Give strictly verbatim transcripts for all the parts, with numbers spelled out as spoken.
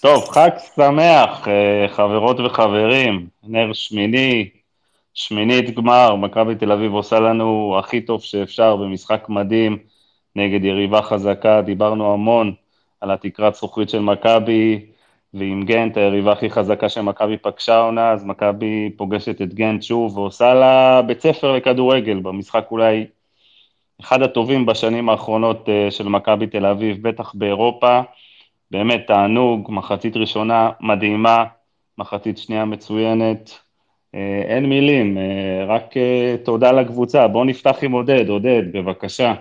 טוב, חג שמח, אה, חברות וחברים, נר שמיני, שמינית גמר, מכבי תל אביב עושה לנו הכי טוב שאפשר במשחק מדהים נגד יריבה חזקה, דיברנו המון על התקרת זכוכית של מכבי, ועם גנט, היריבה הכי חזקה שמכבי פגשה עונה, אז מכבי פוגשת את גנט שוב, ועושה לה בית ספר לכדורגל, במשחק אולי אחד הטובים בשנים האחרונות אה, של מכבי תל אביב, בטח באירופה, באמת תענוג, מחצית ראשונה מדהימה, מחצית שנייה מצוינת, אה, אין מילים, אה, רק אה, תודה לקבוצה. בואו נפתח עם עודד, עודד, בבקשה.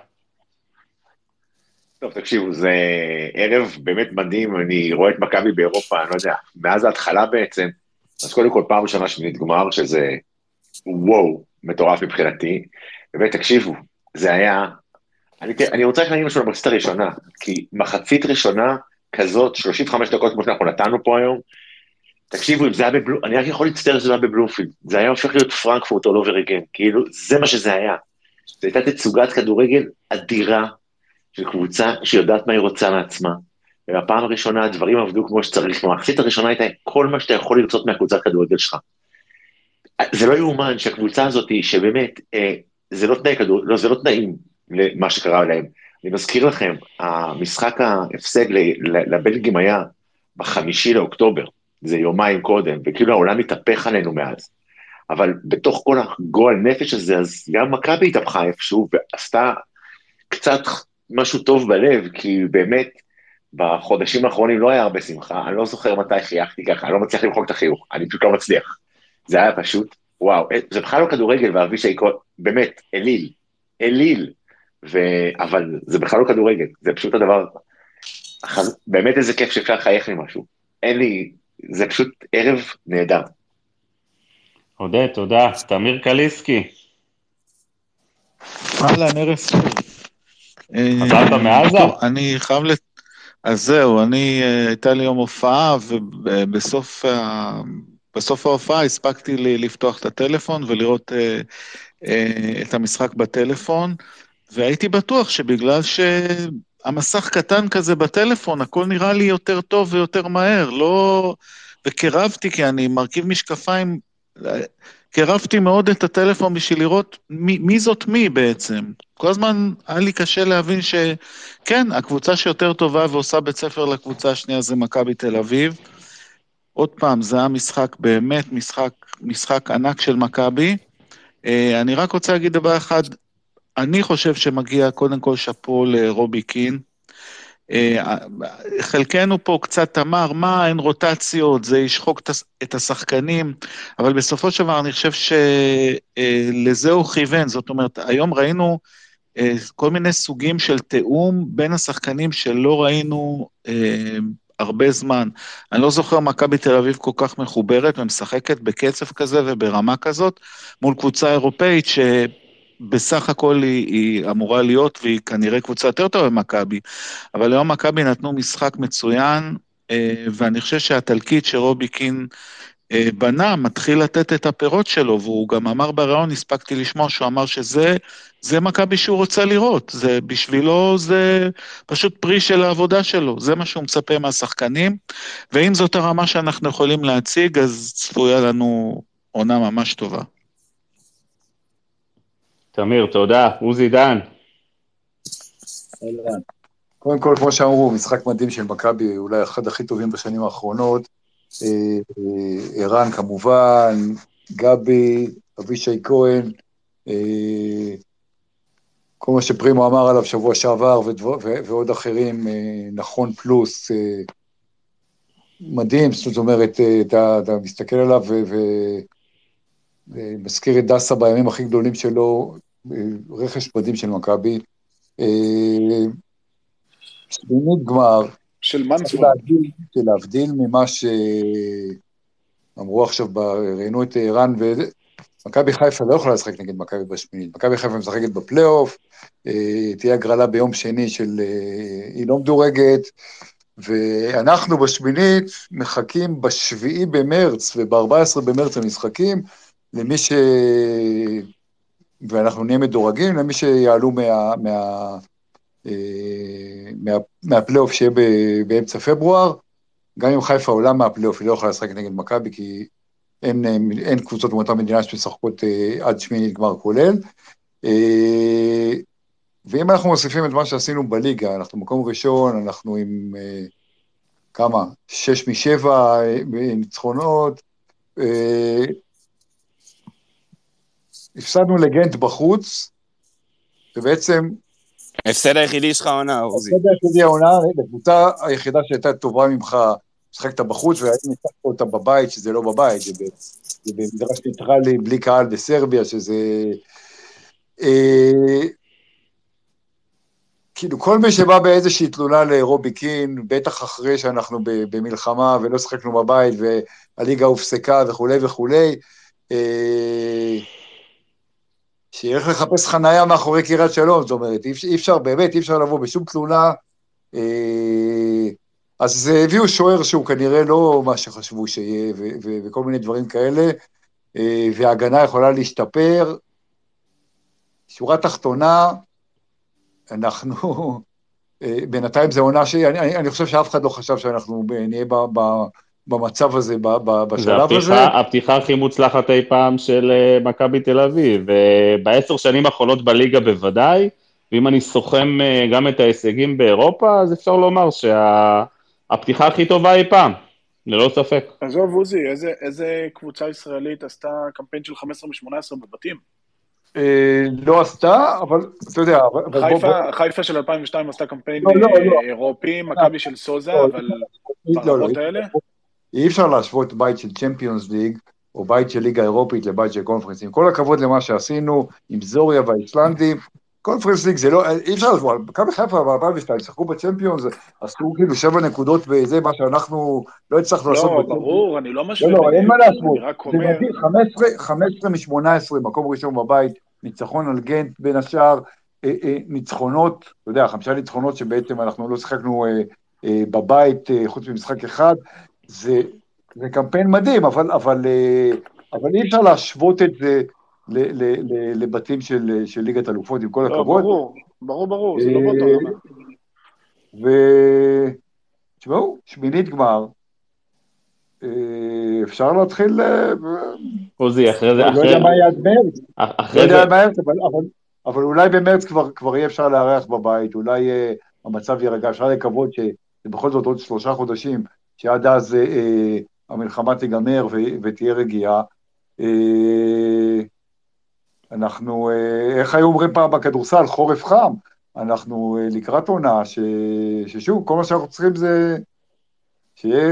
טוב, תקשיבו, זה ערב באמת מדהים, אני רואה את מכבי באירופה, אני לא יודע, מאז ההתחלה בעצם, אז קודם כל פעם ראשונה שמינית גמר, שזה וואו, מטורף מבחינתי, באמת, תקשיבו, זה היה, אני, אני רוצה להגיד משהו למחצית הראשונה, כי מחצית ראשונה כזאת, שלושים וחמש דקות כמו שאנחנו נתנו פה היום, תקשיבו, אם זה היה בבלומפילד, אני רק יכול להצטער שזה היה בבלומפילד, זה היה הופך להיות פרנקפורט all over again, כאילו, זה מה שזה היה, זו הייתה תצוגת כדורגל אדירה, של קבוצה שיודעת מה היא רוצה מעצמה, ובפעם הראשונה הדברים עבדו כמו שצריך, במחצית הראשונה הייתה כל מה שאתה יכול לרצות מהקבוצת כדורגל שלך. זה לא יאומן שהקבוצה הזאת, שבאמת, אה, זה לא תנאי כדור, לא, זה לא תנאים למה שקרה להם. אני מזכיר לכם, המשחק ההפסד ל- ל- לבלגים היה בחמישי לאוקטובר, זה יומיים קודם, וכאילו העולם התהפך עלינו מאז. אבל בתוך כל הגועל נפש הזה, אז גם מכבי התהפכה איפשהו, ועשתה קצת משהו טוב בלב, כי באמת, בחודשים האחרונים לא היה הרבה שמחה, אני לא זוכר מתי חייכתי ככה, אני לא מצליח למחוק את החיוך, אני פשוט לא מצליח. זה היה פשוט, וואו, זה בכלל לא כדורגל, ואבישי כהן, באמת, אליל, אליל, ו... אבל זה בכלל לא כדורגל, זה פשוט הדבר, באמת איזה כיף שאפשר לחייך לי משהו, אין לי, זה פשוט ערב נהדר. עודד, תודה. תמיר קליסקי, אהלן, ערב טוב. חזרת אה, מעזה? טוב, אני חייב לת... אז זהו, אני, אה, הייתה לי יום הופעה, ובסוף ה... בסוף ההופעה הספקתי לי לפתוח את הטלפון ולראות אה, אה, את המשחק בטלפון, והייתי בטוח שבגלל שהמסך קטן כזה בטלפון, הכל נראה לי יותר טוב ויותר מהר, לא... וקירבתי, כי אני מרכיב משקפיים, אה, קירבתי מאוד את הטלפון בשביל לראות מי, מי זאת מי בעצם. כל הזמן היה לי קשה להבין שכן, הקבוצה שיותר טובה ועושה בית ספר לקבוצה השנייה זה מכבי תל אביב. עוד פעם, זה היה משחק, באמת משחק, משחק ענק של מכבי. אה, אני רק רוצה להגיד דבר אחד, אני חושב שמגיע קודם כל שאפו לרובי קין. אה, חלקנו פה קצת אמר, מה, אין רוטציות, זה ישחוק את השחקנים, אבל בסופו של דבר אני חושב שלזה הוא כיוון, זאת אומרת, היום ראינו אה, כל מיני סוגים של תיאום בין השחקנים שלא ראינו אה, הרבה זמן. אני לא זוכר מכבי תל אביב כל כך מחוברת ומשחקת בקצב כזה וברמה כזאת, מול קבוצה אירופאית שבסך הכל היא, היא אמורה להיות, והיא כנראה קבוצה יותר טובה ממכבי, אבל היום מכבי נתנו משחק מצוין, אה, ואני חושב שהתלקיט שרובי קין אה, בנה, מתחיל לתת את הפירות שלו, והוא גם אמר בראיון, הספקתי לשמוע שהוא אמר שזה זה מכבי שהוא רוצה לראות, זה בשבילו זה פשוט פרי של העבודה שלו, זה מה שהוא מצפה מהשחקנים, ואם זאת הרמה שאנחנו יכולים להציג, אז צפויה לנו עונה ממש טובה. תמיר, תודה. עוזי דן, אהלן. קודם כל, כמו שאמרו, משחק מדהים של מכבי, אולי אחד הכי טובים בשנים האחרונות. אה, אה, ערן כמובן, גבי, אבישי כהן, אה, כל מה שפרימו אמר עליו שבוע שעבר ודבר, ו, ועוד אחרים, אה, נכון פלוס, אה, מדהים, זאת אומרת, אה, אתה, אתה מסתכל עליו ומזכיר את דסה בימים הכי גדולים שלו, אה, רכש מדהים של מכבי. אה, סביבות גמר, של צריך מנצ'מן. להבדיל, להבדיל ממה שאמרו עכשיו, ראיינו את ערן, ומכבי חיפה לא יכולה לשחק נגד מכבי בשמינית, מכבי חיפה משחקת בפלייאוף, אה, תהיה הגרלה ביום שני של, אה, היא לא מדורגת, ואנחנו בשמינית מחכים בשביעי במרץ וב-ארבעה עשר במרץ המשחקים, למי ש... ואנחנו נהיה מדורגים, למי שיעלו מה... מה... אה, מה... מהפלייאוף שיהיה באמצע פברואר, גם אם חיפה עולה מהפלייאוף, היא לא יכולה לשחק נגד מכבי, כי אין, אין קבוצות מאותה מדינה שמשחקות עד שמינית גמר כולל. ואם אנחנו מוסיפים את מה שעשינו בליגה, אנחנו במקום ראשון, אנחנו עם כמה? שש משבע ניצחונות, הפסדנו לגנט בחוץ, ובעצם... הפסד היחידי שלך עונה, עוזי. הפסד היחידי העונה, הקבוצה היחידה שהייתה טובה ממך, שחקת בחוץ, והייתי ניצחת אותה בבית, שזה לא בבית, זה במדרש ניטרלי, בלי קהל בסרביה, שזה... כאילו, כל מי שבא באיזושהי תלונה לרובי קין, בטח אחרי שאנחנו במלחמה, ולא שחקנו בבית, והליגה הופסקה וכו' וכו', שילך לחפש חנייה מאחורי קירת שלום, זאת אומרת, אי אפשר, באמת, אי אפשר לבוא בשום תלונה, אז הביאו שוער שהוא כנראה לא מה שחשבו שיהיה, וכל מיני דברים כאלה, וההגנה יכולה להשתפר, שורה תחתונה, אנחנו, בינתיים זה עונה שאני אני חושב שאף אחד לא חשב שאנחנו נהיה ב, ב, במצב הזה, ב, ב, בשלב הפתיחה, הזה. הפתיחה הכי מוצלחת אי פעם של מכבי תל אביב, ובעשר שנים האחרונות בליגה בוודאי, ואם אני סוכם גם את ההישגים באירופה, אז אפשר לומר שהפתיחה הכי טובה אי פעם, ללא ספק. עזוב עוזי, איזה, איזה קבוצה ישראלית עשתה קמפיין של חמש עשרה משמונה עשרה בבתים? לא עשתה, אבל אתה יודע... חיפה של אלפיים ושתיים עשתה קמפיין אירופי, מכבי של סוזה, אבל ברמות האלה? אי אפשר להשוות בית של צ'מפיונס ליג, או בית של ליגה אירופית לבית של קונפרנס. עם כל הכבוד למה שעשינו, עם זוריה והאיסלנדים, קונפרנס ליג זה לא... אי אפשר להשוות, מכבי חיפה ב-אלפיים ושתיים, שחקו בצ'מפיונס, עשו כאילו שבע נקודות בזה, מה שאנחנו לא הצלחנו לעשות. לא, ברור, אני לא משווה. לא, לא, אין מה להשוות. זה מדהים, חמש עשרה משמונה עשרה, מקום ראשון בבית, ניצחון על גנט בין השאר, אה, אה, ניצחונות, אתה יודע, חמישה ניצחונות שבעצם אנחנו לא שחקנו אה, אה, בבית, אה, חוץ ממשחק אחד, זה, זה קמפיין מדהים, אבל, אבל, אה, אבל אי אפשר להשוות את זה ל, ל, ל, לבתים של, של ליגת אלופות, עם כל לא, הכבוד. ברור, ברור, ברור, זה לא באותו רמה. ו... תשמעו, שמינית גמר, אפשר להתחיל... עוזי, אחרי זה... לא יודע מה יהיה עד מרץ. אחרי לא זה... יודע מה יהיה, אבל אולי במרץ כבר יהיה אפשר לארח בבית, אולי המצב יירגע, אפשר לקוות שבכל זאת עוד שלושה חודשים, שעד אז המלחמה תיגמר ותהיה רגיעה. אנחנו, איך היו אומרים פעם בכדורסל, חורף חם, אנחנו לקראת עונה, ששוב, כל מה שאנחנו צריכים זה... שיהיה,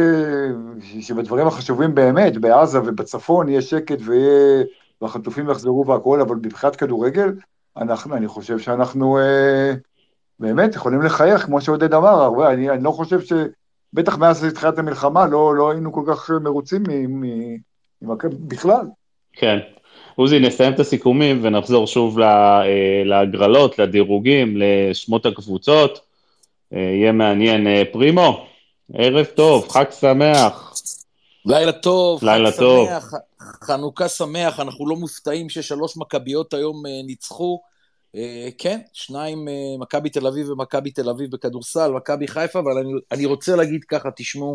שבדברים החשובים באמת, בעזה ובצפון יהיה שקט ויהיה, והחטופים יחזרו והכל, אבל בבחינת כדורגל, אנחנו, אני חושב שאנחנו אה, באמת יכולים לחייך, כמו שעודד אמר, הרבה, אני, אני לא חושב שבטח מאז התחילת המלחמה, לא, לא היינו כל כך מרוצים מ, מ, מ, בכלל. כן. עוזי, נסיים את הסיכומים ונחזור שוב להגרלות, לדירוגים, לשמות הקבוצות. יהיה מעניין. פרימו, ערב טוב, חג שמח. לילה טוב, לילה חג טוב. שמח, חנוכה שמח, אנחנו לא מופתעים ששלוש מכביות היום ניצחו. כן, שניים, מכבי תל אביב ומכבי תל אביב בכדורסל, מכבי חיפה, אבל אני, אני רוצה להגיד ככה, תשמעו,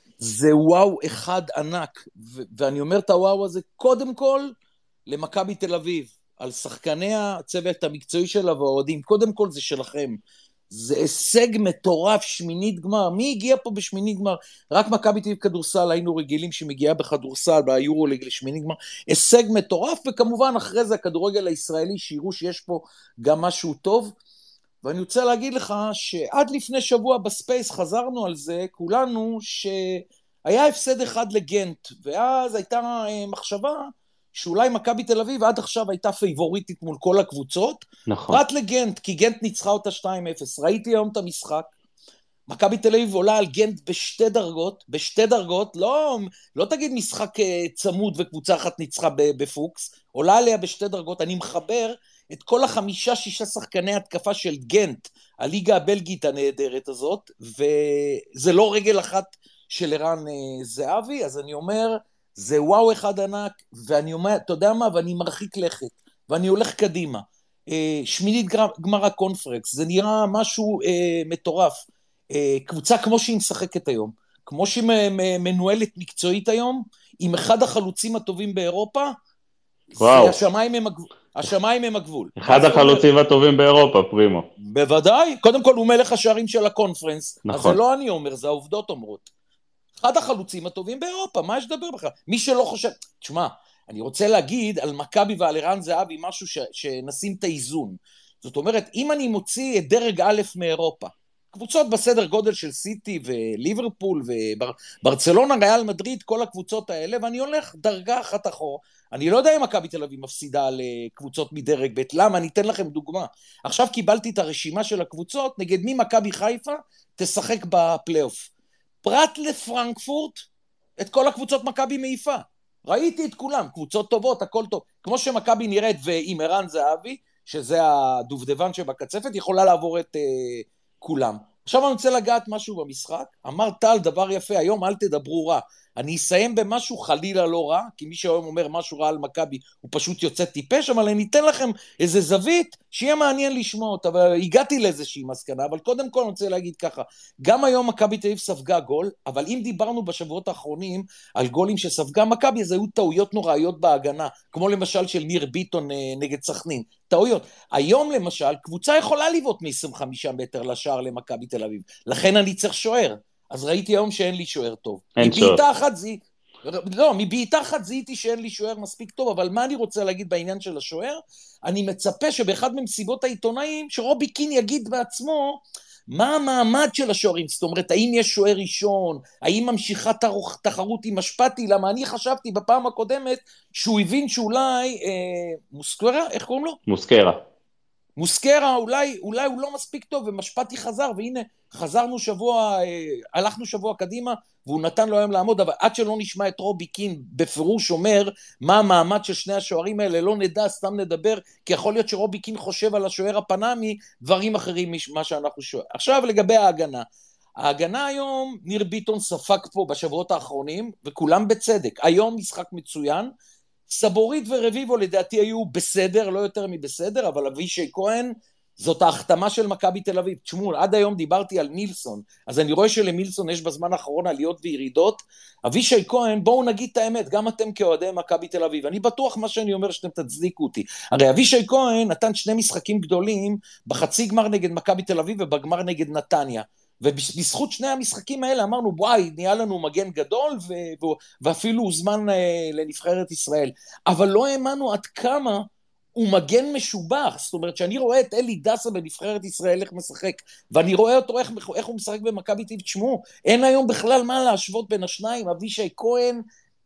זה וואו אחד ענק, ו- ואני אומר את הוואו הזה קודם כל למכבי תל אביב, על שחקני הצוות המקצועי שלה והאוהדים, קודם כל זה שלכם, זה הישג מטורף, שמינית גמר, מי הגיע פה בשמינית גמר? רק מכבי תל אביב כדורסל, היינו רגילים שמגיעה בכדורסל, ביורוליג לשמינית גמר, הישג מטורף, וכמובן אחרי זה הכדורגל הישראלי, שיראו שיש פה גם משהו טוב, ואני רוצה להגיד לך שעד לפני שבוע בספייס חזרנו על זה, כולנו שהיה הפסד אחד לגנט, ואז הייתה מחשבה שאולי מכבי תל אביב עד עכשיו הייתה פייבוריטית מול כל הקבוצות, נכון. פרט לגנט, כי גנט ניצחה אותה שתיים אפס. ראיתי היום את המשחק, מכבי תל אביב עולה על גנט בשתי דרגות, בשתי דרגות, לא, לא תגיד משחק צמוד וקבוצה אחת ניצחה בפוקס, עולה עליה בשתי דרגות, אני מחבר את כל החמישה, שישה שחקני התקפה של גנט, הליגה הבלגית הנהדרת הזאת, וזה לא רגל אחת של ערן זהבי, אז אני אומר, זה וואו אחד ענק, ואני אומר, אתה יודע מה, ואני מרחיק לכת, ואני הולך קדימה. שמינית גמר הקונפרנס, זה נראה משהו מטורף. קבוצה כמו שהיא משחקת היום, כמו שהיא מנוהלת מקצועית היום, עם אחד החלוצים הטובים באירופה, וואו. השמיים הם הגבול. השמיים הם הגבול. אחד החלוצים הטובים באירופה, פרימו. בוודאי, קודם כל הוא מלך השערים של הקונפרנס, נכון. אז זה לא אני אומר, זה העובדות אומרות. אחד החלוצים הטובים באירופה, מה יש לדבר בכלל? מי שלא חושב, תשמע, אני רוצה להגיד על מכבי ועל ערן זהבי משהו ש, שנשים את האיזון. זאת אומרת, אם אני מוציא את דרג א' מאירופה, קבוצות בסדר גודל של סיטי וליברפול וברצלונה, ריאל מדריד, כל הקבוצות האלה, ואני הולך דרגה אחת אחורה. אני לא יודע אם מכבי תל אביב מפסידה לקבוצות מדרג ב', למה? אני אתן לכם דוגמה. עכשיו קיבלתי את הרשימה של הקבוצות, נגד מי מכבי חיפה תשחק בפלייאוף. פרט לפרנקפורט, את כל הקבוצות מכבי מעיפה. ראיתי את כולם, קבוצות טובות, הכל טוב. כמו שמכבי נראית ועם ערן זהבי, שזה הדובדבן שבקצפת, יכולה לעבור את uh, כולם. עכשיו אני רוצה לגעת משהו במשחק. אמר טל דבר יפה, היום אל תדברו רע. אני אסיים במשהו חלילה לא רע, כי מי שהיום אומר משהו רע על מכבי, הוא פשוט יוצא טיפש, אבל אני אתן לכם איזה זווית, שיהיה מעניין לשמוע אותה, אבל הגעתי לאיזושהי מסקנה, אבל קודם כל אני רוצה להגיד ככה, גם היום מכבי תל אביב ספגה גול, אבל אם דיברנו בשבועות האחרונים, על גולים שספגה מכבי, אז היו טעויות נוראיות בהגנה, כמו למשל של ניר ביטון נגד סכנין, טעויות. היום למשל, קבוצה יכולה לבעוט מ-עשרים וחמישה מטר לשער למכבי תל אביב, לכן אני צריך שוער. אז ראיתי היום שאין לי שוער טוב. אין שוער. מבעיטה אחת זי... לא, מבעיטה אחת זיהיתי שאין לי שוער מספיק טוב, אבל מה אני רוצה להגיד בעניין של השוער? אני מצפה שבאחד ממסיבות העיתונאים, שרובי קין יגיד בעצמו, מה המעמד של השוערים? זאת אומרת, האם יש שוער ראשון? האם ממשיכה תחרות עם משפטי? למה אני חשבתי בפעם הקודמת, שהוא הבין שאולי, אה, מוסקרה? איך קוראים לו? מוסקרה. מוסקרה, אולי, אולי הוא לא מספיק טוב, ומשפטי חזר, והנה, חזרנו שבוע, אה, הלכנו שבוע קדימה, והוא נתן לו היום לעמוד, אבל עד שלא נשמע את רובי קין בפירוש אומר, מה המעמד של שני השוערים האלה, לא נדע, סתם נדבר, כי יכול להיות שרובי קין חושב על השוער הפנמי, דברים אחרים ממה שאנחנו שואל. עכשיו לגבי ההגנה, ההגנה היום, ניר ביטון ספק פה בשבועות האחרונים, וכולם בצדק, היום משחק מצוין, סבורית ורביבו לדעתי היו בסדר, לא יותר מבסדר, אבל אבישי כהן, זאת ההחתמה של מכבי תל אביב. תשמעו, עד היום דיברתי על מילסון, אז אני רואה שלמילסון יש בזמן האחרון עליות וירידות. אבישי כהן, בואו נגיד את האמת, גם אתם כאוהדי מכבי תל אביב, אני בטוח מה שאני אומר שאתם תצדיקו אותי. הרי אבישי כהן נתן שני משחקים גדולים, בחצי גמר נגד מכבי תל אביב ובגמר נגד נתניה. ובזכות שני המשחקים האלה אמרנו, וואי, נהיה לנו מגן גדול, ו- ו- ואפילו הוזמן אה, לנבחרת ישראל. אבל לא האמנו עד כמה הוא מגן משובח. זאת אומרת, שאני רואה את אלי דסה בנבחרת ישראל איך משחק, ואני רואה אותו איך, איך הוא משחק במכבי תל אביב, תשמעו, אין היום בכלל מה להשוות בין השניים, אבישי כהן,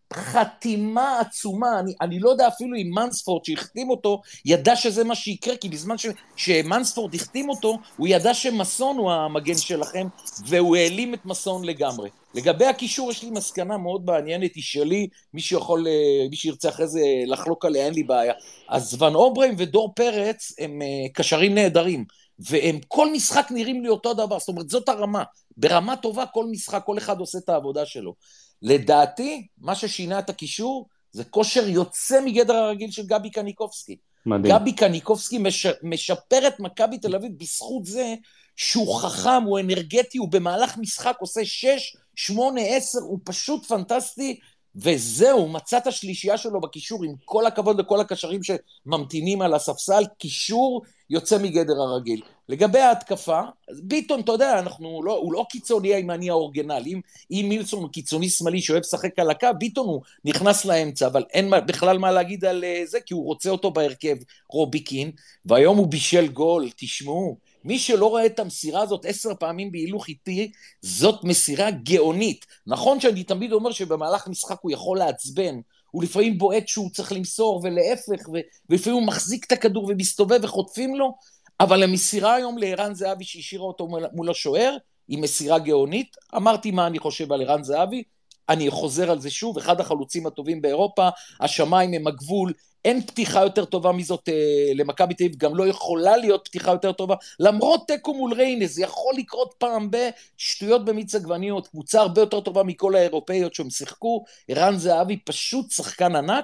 חתימה עצומה, אני, אני לא יודע אפילו אם מנספורד שהחתים אותו, ידע שזה מה שיקרה, כי בזמן ש, שמנספורד החתים אותו, הוא ידע שמסון הוא המגן שלכם, והוא העלים את מסון לגמרי. לגבי הקישור יש לי מסקנה מאוד בעניינת, היא שלי, מי שיכול, מי שירצה אחרי זה לחלוק עליה, אין לי בעיה. אז ון אוברהם ודור פרץ הם קשרים נהדרים, והם כל משחק נראים לי אותו דבר, זאת אומרת זאת הרמה, ברמה טובה כל משחק, כל אחד עושה את העבודה שלו. לדעתי, מה ששינה את הקישור, זה כושר יוצא מגדר הרגיל של גבי קניקובסקי. מדהים. גבי קניקובסקי מש, משפר את מכבי תל אביב בזכות זה, שהוא חכם, הוא אנרגטי, הוא במהלך משחק עושה שש, שמונה, עשר, הוא פשוט פנטסטי, וזהו, מצא את השלישייה שלו בקישור, עם כל הכבוד לכל הקשרים שממתינים על הספסל, קישור יוצא מגדר הרגיל. לגבי ההתקפה, ביטון, אתה יודע, אנחנו לא, הוא לא קיצוני הימני האורגנל, אם, אם מילסון הוא קיצוני שמאלי שאוהב שחק על הקו, ביטון הוא נכנס לאמצע, אבל אין בכלל מה להגיד על זה, כי הוא רוצה אותו בהרכב רובי קין, והיום הוא בישל גול, תשמעו, מי שלא רואה את המסירה הזאת עשר פעמים בהילוך איתי, זאת מסירה גאונית. נכון שאני תמיד אומר שבמהלך משחק הוא יכול לעצבן, הוא לפעמים בועט שהוא צריך למסור ולהפך, ולפעמים הוא מחזיק את הכדור ומסתובב וחוטפים לו, אבל המסירה היום לערן זהבי שהשאירה אותו מול השוער, היא מסירה גאונית. אמרתי מה אני חושב על ערן זהבי, אני חוזר על זה שוב, אחד החלוצים הטובים באירופה, השמיים הם הגבול, אין פתיחה יותר טובה מזאת אה, למכבי תל אביב, גם לא יכולה להיות פתיחה יותר טובה, למרות תיקו מול ריינס, זה יכול לקרות פעם בשטויות במיץ עגבניות, קבוצה הרבה יותר טובה מכל האירופאיות שהם שיחקו, ערן זהבי פשוט שחקן ענק,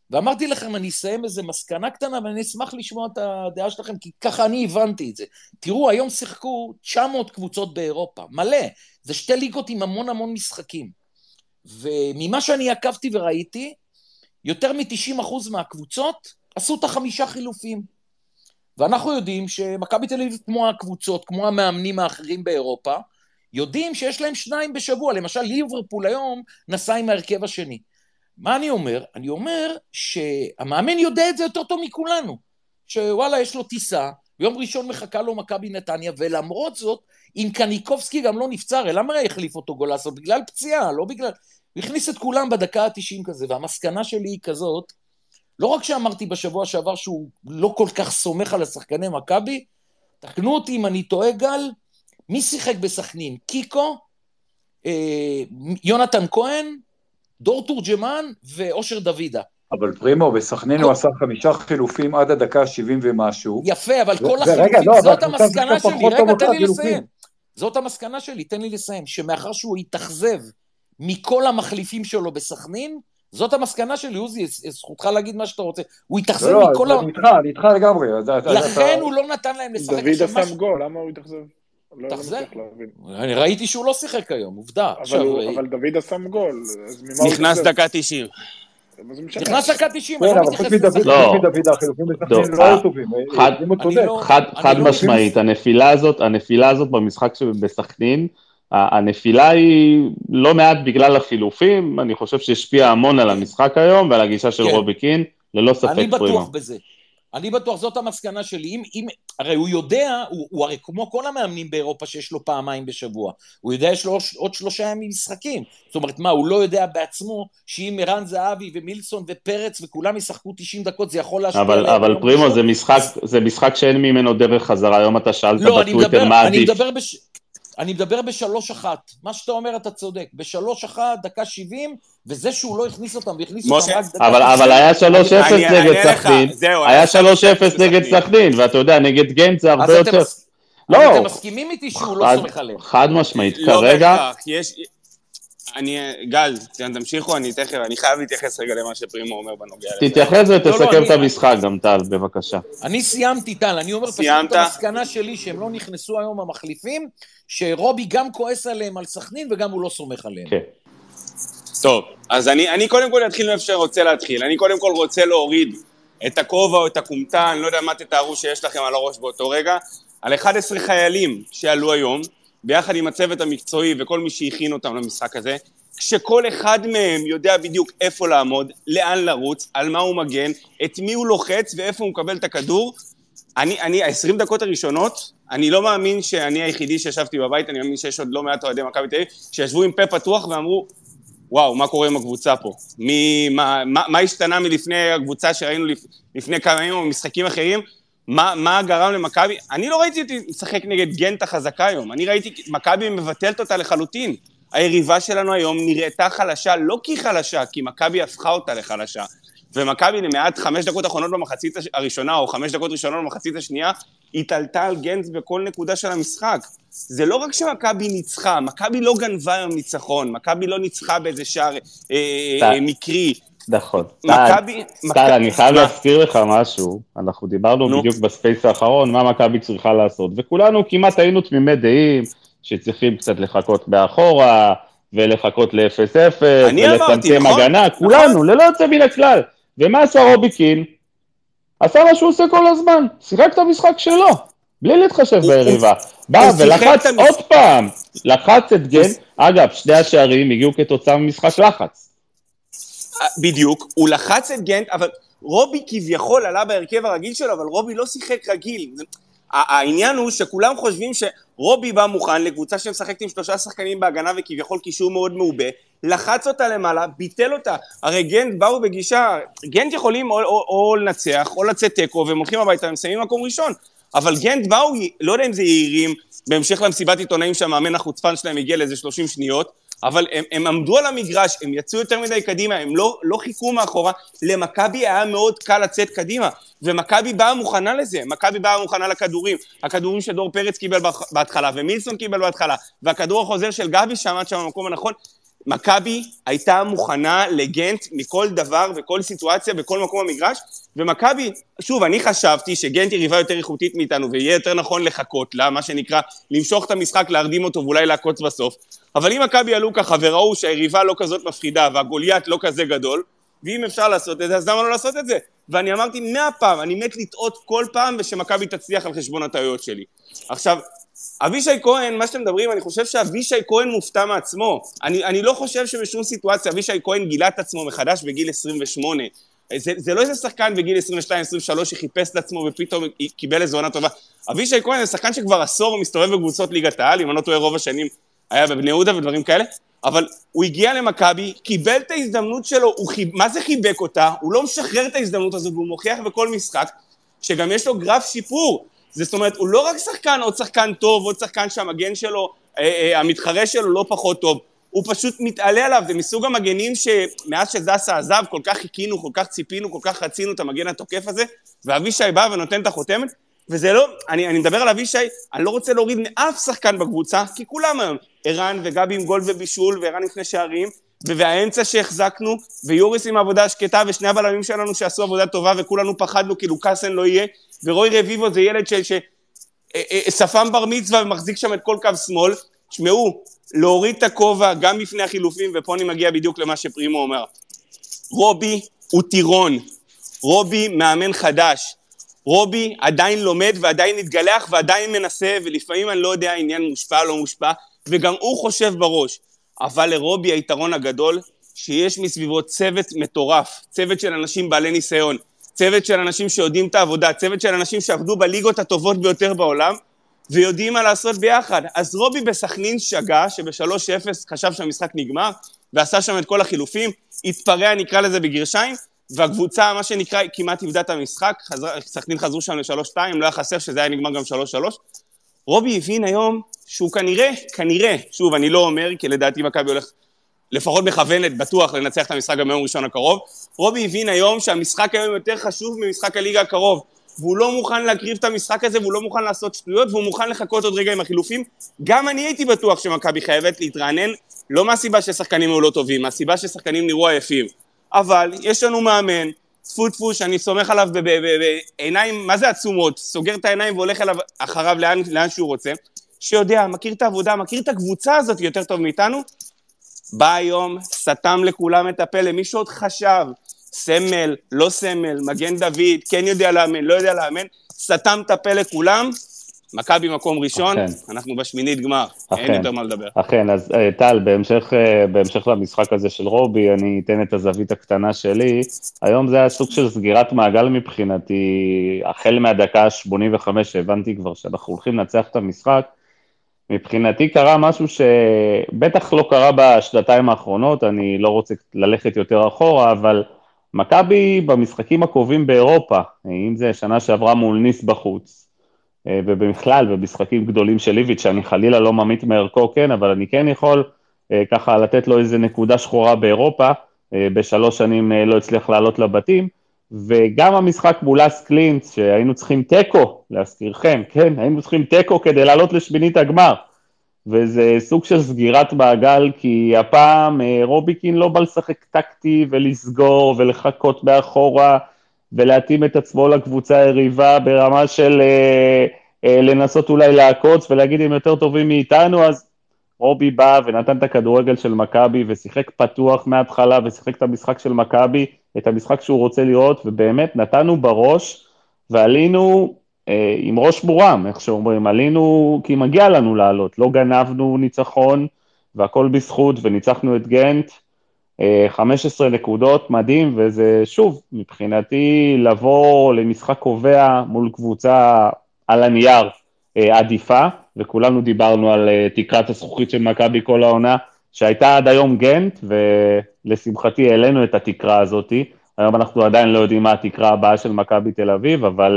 ואמרתי לכם, אני אסיים איזה מסקנה קטנה, ואני אשמח לשמוע את הדעה שלכם, כי ככה אני הבנתי את זה. תראו, היום שיחקו תשע מאות קבוצות באירופה, מלא. זה שתי ליגות עם המון המון משחקים. וממה שאני עקבתי וראיתי, יותר מ-תשעים אחוז מהקבוצות עשו את החמישה חילופים. ואנחנו יודעים שמכבי תל אביב, כמו הקבוצות, כמו המאמנים האחרים באירופה, יודעים שיש להם שניים בשבוע. למשל, ליברפול היום נסע עם ההרכב השני. מה אני אומר? אני אומר שהמאמן יודע את זה יותר טוב מכולנו. שוואלה, יש לו טיסה, ביום ראשון מחכה לו מכבי נתניה, ולמרות זאת, אם קניקובסקי גם לא נפצר, למה יחליף אותו גולסו? בגלל פציעה, לא בגלל... הוא הכניס את כולם בדקה ה-תשעים כזה, והמסקנה שלי היא כזאת, לא רק שאמרתי בשבוע שעבר שהוא לא כל כך סומך על השחקני מכבי, תקנו אותי אם אני טועה גל, מי שיחק בסכנין? קיקו, אה, יונתן כהן, דור תורג'מן ואושר דוידה. אבל פרימו, בסכנין הוא עשה חמישה חילופים עד הדקה שבעים ומשהו. יפה, אבל כל החילופים, זאת המסקנה שלי, רגע, תן לי לסיים. זאת המסקנה שלי, תן לי לסיים, שמאחר שהוא יתאכזב מכל המחליפים שלו בסכנין, זאת המסקנה שלי, עוזי, זכותך להגיד מה שאתה רוצה. הוא יתאכזב מכל... לא, לא, אני איתך, אני איתך לגמרי. לכן הוא לא נתן להם לשחק. דוד שם גול, למה הוא יתאכזב? תחזב? אני ראיתי שהוא לא שיחק היום, עובדה. אבל דוד שם גול. נכנס דקה תשעים. נכנס דקה תשעים. כן, אבל חוץ מדוד, החילופים בסכנין לא היו טובים. חד משמעית, הנפילה הזאת, הנפילה הזאת במשחק בסכנין, הנפילה היא לא מעט בגלל החילופים, אני חושב שהשפיע המון על המשחק היום ועל הגישה של רובי קין, ללא ספק פרימו. אני בטוח בזה. אני בטוח, זאת המסקנה שלי, אם, אם, הרי הוא יודע, הוא, הוא הרי כמו כל המאמנים באירופה שיש לו פעמיים בשבוע, הוא יודע יש לו עוד, עוד שלושה ימים משחקים, זאת אומרת מה, הוא לא יודע בעצמו, שאם ערן זהבי ומילסון ופרץ וכולם ישחקו תשעים דקות, זה יכול להשפיע אבל, אבל פרימו, זה משחק, זה משחק שאין ממנו דרך חזרה, היום אתה שאלת לא, בטוויטר מה עדיף. אני מדבר בש... אני מדבר בשלוש אחת, מה שאתה אומר אתה צודק, בשלוש אחת, דקה שבעים, וזה שהוא לא הכניס אותם, והכניס אותם רק דקה שבעים. אבל היה שלוש אפס נגד סכנין, היה שלוש אפס נגד סכנין, ואתה יודע, נגד גנט זה הרבה יותר... לא. אתם מסכימים איתי שהוא לא סומך עליהם. חד משמעית, כרגע... אני, גל, תמשיכו, אני תכף, אני חייב להתייחס רגע למה שפרימו אומר בנוגע. תתייחס ותסכם את המשחק גם, טל, בבקשה. אני סיימתי, טל, אני אומר פשוט את המסקנה שלי שהם לא נכנסו היום המחליפים, שרובי גם כועס עליהם על סכנין וגם הוא לא סומך עליהם. כן. טוב, אז אני, אני קודם כל אתחיל מאיפה שרוצה להתחיל. אני קודם כל רוצה להוריד את הכובע או את הקומטה, אני לא יודע מה תתארו שיש לכם על הראש באותו רגע, על אחד עשר חיילים שעלו היום, ביחד עם הצוות המקצועי וכל מי שהכין אותם למשחק הזה, כשכל אחד מהם יודע בדיוק איפה לעמוד, לאן לרוץ, על מה הוא מגן, את מי הוא לוחץ ואיפה הוא מקבל את הכדור. אני, אני, ה-עשרים דקות הראשונות, אני לא מאמין שאני היחידי שישבתי בבית, אני מאמין שיש עוד לא מעט אוהדי מכבי תל אביב, שישבו עם פה פתוח ואמרו, וואו, מה קורה עם הקבוצה פה? מי, מה, מה, מה השתנה מלפני הקבוצה שראינו לפ, לפני כמה ימים או משחקים אחרים? מה, מה גרם למכבי? אני לא ראיתי אותי לשחק נגד גנט החזקה היום, אני ראיתי מכבי מבטלת אותה לחלוטין. היריבה שלנו היום נראתה חלשה, לא כי חלשה, כי מכבי הפכה אותה לחלשה. ומכבי למעט חמש דקות האחרונות במחצית הראשונה, או חמש דקות ראשונות במחצית השנייה, התעלתה על גנט בכל נקודה של המשחק. זה לא רק שמכבי ניצחה, מכבי לא גנבה היום ניצחון, מכבי לא ניצחה באיזה שער אה, מקרי. נכון. סטל, אני חייב להזכיר לך משהו, אנחנו דיברנו בדיוק בספייס האחרון, מה מכבי צריכה לעשות, וכולנו כמעט היינו תמימי דעים, שצריכים קצת לחכות באחורה, ולחכות ל-אפס אפס, ולצמצם הגנה, כולנו, ללא יוצא מן הכלל. ומה עשה רובי קין? עשה מה שהוא עושה כל הזמן, שיחק את המשחק שלו, בלי להתחשב ביריבה. בא ולחץ עוד פעם, לחץ את גן, אגב, שני השערים הגיעו כתוצאה ממשחק לחץ. בדיוק, הוא לחץ את גנט, אבל רובי כביכול עלה בהרכב הרגיל שלו, אבל רובי לא שיחק רגיל. העניין הוא שכולם חושבים שרובי בא מוכן לקבוצה שמשחקת עם שלושה שחקנים בהגנה וכביכול קישור מאוד מעובה, לחץ אותה למעלה, ביטל אותה. הרי גנט באו בגישה, גנט יכולים או, או, או לנצח או לצאת טקו והם הולכים הביתה ומסיימים מקום ראשון, אבל גנט באו, לא יודע אם זה יעירים, בהמשך למסיבת עיתונאים שהמאמן החוצפן שלהם הגיע לאיזה שלושים שניות, אבל הם, הם עמדו על המגרש, הם יצאו יותר מדי קדימה, הם לא, לא חיכו מאחורה, למכבי היה מאוד קל לצאת קדימה, ומכבי באה מוכנה לזה, מכבי באה מוכנה לכדורים, הכדורים שדור פרץ קיבל בהתחלה, ומילסון קיבל בהתחלה, והכדור החוזר של גבי שעמד שם במקום הנכון, מכבי הייתה מוכנה לגנט מכל דבר וכל סיטואציה בכל מקום המגרש, ומכבי, שוב, אני חשבתי שגנט יריבה יותר איכותית מאיתנו, ויהיה יותר נכון לחכות לה, מה שנקרא, למשוך את המשחק, להרדים אותו ואולי לעקוץ בסוף, אבל אם מכבי עלו ככה וראו שהיריבה לא כזאת מפחידה, והגוליית לא כזה גדול, ואם אפשר לעשות את זה, אז למה לא לעשות את זה? ואני אמרתי מאה פעם, אני מת לטעות כל פעם, ושמכבי תצליח על חשבון הטעויות שלי. עכשיו, אבישי כהן, מה שאתם מדברים, אני חושב שאבישי כהן מופתע מעצמו. אני, אני לא חושב שבשום סיטואציה אבישי כהן גילה את עצמו מחדש בגיל עשרים ושמונה. זה, זה לא איזה שחקן בגיל עשרים ושתיים עשרים ושלוש שחיפש את עצמו ופתאום קיבל איזו עונה טובה. אבישי כהן זה שחקן שכבר עשור מסתובב בקבוצות ליגת העל, אם אני לא טועה רוב השנים היה בבני יהודה ודברים כאלה, אבל הוא הגיע למכבי, קיבל את ההזדמנות שלו, הוא חיב... מה זה חיבק אותה? הוא לא משחרר את ההזדמנות הזאת, והוא מוכיח בכל משחק שגם יש לו גרף שיפור. זאת אומרת, הוא לא רק שחקן, עוד שחקן טוב, עוד שחקן שהמגן שלו, אה, אה, המתחרה שלו לא פחות טוב. הוא פשוט מתעלה עליו, זה מסוג המגנים שמאז שדסה עזב, כל כך חיכינו, כל כך ציפינו, כל כך רצינו את המגן התוקף הזה, ואבישי בא ונותן את החותמת, וזה לא, אני, אני מדבר על אבישי, אני לא רוצה להוריד מאף שחקן בקבוצה, כי כולם היום, ערן וגבי עם גול ובישול, וערן לפני שערים, והאמצע שהחזקנו, ויוריס עם עבודה שקטה, ושני הבלמים שלנו שעשו עבודה טובה, וכולנו פחדנו כי לוקאסן לא יהיה, ורוי רביבו זה ילד ששפם בר מצווה ומחזיק שם את כל קו שמאל. שמעו, להוריד את הכובע גם בפני החילופים, ופה אני מגיע בדיוק למה שפרימו אומר. רובי הוא טירון, רובי מאמן חדש, רובי עדיין לומד ועדיין מתגלח ועדיין מנסה, ולפעמים אני לא יודע עניין מושפע או לא מושפע, וגם הוא חושב בראש. אבל לרובי היתרון הגדול, שיש מסביבו צוות מטורף, צוות של אנשים בעלי ניסיון, צוות של אנשים שיודעים את העבודה, צוות של אנשים שעבדו בליגות הטובות ביותר בעולם, ויודעים מה לעשות ביחד. אז רובי בסכנין שגה, שב-שלוש אפס חשב שהמשחק נגמר, ועשה שם את כל החילופים, התפרע נקרא לזה בגרשיים, והקבוצה, מה שנקרא, כמעט הבדה את המשחק, סכנין חזרו שם ל-שלוש שתיים, לא היה חסר שזה היה נגמר גם שלוש שלוש. רובי הבין היום שהוא כנראה, כנראה, שוב, אני לא אומר, כי לדעתי מכבי הולך לפחות מכוונת, בטוח, לנצח את המשחק גם ביום ראשון הקרוב. רובי הבין היום שהמשחק היום יותר חשוב ממשחק הליגה הקרוב, והוא לא מוכן להקריב את המשחק הזה, והוא לא מוכן לעשות שטויות, והוא מוכן לחכות עוד רגע עם החילופים. גם אני הייתי בטוח שמכבי חייבת להתרענן, לא מהסיבה ששחקנים היו לא טובים, מהסיבה ששחקנים נראו עייפים. אבל יש לנו מאמן, טפו טפו, שאני סומך עליו בעיניים, מה זה עצומות, סוגר את העיניים והולך אליו אחריו לאן, לאן שהוא רוצה, שיודע, מכיר את העבודה, מכיר את הקבוצה הזאת יותר טוב מאיתנו, בא היום, סתם לכולם את הפה, למי שעוד חשב, סמל, לא סמל, מגן דוד, כן יודע לאמן, לא יודע לאמן, סתם את הפה לכולם, מכבי במקום ראשון, אכן. אנחנו בשמינית גמר, אכן. אין יותר מה לדבר. אכן, אז טל, בהמשך, בהמשך למשחק הזה של רובי, אני אתן את הזווית הקטנה שלי, היום זה היה סוג של סגירת מעגל מבחינתי, החל מהדקה ה-שמונים וחמש, הבנתי כבר שאנחנו הולכים לנצח את המשחק, מבחינתי קרה משהו שבטח לא קרה בשנתיים האחרונות, אני לא רוצה ללכת יותר אחורה, אבל מכבי במשחקים הקרובים באירופה, אם זה שנה שעברה מול ניס בחוץ, ובכלל במשחקים גדולים של ליביץ' שאני חלילה לא ממית מערכו, כן, אבל אני כן יכול ככה לתת לו איזה נקודה שחורה באירופה, בשלוש שנים לא הצליח לעלות לבתים, וגם המשחק מול אס קלינץ, שהיינו צריכים טקו, להזכירכם, כן, היינו צריכים טקו כדי לעלות לשמינית הגמר, וזה סוג של סגירת מעגל, כי הפעם רוביקין לא בא לשחק טקטי ולסגור ולחכות מאחורה, ולהתאים את עצמו לקבוצה היריבה ברמה של אה, אה, לנסות אולי לעקוץ ולהגיד אם יותר טובים מאיתנו, אז רובי בא ונתן את הכדורגל של מכבי ושיחק פתוח מההתחלה ושיחק את המשחק של מכבי, את המשחק שהוא רוצה לראות, ובאמת נתנו בראש ועלינו אה, עם ראש מורם, איך שאומרים, עלינו כי מגיע לנו לעלות, לא גנבנו ניצחון והכל בזכות וניצחנו את גנט, חמש עשרה נקודות, מדהים, וזה שוב, מבחינתי לבוא למשחק קובע מול קבוצה על הנייר עדיפה, וכולנו דיברנו על תקרת הזכוכית של מכבי כל העונה, שהייתה עד היום גנט, ולשמחתי העלינו את התקרה הזאת, היום אנחנו עדיין לא יודעים מה התקרה הבאה של מכבי תל אביב, אבל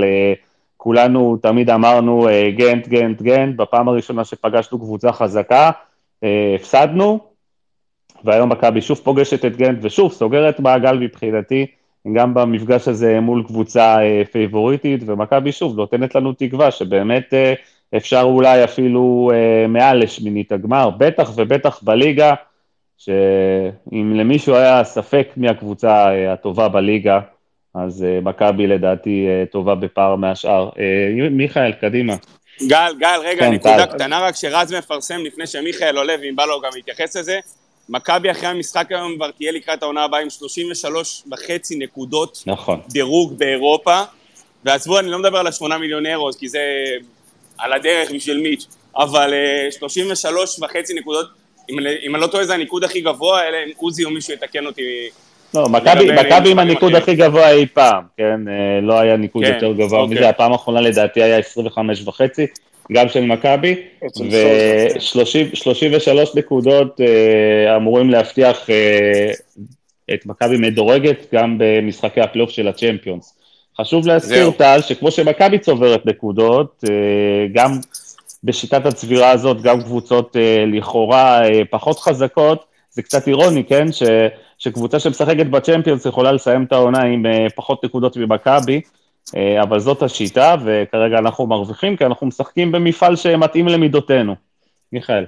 כולנו תמיד אמרנו גנט, גנט, גנט, בפעם הראשונה שפגשנו קבוצה חזקה, הפסדנו, והיום מכבי שוב פוגשת את גנט, ושוב סוגרת מעגל מבחינתי, גם במפגש הזה מול קבוצה פייבוריטית, ומכבי שוב נותנת לנו תקווה, שבאמת אפשר אולי אפילו מעל לשמינית הגמר, בטח ובטח בליגה, שאם למישהו היה ספק מהקבוצה הטובה בליגה, אז מכבי לדעתי טובה בפער מהשאר. מיכאל, קדימה. גל, גל, רגע, כן, נקודה טל. קטנה רק שרז מפרסם לפני שמיכאל עולה, ואם בא לו גם להתייחס לזה, מכבי אחרי המשחק היום כבר תהיה לקראת העונה הבאה עם שלושים ושלוש וחצי נקודות נכון. דירוג באירופה, ועזבו, אני לא מדבר על השמונה מיליון אירו, כי זה על הדרך בשביל מיץ', אבל שלושים ושלוש וחצי נקודות, אם, אם אני לא טועה זה הניקוד הכי גבוה, אלא אם עוזי או מישהו יתקן אותי. לא, מכבי, מכבי עם הניקוד הכי גבוה אי פעם, כן, לא היה ניקוד כן, יותר גבוה, אוקיי. מזה הפעם האחרונה לדעתי היה עשרים וחמש וחצי, גם של מכבי, ו-שלושים ושלוש נקודות אמורים להבטיח את מכבי מדורגת גם במשחקי הפלייאוף של הצ'מפיונס. חשוב להזכיר, טל, שכמו שמכבי צוברת נקודות, גם בשיטת הצבירה הזאת, גם קבוצות לכאורה פחות חזקות, זה קצת אירוני, כן? ש, שקבוצה שמשחקת בצ'מפיונס יכולה לסיים את העונה עם פחות נקודות ממכבי, אבל זאת השיטה, וכרגע אנחנו מרוויחים, כי אנחנו משחקים במפעל שמתאים למידותינו. מיכאל.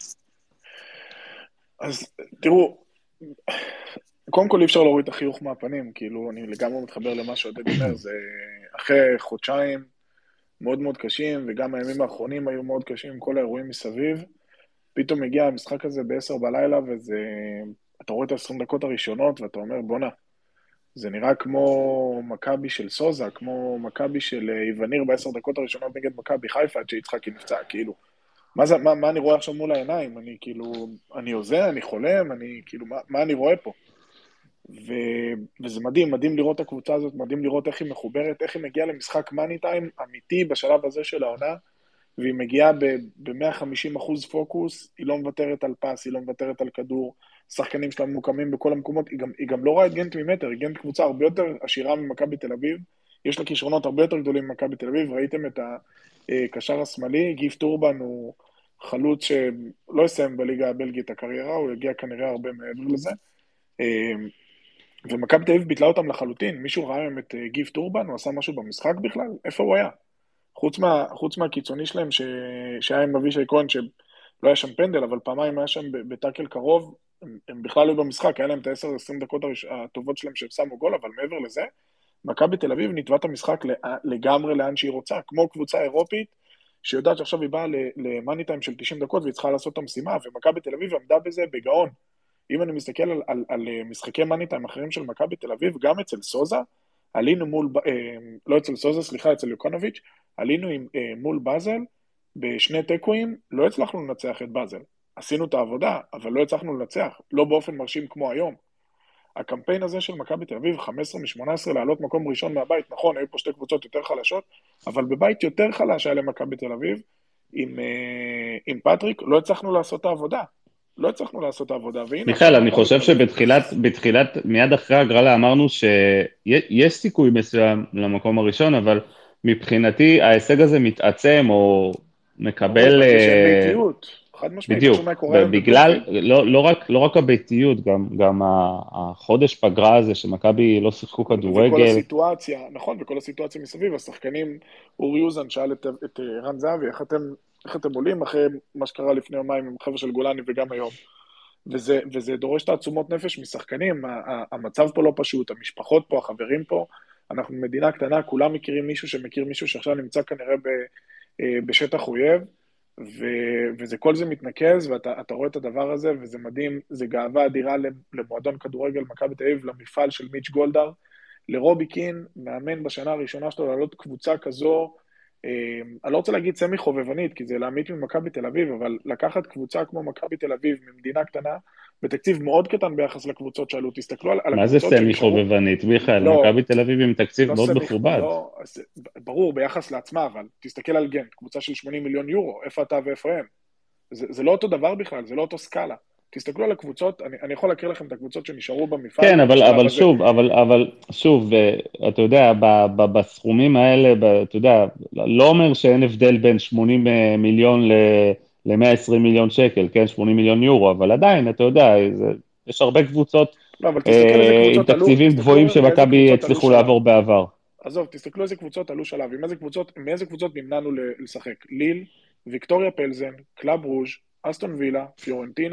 אז תראו, קודם כל אי אפשר להוריד את החיוך מהפנים, כאילו אני לגמרי מתחבר למה שעודד אומר, זה אחרי חודשיים מאוד מאוד קשים, וגם הימים האחרונים היו מאוד קשים עם כל האירועים מסביב, פתאום מגיע המשחק הזה בעשר בלילה, וזה, אתה רואה את ה-עשרים דקות הראשונות, ואתה אומר, בונה, זה נראה כמו מכבי של סוזה, כמו מכבי של איווניר בעשר דקות הראשונות נגד מכבי חיפה, עד שיצחקי נפצע, כאילו, מה, זה, מה, מה אני רואה עכשיו מול העיניים? אני כאילו, אני עוזר, אני חולם, אני כאילו, מה, מה אני רואה פה? ו, וזה מדהים, מדהים לראות את הקבוצה הזאת, מדהים לראות איך היא מחוברת, איך היא מגיעה למשחק מאני טיים אמיתי בשלב הזה של העונה, והיא מגיעה ב-מאה וחמישים אחוז פוקוס, היא לא מוותרת על פס, היא לא מוותרת על כדור, שחקנים שלה מוקמים בכל המקומות, היא גם, היא גם לא רואה את גנט ממטר, היא גנט קבוצה הרבה יותר עשירה ממכבי תל אביב, יש לה כישרונות הרבה יותר גדולים ממכבי תל אביב, ראיתם את הקשר השמאלי, גיף טורבן הוא חלוץ שלא יסיים בליגה הבלגית הקריירה, הוא יגיע כנראה הרבה מעבר לזה, ומכבי תל אביב ביטלה אותם לחלוטין, מישהו ראה היום את גיף טורבן, הוא עשה משהו במשחק בכלל? איפה הוא היה? חוץ, מה, חוץ מהקיצוני שלהם ש... שהיה עם אבישי כהן, שלא היה שם פנדל, אבל פעמיים היה שם בטאקל קרוב, הם, הם בכלל היו במשחק, היה להם את ה-עשר עשרים דקות הראש... הטובות שלהם שהם שמו גול, אבל מעבר לזה, מכבי תל אביב נתבע את המשחק לגמרי לאן שהיא רוצה, כמו קבוצה אירופית, שיודעת שעכשיו היא באה למאני טיים של תשעים דקות, והיא צריכה לעשות את המשימה, ומכבי תל אביב עמדה בזה בגאון. אם אני מסתכל על, על, על משחקי מאני טיים אחרים של מכבי תל אביב, גם אצל סוזה, עלינו מול, לא אצל סוזה, סליחה, אצל יוקונוביץ', עלינו עם, מול בזל, בשני טקואים, לא הצלחנו לנצח את בזל. עשינו את העבודה, אבל לא הצלחנו לנצח, לא באופן מרשים כמו היום. הקמפיין הזה של מכבי תל אביב, חמש עשרה משמונה עשרה, לעלות מקום ראשון מהבית, נכון, היו פה שתי קבוצות יותר חלשות, אבל בבית יותר חלש היה למכבי תל אביב, עם, עם פטריק, לא הצלחנו לעשות את העבודה. לא הצלחנו לעשות את העבודה, והנה... מיכאל, אני חושב שבתחילת, בתחילת, מיד אחרי הגרלה אמרנו שיש סיכוי מסוים למקום הראשון, אבל מבחינתי ההישג הזה מתעצם או מקבל... חד משמעית, בדיוק, ובגלל, לא, לא רק, לא רק הביתיות, גם, גם החודש פגרה הזה שמכבי לא שיחקו כדורגל. וכל הסיטואציה, נכון, וכל הסיטואציה מסביב, השחקנים, אורי יוזן שאל את, את רן זהבי, איך אתם, איך אתם עולים אחרי מה שקרה לפני יומיים עם חבר'ה של גולני וגם היום. וזה, וזה דורש תעצומות נפש משחקנים, המצב פה לא פשוט, המשפחות פה, החברים פה, אנחנו מדינה קטנה, כולם מכירים מישהו שמכיר מישהו שעכשיו נמצא כנראה ב, בשטח אויב, ו, וזה כל זה מתנקז, ואתה רואה את הדבר הזה, וזה מדהים, זה גאווה אדירה למועדון כדורגל מכבי תל אביב, למפעל של מיץ' גולדהר, לרובי קין, מאמן בשנה הראשונה שלו, לעלות קבוצה כזו, אני לא רוצה להגיד סמי חובבנית, כי זה להעמיד ממכבי תל אביב, אבל לקחת קבוצה כמו מכבי תל אביב, ממדינה קטנה, בתקציב מאוד קטן ביחס לקבוצות שעלו, תסתכלו על הקבוצות... מה זה סמי חובבנית, מיכאל? מכבי תל אביב עם תקציב מאוד מכובד. ברור, ביחס לעצמה, אבל תסתכל על גנט, קבוצה של שמונים מיליון יורו, איפה אתה ואיפה הם? זה לא אותו דבר בכלל, זה לא אותו סקאלה. תסתכלו על הקבוצות, אני, אני יכול להכיר לכם את הקבוצות שנשארו במפעל. כן, אבל, אבל שוב, אבל, אבל שוב, אתה יודע, ב, ב, בסכומים האלה, ב, אתה יודע, לא אומר שאין הבדל בין שמונים מיליון ל-מאה ועשרים מיליון שקל, כן, שמונים מיליון יורו, אבל עדיין, אתה יודע, זה, יש הרבה קבוצות, לא, אבל תסתכל איזה קבוצות עם תקציבים גבוהים שמכבי הצליחו לעבור בעבר. עזוב, תסתכלו איזה קבוצות עלו שלב, עם איזה קבוצות, מאיזה קבוצות נמנענו לשחק? ליל, ויקטוריה פלזן, קלאב רוז', אסטון וילה, פיורנטינה,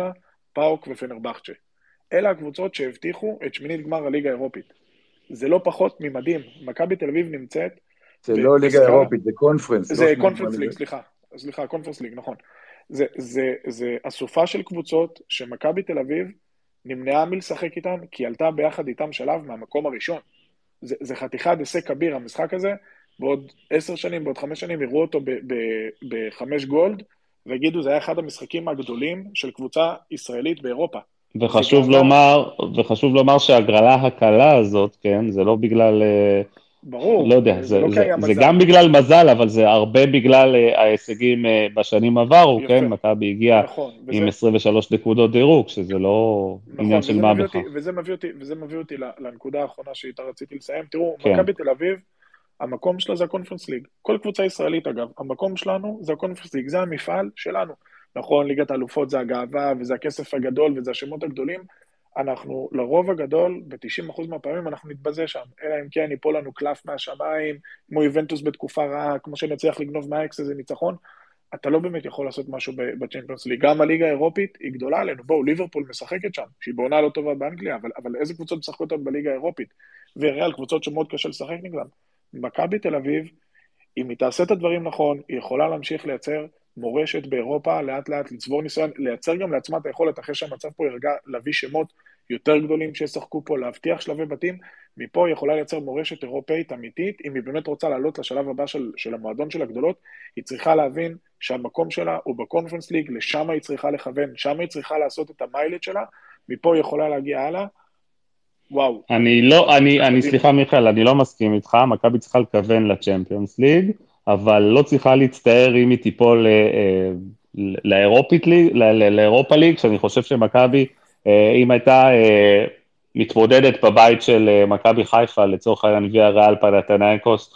פאוק ופנרבחצ'ה. אלה הקבוצות שהבטיחו את שמינית גמר הליגה האירופית. זה לא פחות ממדהים. מכבי תל אביב נמצאת... זה לא ליגה אירופית, זה קונפרנס. זה קונפרנס ליג, סליחה. סליחה, קונפרנס ליג, נכון. זה, זה, זה אסופה של קבוצות שמכבי תל אביב נמנעה מלשחק איתן, כי עלתה ביחד איתם שלב מהמקום הראשון. זה, זה חתיכת הישג כביר, המשחק הזה, בעוד עשר שנים, בעוד חמש שנים, יראו אותו בחמש גולד, ויגידו, זה היה אחד המשחקים הגדולים של קבוצה ישראלית באירופה. וחשוב לומר, וחשוב לומר שהגרלה הקלה הזאת, כן, זה לא בגלל, ברור, לא יודע, זה, זה, לא זה, זה, זה גם בגלל מזל, אבל זה הרבה בגלל ההישגים בשנים עברו, יפה. כן, מכבי הגיע נכון, עם וזה... עשרים ושלוש נקודות דירוג, שזה לא נכון, עניין של מה בכך. וזה מביא אותי, וזה מביא אותי לנקודה האחרונה שאיתה רציתי לסיים. תראו, כן. מכבי תל אביב, המקום שלה זה הקונפרנס ליג. כל קבוצה ישראלית אגב, המקום שלנו זה הקונפרנס ליג, זה המפעל שלנו. נכון, ליגת האלופות זה הגאווה, וזה הכסף הגדול, וזה השמות הגדולים. אנחנו, לרוב הגדול, ב-תשעים אחוז מהפעמים אנחנו נתבזה שם. אלא אם כן ייפול לנו קלף מהשמיים, כמו איבנטוס בתקופה רעה, כמו שנצליח לגנוב מהאקס איזה ניצחון. אתה לא באמת יכול לעשות משהו בצ'מפיונס ליג. גם הליגה האירופית היא גדולה עלינו. בואו, ליברפול משחקת שם, שהיא בעונה לא טובה באנגליה, אבל, אבל איזה קבוצות משחקות בליגה האירופית? וריאל, קבוצות שמאוד קשה לשחק נגדם. מכבי תל אביב, אם היא תעשה את הדברים נכון, היא יכולה להמשיך לייצר מורשת באירופה, לאט לאט לצבור ניסיון, לייצר גם לעצמה את היכולת, אחרי שהמצב פה ירגע, להביא שמות יותר גדולים שישחקו פה, להבטיח שלבי בתים, מפה היא יכולה לייצר מורשת אירופאית אמיתית, אם היא באמת רוצה לעלות לשלב הבא של, של המועדון של הגדולות, היא צריכה להבין שהמקום שלה הוא בקונפרנס ליג, לשם היא צריכה לכוון, שם היא צריכה לעשות את המיילד שלה, מפה היא יכולה להגיע הלאה, וואו. אני לא, אני, אני, סליחה מיכאל, אני לא מסכים איתך, מכבי צריכה לכוון לצ'מפיונס ליג, אבל לא צריכה להצטער אם היא תיפול לאירופית ליג, לאירופה ליג, שאני חושב שמכבי, אם הייתה מתמודדת בבית של מכבי חיפה, לצורך העניין ויה ריאל פנתנייקוס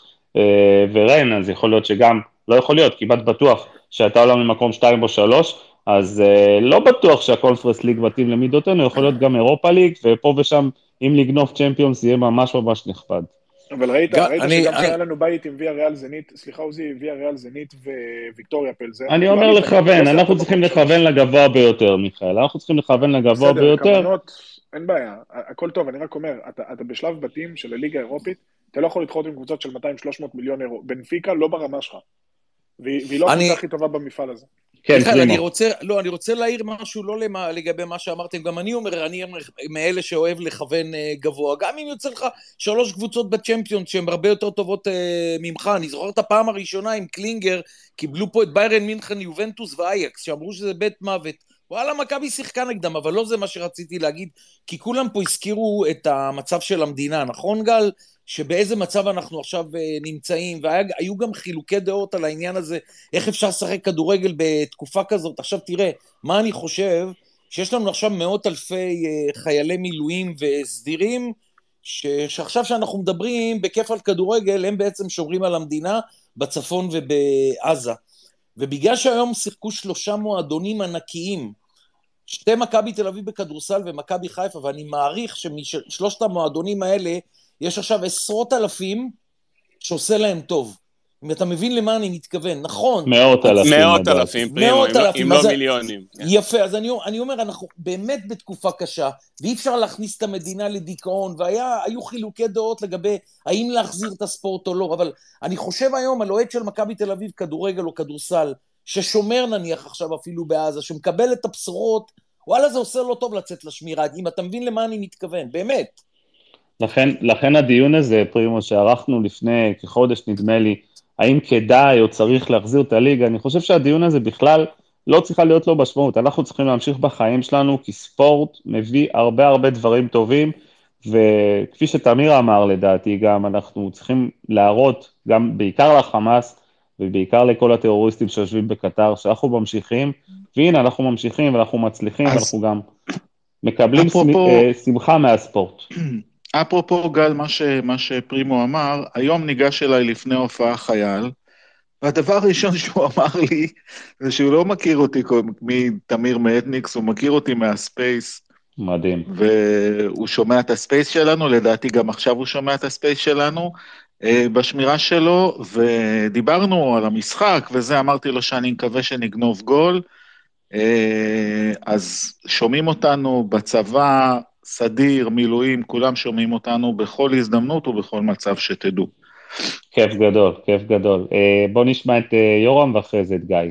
ורן, אז יכול להיות שגם, לא יכול להיות, כמעט בטוח שאתה עולה ממקום שתיים או שלוש, אז לא בטוח שהקונפרנס ליג מתאים למידותינו, יכול להיות גם אירופה ליג, ופה ושם, אם לגנוב צ'מפיונס, יהיה ממש ממש נכבד. אבל ראית, ראית שגם היה לנו בית עם ויה ריאל זנית, סליחה עוזי, ויה ריאל זנית וויקטוריה פלזן. אני אומר לכוון, אנחנו צריכים לכוון לגבוה ביותר, מיכאל, אנחנו צריכים לכוון לגבוה ביותר. בסדר, כוונות, אין בעיה, הכל טוב, אני רק אומר, אתה בשלב בתים של הליגה האירופית, אתה לא יכול לדחות עם קבוצות של מאתיים שלוש מאות מיליון אירו, בנפיקה לא ברמה שלך, והיא לא הקבוצה הכי טובה במפעל הזה. כן, אני רוצה, לא, אני רוצה להעיר משהו לא לגבי מה שאמרתם, גם אני אומר, אני מאלה שאוהב לכוון גבוה, גם אם יוצא לך שלוש קבוצות בצ'מפיונס שהן הרבה יותר טובות ממך, אני זוכר את הפעם הראשונה עם קלינגר, קיבלו פה את ביירן מינכן, יובנטוס ואייקס, שאמרו שזה בית מוות, וואלה, מכבי שיחקה נגדם, אבל לא זה מה שרציתי להגיד, כי כולם פה הזכירו את המצב של המדינה, נכון גל? שבאיזה מצב אנחנו עכשיו נמצאים, והיו גם חילוקי דעות על העניין הזה, איך אפשר לשחק כדורגל בתקופה כזאת. עכשיו תראה, מה אני חושב, שיש לנו עכשיו מאות אלפי חיילי מילואים וסדירים, שעכשיו שאנחנו מדברים בכיף על כדורגל, הם בעצם שומרים על המדינה בצפון ובעזה. ובגלל שהיום שיחקו שלושה מועדונים ענקיים, שתי מכבי תל אביב בכדורסל ומכבי חיפה, ואני מעריך שמשלושת המועדונים האלה, יש עכשיו עשרות אלפים שעושה להם טוב. אם אתה מבין למה אני מתכוון, נכון. מאות אלפים. מאות אלפים, פרימו, אם לא מיליונים. יפה, אז אני אומר, אנחנו באמת בתקופה קשה, ואי אפשר להכניס את המדינה לדיכאון, והיו חילוקי דעות לגבי האם להחזיר את הספורט או לא, אבל אני חושב היום על אוהד של מכבי תל אביב, כדורגל או כדורסל, ששומר נניח עכשיו אפילו בעזה, שמקבל את הבשורות, וואלה זה עושה לו טוב לצאת לשמירה, אם אתה מבין למה אני מתכוון, באמת. לכן, לכן הדיון הזה, פרימו, שערכנו לפני כחודש, נדמה לי, האם כדאי או צריך להחזיר את הליגה, אני חושב שהדיון הזה בכלל לא צריכה להיות לו משמעות, אנחנו צריכים להמשיך בחיים שלנו, כי ספורט מביא הרבה הרבה דברים טובים, וכפי שתמיר אמר לדעתי גם, אנחנו צריכים להראות, גם בעיקר לחמאס, ובעיקר לכל הטרוריסטים שיושבים בקטר, שאנחנו ממשיכים, והנה אנחנו ממשיכים ואנחנו מצליחים, אז... ואנחנו גם מקבלים אפרופו... שמחה מהספורט. אפרופו גל, מה, ש, מה שפרימו אמר, היום ניגש אליי לפני הופעה חייל, והדבר הראשון שהוא אמר לי, זה שהוא לא מכיר אותי מתמיר מאתניקס, הוא מכיר אותי מהספייס. מדהים. והוא שומע את הספייס שלנו, לדעתי גם עכשיו הוא שומע את הספייס שלנו, בשמירה שלו, ודיברנו על המשחק, וזה אמרתי לו שאני מקווה שנגנוב גול, אז שומעים אותנו בצבא, סדיר, מילואים, כולם שומעים אותנו בכל הזדמנות ובכל מצב שתדעו. כיף גדול, כיף גדול. בוא נשמע את יורם ואחרי זה את גיא.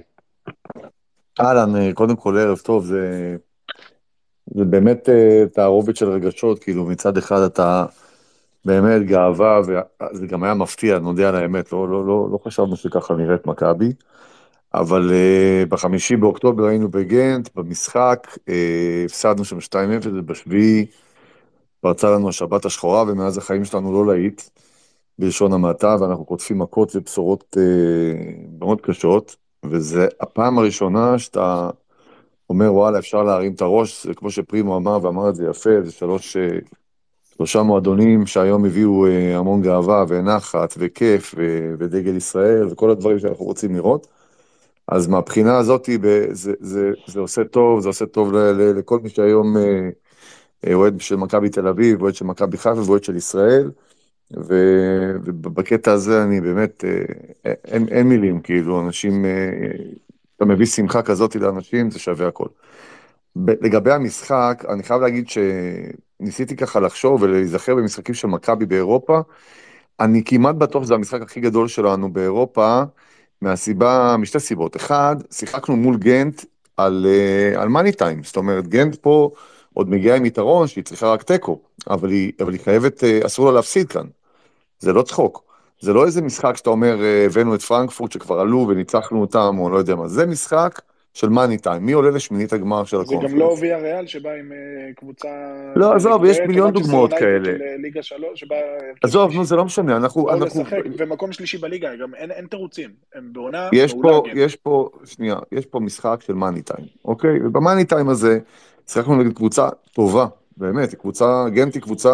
אהלן, קודם כל ערב טוב, זה, זה באמת תערובת של רגשות, כאילו מצד אחד אתה באמת גאווה, וזה גם היה מפתיע, נודע על האמת, לא, לא, לא, לא חשבנו שככה נראית מכבי, אבל uh, בחמישי באוקטובר היינו בגנט, במשחק, uh, הפסדנו שם שתיים אפס, ובשביעי פרצה לנו השבת השחורה, ומאז החיים שלנו לא להיט, בלשון המעטה, ואנחנו קוטפים מכות ובשורות uh, מאוד קשות, וזה הפעם הראשונה שאתה אומר, וואלה, אפשר להרים את הראש, זה כמו שפרימו אמר, ואמר את זה יפה, זה שלוש, שלושה מועדונים שהיום הביאו המון גאווה ונחת וכיף ו- ודגל ישראל, וכל הדברים שאנחנו רוצים לראות. אז מהבחינה הזאת, זה, זה, זה עושה טוב, זה עושה טוב ל- ל- לכל מי שהיום אוהד של מכבי תל אביב, אוהד של מכבי חיפה ואוהד של ישראל, ו- ובקטע הזה אני באמת, אין, אין מילים, כאילו, אנשים, אתה מביא שמחה כזאת לאנשים, זה שווה הכל. לגבי המשחק, אני חייב להגיד שניסיתי ככה לחשוב ולהיזכר במשחקים של מכבי באירופה, אני כמעט בטוח שזה המשחק הכי גדול שלנו באירופה, מהסיבה, משתי סיבות. אחד, שיחקנו מול גנט על, על מאני טיים, זאת אומרת, גנט פה עוד מגיעה עם יתרון שהיא צריכה רק טקו, אבל היא, אבל היא חייבת, אסור לה להפסיד כאן. זה לא צחוק. זה לא איזה משחק שאתה אומר, הבאנו את פרנקפורט שכבר עלו וניצחנו אותם, או לא יודע מה. זה משחק של מאני טיים. מי עולה לשמינית הגמר של הקונפרנס? זה גם לא ויה ריאל שבא עם קבוצה... לא, עזוב, יש מיליון דוגמאות כאלה. של ליגה שלוש, שבא... עזוב, נו, זה לא משנה, אנחנו... באו לשחק, ומקום שלישי בליגה, גם אין תירוצים. הם בעונה מעולה. יש פה, שנייה, יש פה משחק של מאני טיים, אוקיי? ובמאני טיים הזה, שיחקנו נגד קבוצה טובה, באמת, קבוצה, גנטי קבוצה...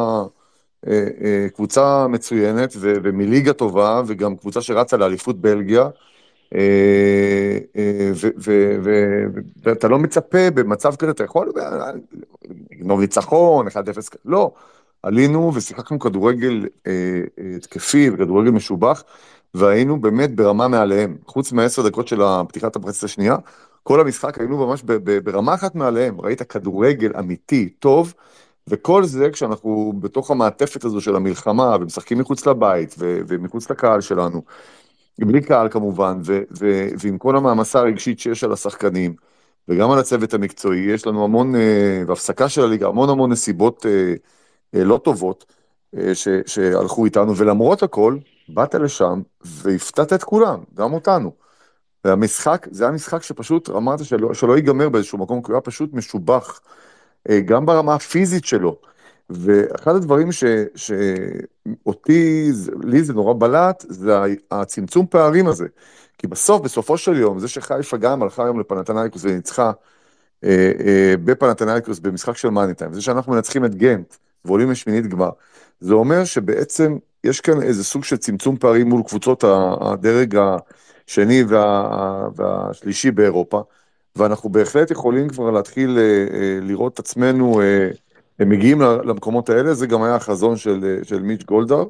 קבוצה מצוינת ומליגה טובה, וגם קבוצה שרצה לאליפות בלגיה, ואתה לא מצפה במצב כזה, אתה יכול לגנוב ניצחון, אחד אפס, לא, עלינו ושיחקנו כדורגל תקפי וכדורגל משובח, והיינו באמת ברמה מעליהם, חוץ מהעשר דקות של פתיחת המחצית השנייה, כל המשחק היינו ממש ברמה אחת מעליהם, ראית כדורגל אמיתי, טוב, וכל זה כשאנחנו בתוך המעטפת הזו של המלחמה, ומשחקים מחוץ לבית, ו- ומחוץ לקהל שלנו, בלי קהל כמובן, ו- ו- ועם כל המעמסה הרגשית שיש על השחקנים, וגם על הצוות המקצועי, יש לנו המון, בהפסקה של הליגה, המון המון נסיבות לא טובות, ש- שהלכו איתנו, ולמרות הכל, באת לשם, והפתעת את כולם, גם אותנו. והמשחק, זה היה משחק שפשוט, אמרת שלא, שלא ייגמר באיזשהו מקום, כי הוא היה פשוט משובח, גם ברמה הפיזית שלו, ואחד הדברים ש, שאותי, לי זה נורא בלט, זה הצמצום פערים הזה, כי בסוף, בסופו של יום, זה שחיפה גם הלכה היום לפנתנייקוס וניצחה אה, אה, בפנתנייקוס במשחק של מאני טיים, זה שאנחנו מנצחים את גנט ועולים לשמינית גמר, זה אומר שבעצם יש כאן איזה סוג של צמצום פערים מול קבוצות הדרג השני וה, והשלישי באירופה, ואנחנו בהחלט יכולים כבר להתחיל לראות את עצמנו מגיעים למקומות האלה, זה גם היה החזון של, של מיץ' גולדהר,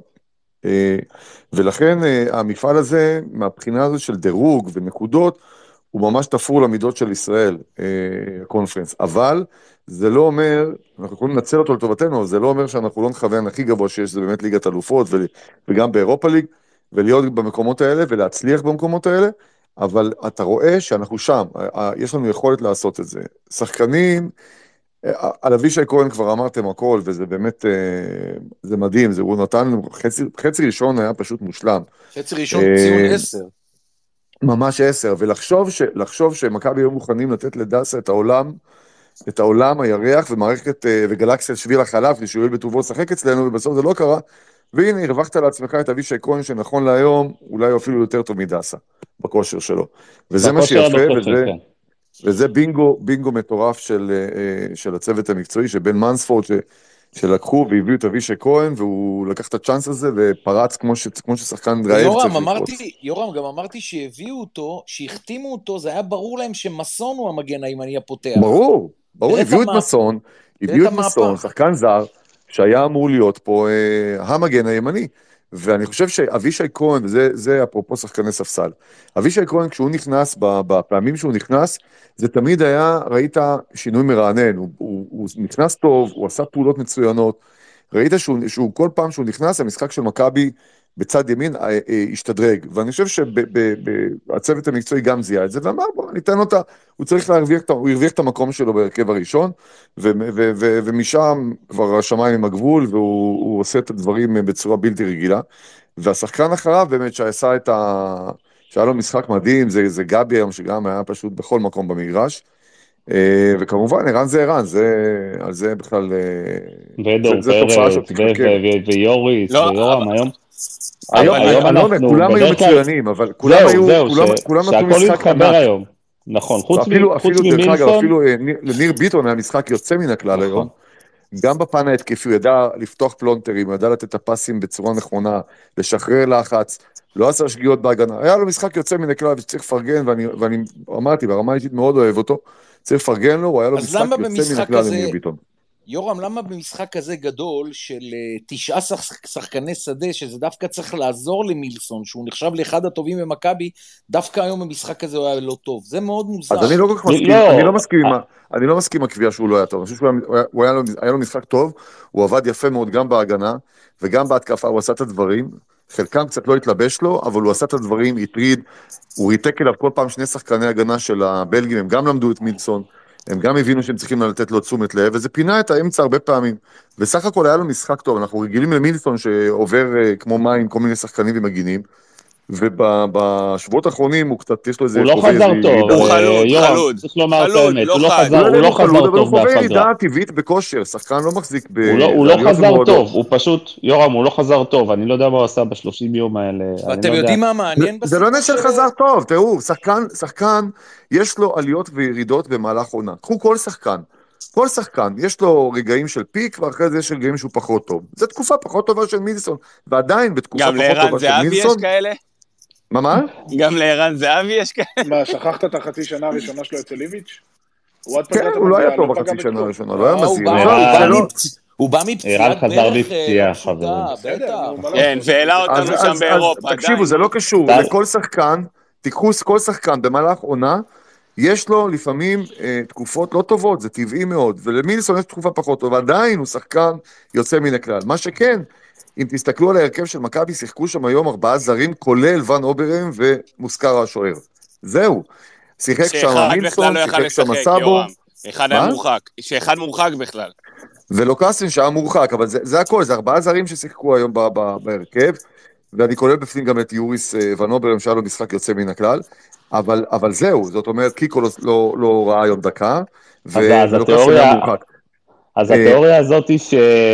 ולכן המפעל הזה, מהבחינה הזו של דירוג ונקודות, הוא ממש תפור למידות של ישראל, הקונפרנס, אבל זה לא אומר, אנחנו יכולים לנצל אותו לטובתנו, אבל זה לא אומר שאנחנו לא נכוון הכי גבוה שיש, זה באמת ליגת אלופות, וגם באירופה ליג, ולהיות במקומות האלה ולהצליח במקומות האלה, אבל אתה רואה שאנחנו שם, יש לנו יכולת לעשות את זה. שחקנים, על אבישי כהן כבר אמרתם הכל, וזה באמת, זה מדהים, זה הוא נתן, חצי, חצי ראשון היה פשוט מושלם. חצי ראשון ציון עשר. ממש עשר, ולחשוב ש, לחשוב שמכבי היו מוכנים לתת לדסה את העולם, את העולם, הירח ומערכת, וגלקסיה שביל החלב, שהוא יהיה בטובו לשחק אצלנו, ובסוף זה לא קרה, והנה, הרווחת לעצמך את אבישי כהן, שנכון להיום, אולי אפילו יותר טוב מדסה, בכושר שלו. וזה מה שיפה, וזה, וזה בינגו, בינגו מטורף של, של הצוות המקצועי, שבן מנספורד, ש, שלקחו והביאו את אבישי כהן, והוא לקח את הצ'אנס הזה, ופרץ כמו, ש, כמו ששחקן רעב יורם, אמרתי, יורם, גם אמרתי שהביאו אותו, שהחתימו אותו, זה היה ברור להם שמסון הוא המגן הימני הפותח. ברור, ברור, הביאו את מסון, הביאו את מסון, שחקן זר, שהיה אמור להיות פה אה, המגן הימני, ואני חושב שאבישי כהן, זה, זה אפרופו שחקני ספסל, אבישי כהן כשהוא נכנס, בפעמים שהוא נכנס, זה תמיד היה, ראית שינוי מרענן, הוא, הוא, הוא נכנס טוב, הוא עשה פעולות מצוינות, ראית שהוא, שהוא כל פעם שהוא נכנס, המשחק של מכבי בצד ימין אה, אה, השתדרג, ואני חושב שהצוות המקצועי גם זיהה את זה, ואמר בוא ניתן אותה, הוא צריך להרוויח, הוא הרוויח את המקום שלו בהרכב הראשון, ו, ו, ו, ומשם כבר השמיים עם הגבול, והוא עושה את הדברים בצורה בלתי רגילה, והשחקן אחריו באמת שעשה את ה... שהיה לו משחק מדהים, זה, זה גבי היום שגם היה פשוט בכל מקום במגרש, וכמובן ערן זה ערן, זה, על זה בכלל, ודור פרץ, ויוריס, ויורם היום, היום אנחנו, כולם היו מצוינים, אבל כולם היו, כולם נתנו משחק ענק. נכון, חוץ ממילסון. אפילו לניר ביטון היה משחק יוצא מן הכלל היום, גם בפן ההתקפי, הוא ידע לפתוח פלונטרים, הוא ידע לתת את הפסים בצורה נכונה, לשחרר לחץ, לא עשה שגיאות בהגנה, היה לו משחק יוצא מן הכלל וצריך לפרגן, ואני אמרתי, ברמה אישית מאוד אוהב אותו, צריך לפרגן לו, הוא היה לו משחק יוצא מן הכלל לניר ביטון. יורם, למה במשחק כזה גדול של תשעה שחקני שדה, שזה דווקא צריך לעזור למילסון, שהוא נחשב לאחד הטובים במכבי, דווקא היום במשחק הזה הוא היה לא טוב. זה מאוד מוזר. אז אני לא כל כך מסכים, אני לא מסכים, אני לא מסכים עם הקביעה שהוא לא היה טוב. אני חושב שהוא היה לו משחק טוב, הוא עבד יפה מאוד גם בהגנה, וגם בהתקפה, הוא עשה את הדברים, חלקם קצת לא התלבש לו, אבל הוא עשה את הדברים, התריד, הוא ריתק אליו כל פעם שני שחקני הגנה של הבלגים, הם גם למדו את מילסון, הם גם הבינו שהם צריכים לתת לו תשומת לב, וזה פינה את האמצע הרבה פעמים. וסך הכל היה לו משחק טוב, אנחנו רגילים למילסון שעובר כמו מים, כל מיני שחקנים ומגינים, ובשבועות האחרונים הוא קצת, יש לו איזה... הוא לא חזר טוב, הוא חלוד, חלוד. צריך לומר את האמת, הוא לא חזר טוב אבל הוא חווה ידעה טבעית בכושר, שחקן לא מחזיק ב... הוא לא חזר טוב, הוא פשוט, יורם, הוא לא חזר טוב, אני לא יודע מה הוא עשה בשלושים יום האלה. ואתם יודעים מה מעניין? זה לא נשאר חזר טוב, תראו, שחקן, יש לו עליות וירידות במהלך עונה. קחו כל שחקן. כל שחקן, יש לו רגעים של פיק, ואחרי זה יש רגעים שהוא פחות טוב. זו תקופה פחות טובה של מילסון, ועדיין בתקופה פחות טובה של מילסון. מה, מה? גם לערן זהבי יש כאלה. מה, שכחת את החצי שנה הראשונה שלו אצל ליביץ'? כן, הוא לא היה טוב בחצי שנה הראשונה, לא היה מזהיר. הוא בא מפציעת ברך פשוטה, בטח. כן, והעלה אותנו שם באירופה. תקשיבו, זה לא קשור, לכל שחקן, תיקחו כל שחקן במהלך עונה, יש לו לפעמים תקופות לא טובות, זה טבעי מאוד, ולמילסון יש תקופה פחות טובה, עדיין הוא שחקן יוצא מן הכלל. מה שכן, אם תסתכלו על ההרכב של מכבי, שיחקו שם היום ארבעה זרים, כולל ון אוברם ומוסקרה השוער. זהו. שיחק שם מילסון, שיחק שם סאבו. אחד היה מורחק, שאחד מורחק בכלל. ולא קסין שהיה מורחק, אבל זה, זה הכל, זה ארבעה זרים ששיחקו היום ב- ב- בהרכב, ואני כולל בפנים גם את יוריס ון אוברם, שהיה לו משחק יוצא מן הכלל, אבל, אבל זהו, זאת אומרת, קיקו לא, לא, לא ראה היום דקה, ולא קסין היה מורחק. אז התיאוריה הזאת היא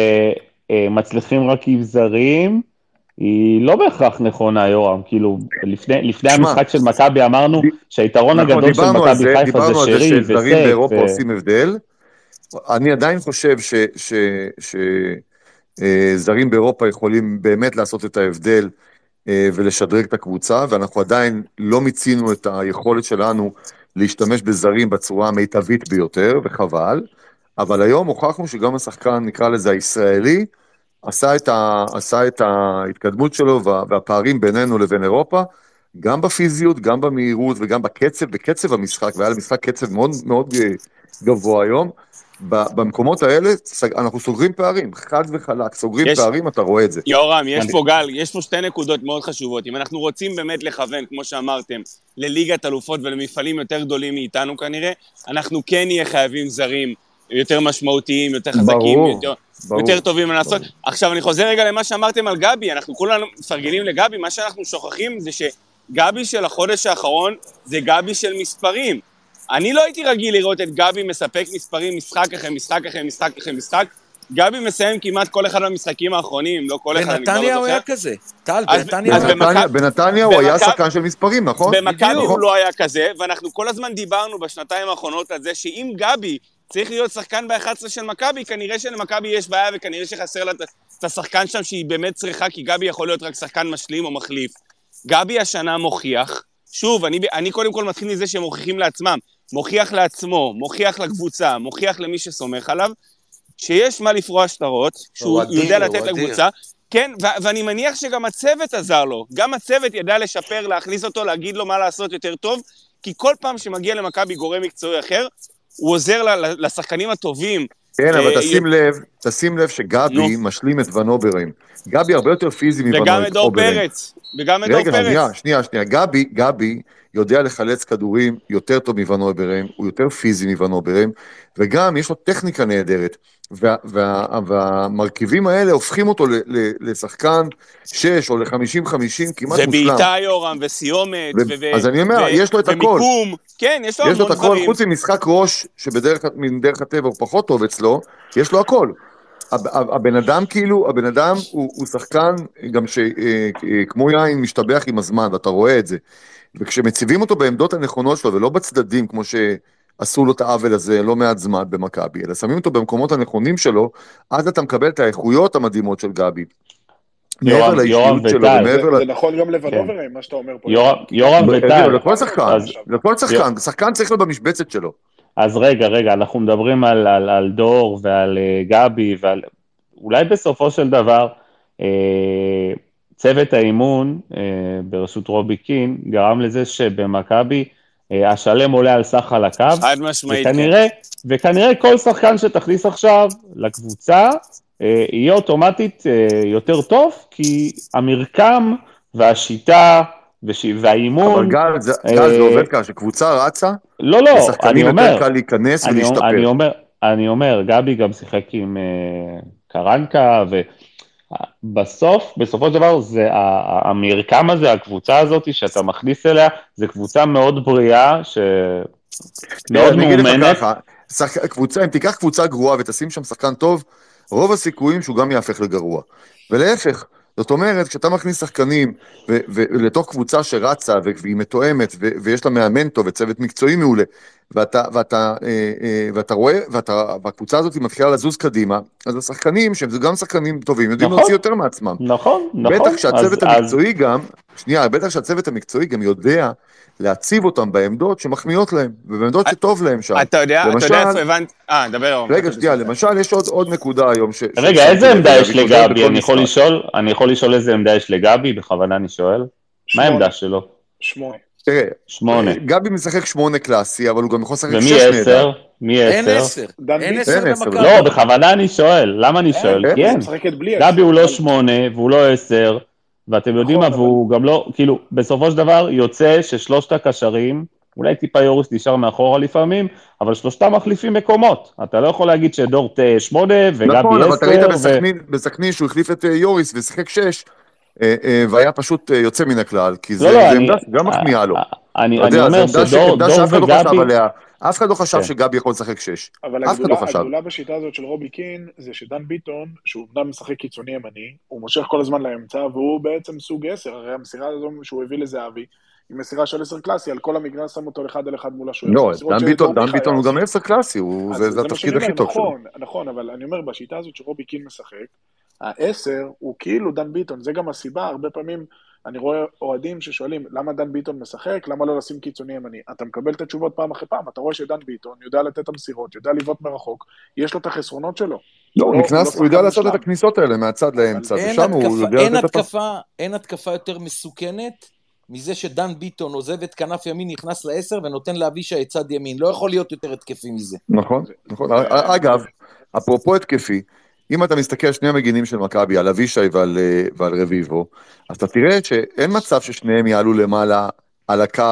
שמצליחים רק עם זרים, היא לא בהכרח נכונה, יורם, כאילו, לפני, לפני המשחק של מכבי אמרנו שהיתרון הגדול של מכבי חיפה זה שרי וסייף. שזרים באירופה עושים הבדל, אני עדיין חושב שזרים באירופה יכולים באמת לעשות את ההבדל ולשדרג את הקבוצה, ואנחנו עדיין לא מיצינו את היכולת שלנו להשתמש בזרים בצורה המיטבית ביותר, וחבל, אבל היום הוכחנו שגם השחקן, נקרא לזה הישראלי, עשה את, ה, עשה את ההתקדמות שלו והפערים בינינו לבין אירופה, גם בפיזיות, גם במהירות וגם בקצב, בקצב המשחק, והיה למשחק קצב מאוד, מאוד גבוה היום, במקומות האלה אנחנו סוגרים פערים, חד וחלק, סוגרים יש, פערים, אתה רואה את זה. יורם, יש פה גל, יש פה שתי נקודות מאוד חשובות, אם אנחנו רוצים באמת לכוון, כמו שאמרתם, לליגת אלופות ולמפעלים יותר גדולים מאיתנו כנראה, אנחנו כן נהיה חייבים זרים, יותר משמעותיים, יותר חזקים, ברור, יותר, ברור, יותר טובים לעשות. עכשיו אני חוזר רגע למה שאמרתם על גבי, אנחנו כולנו מפרגנים לגבי, מה שאנחנו שוכחים זה שגבי של החודש האחרון זה גבי של מספרים. אני לא הייתי רגיל לראות את גבי מספק מספרים משחק אחרי משחק אחרי משחק אחרי משחק. גבי מסיים כמעט כל אחד מהמשחקים האחרונים, לא כל אחד. בנתניה הוא היה כזה. טל, בנתניה הוא היה שחקן של מספרים, נכון? במכבי הוא לא היה כזה, ואנחנו כל הזמן דיברנו בשנתיים האחרונות על זה שאם גבי צריך להיות שחקן ב-אחת עשרה של מכבי, כנראה שלמכבי יש בעיה וכנראה שחסר לה את השחקן שם שהיא באמת צריכה, כי גבי יכול להיות רק שחקן משלים או מחליף. גבי השנה מוכיח, שוב, אני, אני קודם כל מתחיל מזה שהם מוכיחים לעצמם, מוכיח לעצמו, מוכיח לקבוצה, מוכיח למי שסומך עליו, שיש מה לפרוע שטרות, שהוא יודע לתת לקבוצה, כן, ו- ואני מניח שגם הצוות עזר לו. גם הצוות ידע לשפר, להכניס אותו, להגיד לו מה לעשות יותר טוב, כי כל פעם שמגיע למכבי גורם מקצועי אחר, הוא עוזר ל- לשחקנים הטובים. כן, אבל אה, תשים לב, תשים לב שגבי נו. משלים את ון אוברהיים. גבי הרבה יותר פיזי מוון וגם את דור אוברהיים. פרץ. וגם את דור רגע, פרץ. שנייה, שנייה, שנייה. גבי, גבי יודע לחלץ כדורים יותר טוב מוון אוברהיים, הוא יותר פיזי מוון אוברהיים, וגם יש לו טכניקה נהדרת. וה, וה, והמרכיבים האלה הופכים אותו ל, ל, לשחקן שש או ל-חמישים חמישים כמעט מושלם. ובעיטה יורם, וסיומת, ו- ו- אז אני אומר, ו- יש לו את הכל. ומיקום. כן, יש לו יש לו את המון הכל, דברים. חוץ ממשחק ראש, שבדרך מדרך הטבע הוא פחות טוב אצלו, יש לו הכל. הב- הב- הבן אדם כאילו, הבן אדם הוא, הוא שחקן גם שכמו יין משתבח עם הזמן, ואתה רואה את זה. וכשמציבים אותו בעמדות הנכונות שלו, ולא בצדדים, כמו שעשו לו את העוול הזה לא מעט זמן במכבי, אלא שמים אותו במקומות הנכונים שלו, אז אתה מקבל את האיכויות המדהימות של גבי. מעבר לאישיות שלו, ומעבר... זה נכון גם לבן אוברהיים, מה שאתה אומר פה. יורם וטל. לכל שחקן, לכל שחקן, שחקן צריך להיות במשבצת שלו. אז רגע, רגע, אנחנו מדברים על, על, על דור ועל uh, גבי, ועל... אולי בסופו של דבר, uh, צוות האימון uh, בראשות רובי קין, גרם לזה שבמכבי, uh, השלם עולה על סך על הקו, חד משמעית, וכנראה, כן. וכנראה כל שחקן שתכניס עכשיו לקבוצה, uh, יהיה אוטומטית uh, יותר טוב, כי המרקם והשיטה, והאימון... אבל גל, זה, גל, זה עובד ככה, שקבוצה רצה, לא, לא, אני אומר... יותר קל להיכנס אני, ולהשתפר. אני אומר, אני אומר, גבי גם שיחק עם uh, קרנקה, ובסוף, בסופו של דבר, זה, המרקם הזה, הקבוצה הזאת שאתה מכניס אליה, זה קבוצה מאוד בריאה, שמאוד מאומנת. שח... קבוצה, אם תיקח קבוצה גרועה ותשים שם שחקן טוב, רוב הסיכויים שהוא גם יהפך לגרוע. ולהפך, זאת אומרת, כשאתה מכניס שחקנים ו- ו- לתוך קבוצה שרצה והיא מתואמת ו- ויש לה מאמן טוב וצוות מקצועי מעולה, ואתה, ואתה, אה, אה, ואתה רואה, ואתה, והקבוצה הזאת מתחילה לזוז קדימה, אז השחקנים, שהם גם שחקנים טובים, יודעים נכון, להוציא יותר מעצמם. נכון, נכון. בטח שהצוות אז, המקצועי אז... גם, שנייה, בטח שהצוות המקצועי גם יודע להציב אותם בעמדות שמחמיאות להם, ובעמדות שטוב להם שם. אתה יודע, אתה יודע איפה הבנת... אה, דבר. רגע, שנייה, למשל, יש עוד, עוד נקודה היום ש... רגע, איזה עמדה יש לגבי? אני יכול לשאול, אני יכול לשאול איזה עמדה יש לגבי, בכוונה אני שואל. מה העמדה שלו? שמונה. תראה, שמונה. גבי משחק שמונה קלאסי, אבל הוא גם יכול לשחק שש ומי נהדר. עשר? מי אין עשר? עשר. אין עשר במכבי. לא, בכוונה אני שואל. למה אני שואל? כן. גבי הוא לא שמונה, והוא לא עשר, ואתם יודעים מה, והוא גם לא, כאילו, בסופו של דבר יוצא ששלושת הקשרים, אולי טיפה יוריס נשאר מאחורה לפעמים, אבל שלושתם מחליפים מקומות. אתה לא יכול להגיד שדור שמונה וגבי עשר. נכון, אבל אתה ראית בסכנין שהוא החליף את יוריס ושיחק שש, והיה פשוט יוצא מן הכלל, כי זה עמדה שגם מחמיאה לו. אני אומר שדור וגבי... אף אחד לא חשב שגבי יכול לשחק שש. אבל הגדולה בשיטה הזאת של רובי קין, זה שדן ביטון, שהוא אמנם משחק קיצוני ימני, הוא מושך כל הזמן לאמצע, והוא בעצם סוג עשר, הרי המסירה הזו שהוא הביא לזהבי, עם מסירה של עשר קלאסי, על כל המגרש שם אותו אחד על אחד מול השוער. לא, דן ביטון הוא גם עשר קלאסי, זה התפקיד הכי טוב שלו. נכון, נכון, אבל אני אומר, בשיטה הזאת שרובי קין משחק, העשר הוא כאילו דן ביטון, זה גם הסיבה, הרבה פעמים אני רואה אוהדים ששואלים, למה דן ביטון משחק, למה לא לשים קיצוני ימני? אתה מקבל את התשובות פעם אחרי פעם, אתה רואה שדן ביטון יודע לתת את המסירות, יודע לבעוט מרחוק, יש לו את החסרונות שלו. לא, הוא נכנס, הוא יודע לעשות את הכניסות האלה מהצד לאמצע, ושם הוא יודע לתת את... אין התקפה יותר מסוכנת מזה שדן ביטון עוזב את כנף ימין, נכנס לעשר ונותן לאבישי את צד ימין, לא יכול להיות יותר התקפי מזה. נכון, נכון. אגב, אפרופו התקפי, אם אתה מסתכל על שני המגינים של מכבי, על אבישי ועל, ועל רביבו, אז אתה תראה שאין מצב ששניהם יעלו למעלה על הקו,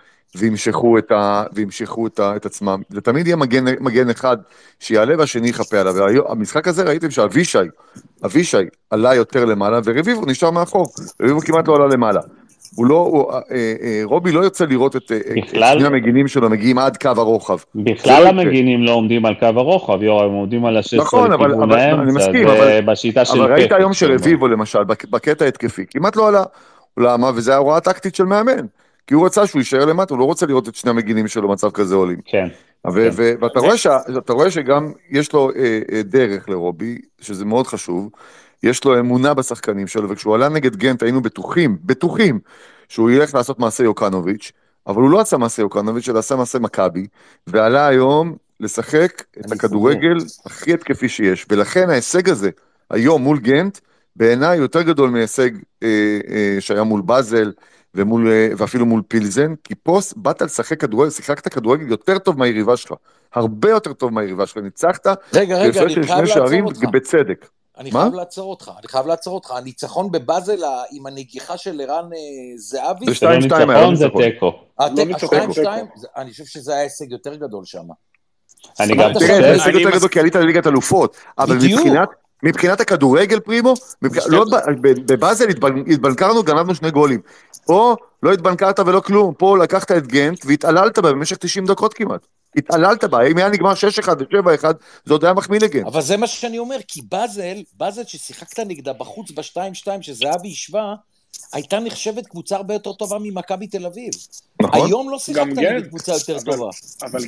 וימשכו את, ה, וימשכו את, ה, את עצמם. זה תמיד יהיה מגן, מגן אחד שיעלה והשני יחפה עליו. והמשחק הזה ראיתם שאבישי, אבישי עלה יותר למעלה, ורביבו נשאר מאחור. רביבו כמעט לא עלה למעלה. הוא לא, הוא, אה, אה, רובי לא יוצא לראות את, בכלל, את שני המגינים שלו, מגיעים עד קו הרוחב. בכלל המגינים לא עומדים על קו הרוחב, יורם, הם עומדים על השש נכון, אבל, אבל אני מסכים, אבל, בשיטה של אבל ראית היום של רביבו למשל, בקטע התקפי, כמעט לא עלה, למה? וזה ההוראה הטקטית של מאמן, כי הוא רצה שהוא יישאר למטה, הוא לא רוצה לראות את שני המגינים שלו מצב כזה עולים. כן. ו- ו- ואתה רואה ש- אתה רואה שגם יש לו אה, אה, דרך לרובי, שזה מאוד חשוב, יש לו אמונה בשחקנים שלו, וכשהוא עלה נגד גנט היינו בטוחים, בטוחים, שהוא ילך לעשות מעשה יוקנוביץ', אבל הוא לא עשה מעשה יוקנוביץ', אלא עשה מעשה מכבי, ועלה היום לשחק את הכדורגל הכי התקפי שיש, ולכן ההישג הזה, היום מול גנט, בעיניי יותר גדול מהישג אה, אה, שהיה מול בזל, ומול, אה, ואפילו מול פילזן, כי פה באת לשחק כדורגל, שיחקת כדורגל יותר טוב מהיריבה שלך, הרבה יותר טוב מהיריבה שלך, ניצחת, רגע, רגע, אני חייב לעצור אותך. בצדק. אני מה? חייב לעצור אותך, אני חייב לעצור אותך, הניצחון בבאזל עם הנגיחה של ערן זהבי, זה שתיים שתיים, היה לא ניצחון. זה טקו. שתיים שתיים, אני חושב שזה היה הישג יותר גדול שם. אני גם חושב... תראה, זה הישג יותר גדול כי עלית לליגת אלופות, אבל מבחינת... מבחינת הכדורגל פרימו, בבאזל התבנקרנו, גנבנו שני גולים. פה לא התבנקרת ולא כלום, פה לקחת את גנט והתעללת בה במשך תשעים דקות כמעט. התעללת בה, אם היה נגמר שש אחד ו-שבע אחד, זה עוד היה מחמיא לגנט. אבל זה מה שאני אומר, כי באזל, באזל ששיחקת נגדה בחוץ ב-שתיים שתיים, שזהבי ישבה, הייתה נחשבת קבוצה הרבה יותר טובה ממכבי תל אביב. היום לא שיחקת נגד קבוצה יותר טובה. אבל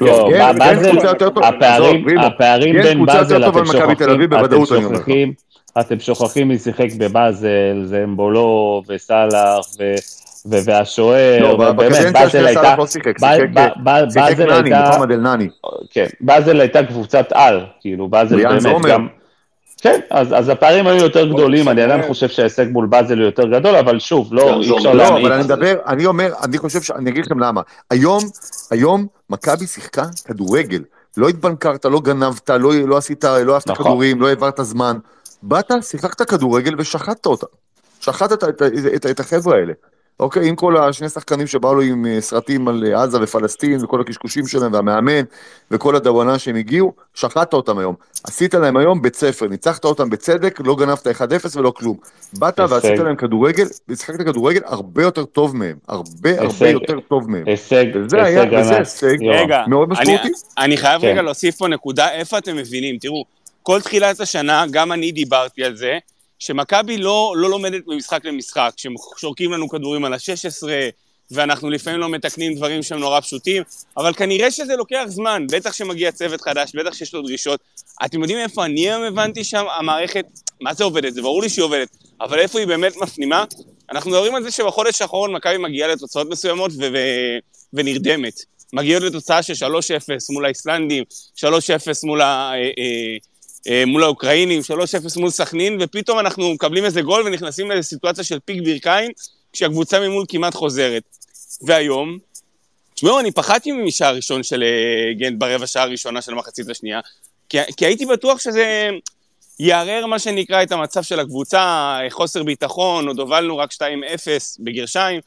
הפערים בין באזל, אתם שוכחים משחק בבאזל, זה אמבולו וסלח והשוער, ובאמת באזל הייתה, באזל הייתה, באזל הייתה קבוצת על, כאילו באזל באמת גם, כן, אז הפערים היו יותר גדולים, אני עדיין חושב שההישג מול באזל הוא יותר גדול, אבל שוב, לא, אי אפשר להעמיד. לא, אבל אני מדבר, אני אומר, אני חושב, אני אגיד לכם למה, היום, היום, מכבי שיחקה כדורגל, לא התבנקרת, לא גנבת, לא עשית, לא עשת כדורים, לא העברת זמן, באת, שיחקת כדורגל ושחטת אותה, שחטת את החבר'ה האלה. אוקיי, עם כל השני שחקנים שבאו לו עם סרטים על עזה ופלסטין וכל הקשקושים שלהם והמאמן וכל הדוונה שהם הגיעו, שחטת אותם היום. עשית להם היום בית ספר, ניצחת אותם בצדק, לא גנבת אחד אפס ולא כלום. באת ועשית להם כדורגל, ושחקת כדורגל הרבה יותר טוב מהם, הרבה הרבה יותר טוב מהם. הישג, וזה היה, וזה הישג מאוד משמעותי. אני חייב רגע להוסיף פה נקודה, איפה אתם מבינים? תראו, כל תחילת השנה, גם אני דיברתי על זה, שמכבי לא, לא לומדת ממשחק למשחק, ששורקים לנו כדורים על ה-שש עשרה, ואנחנו לפעמים לא מתקנים דברים שהם נורא פשוטים, אבל כנראה שזה לוקח זמן, בטח שמגיע צוות חדש, בטח שיש לו דרישות. אתם יודעים איפה אני הבנתי שם, המערכת, מה זה עובדת? זה ברור לי שהיא עובדת, אבל איפה היא באמת מפנימה? אנחנו מדברים על זה שבחודש האחרון מכבי מגיעה לתוצאות מסוימות ו- ו- ונרדמת. מגיעות לתוצאה של שלוש אפס מול האיסלנדים, שלוש אפס מול ה... מול האוקראינים, שלוש אפס מול סכנין, ופתאום אנחנו מקבלים איזה גול ונכנסים לאיזו סיטואציה של פיק ברכיים, כשהקבוצה ממול כמעט חוזרת. והיום, תשמעו, אני פחדתי ממשעה הראשון של גנט ברבע שעה הראשונה של המחצית השנייה, כי, כי הייתי בטוח שזה יערער מה שנקרא את המצב של הקבוצה, חוסר ביטחון, עוד הובלנו רק שתיים אפס בגרשיים,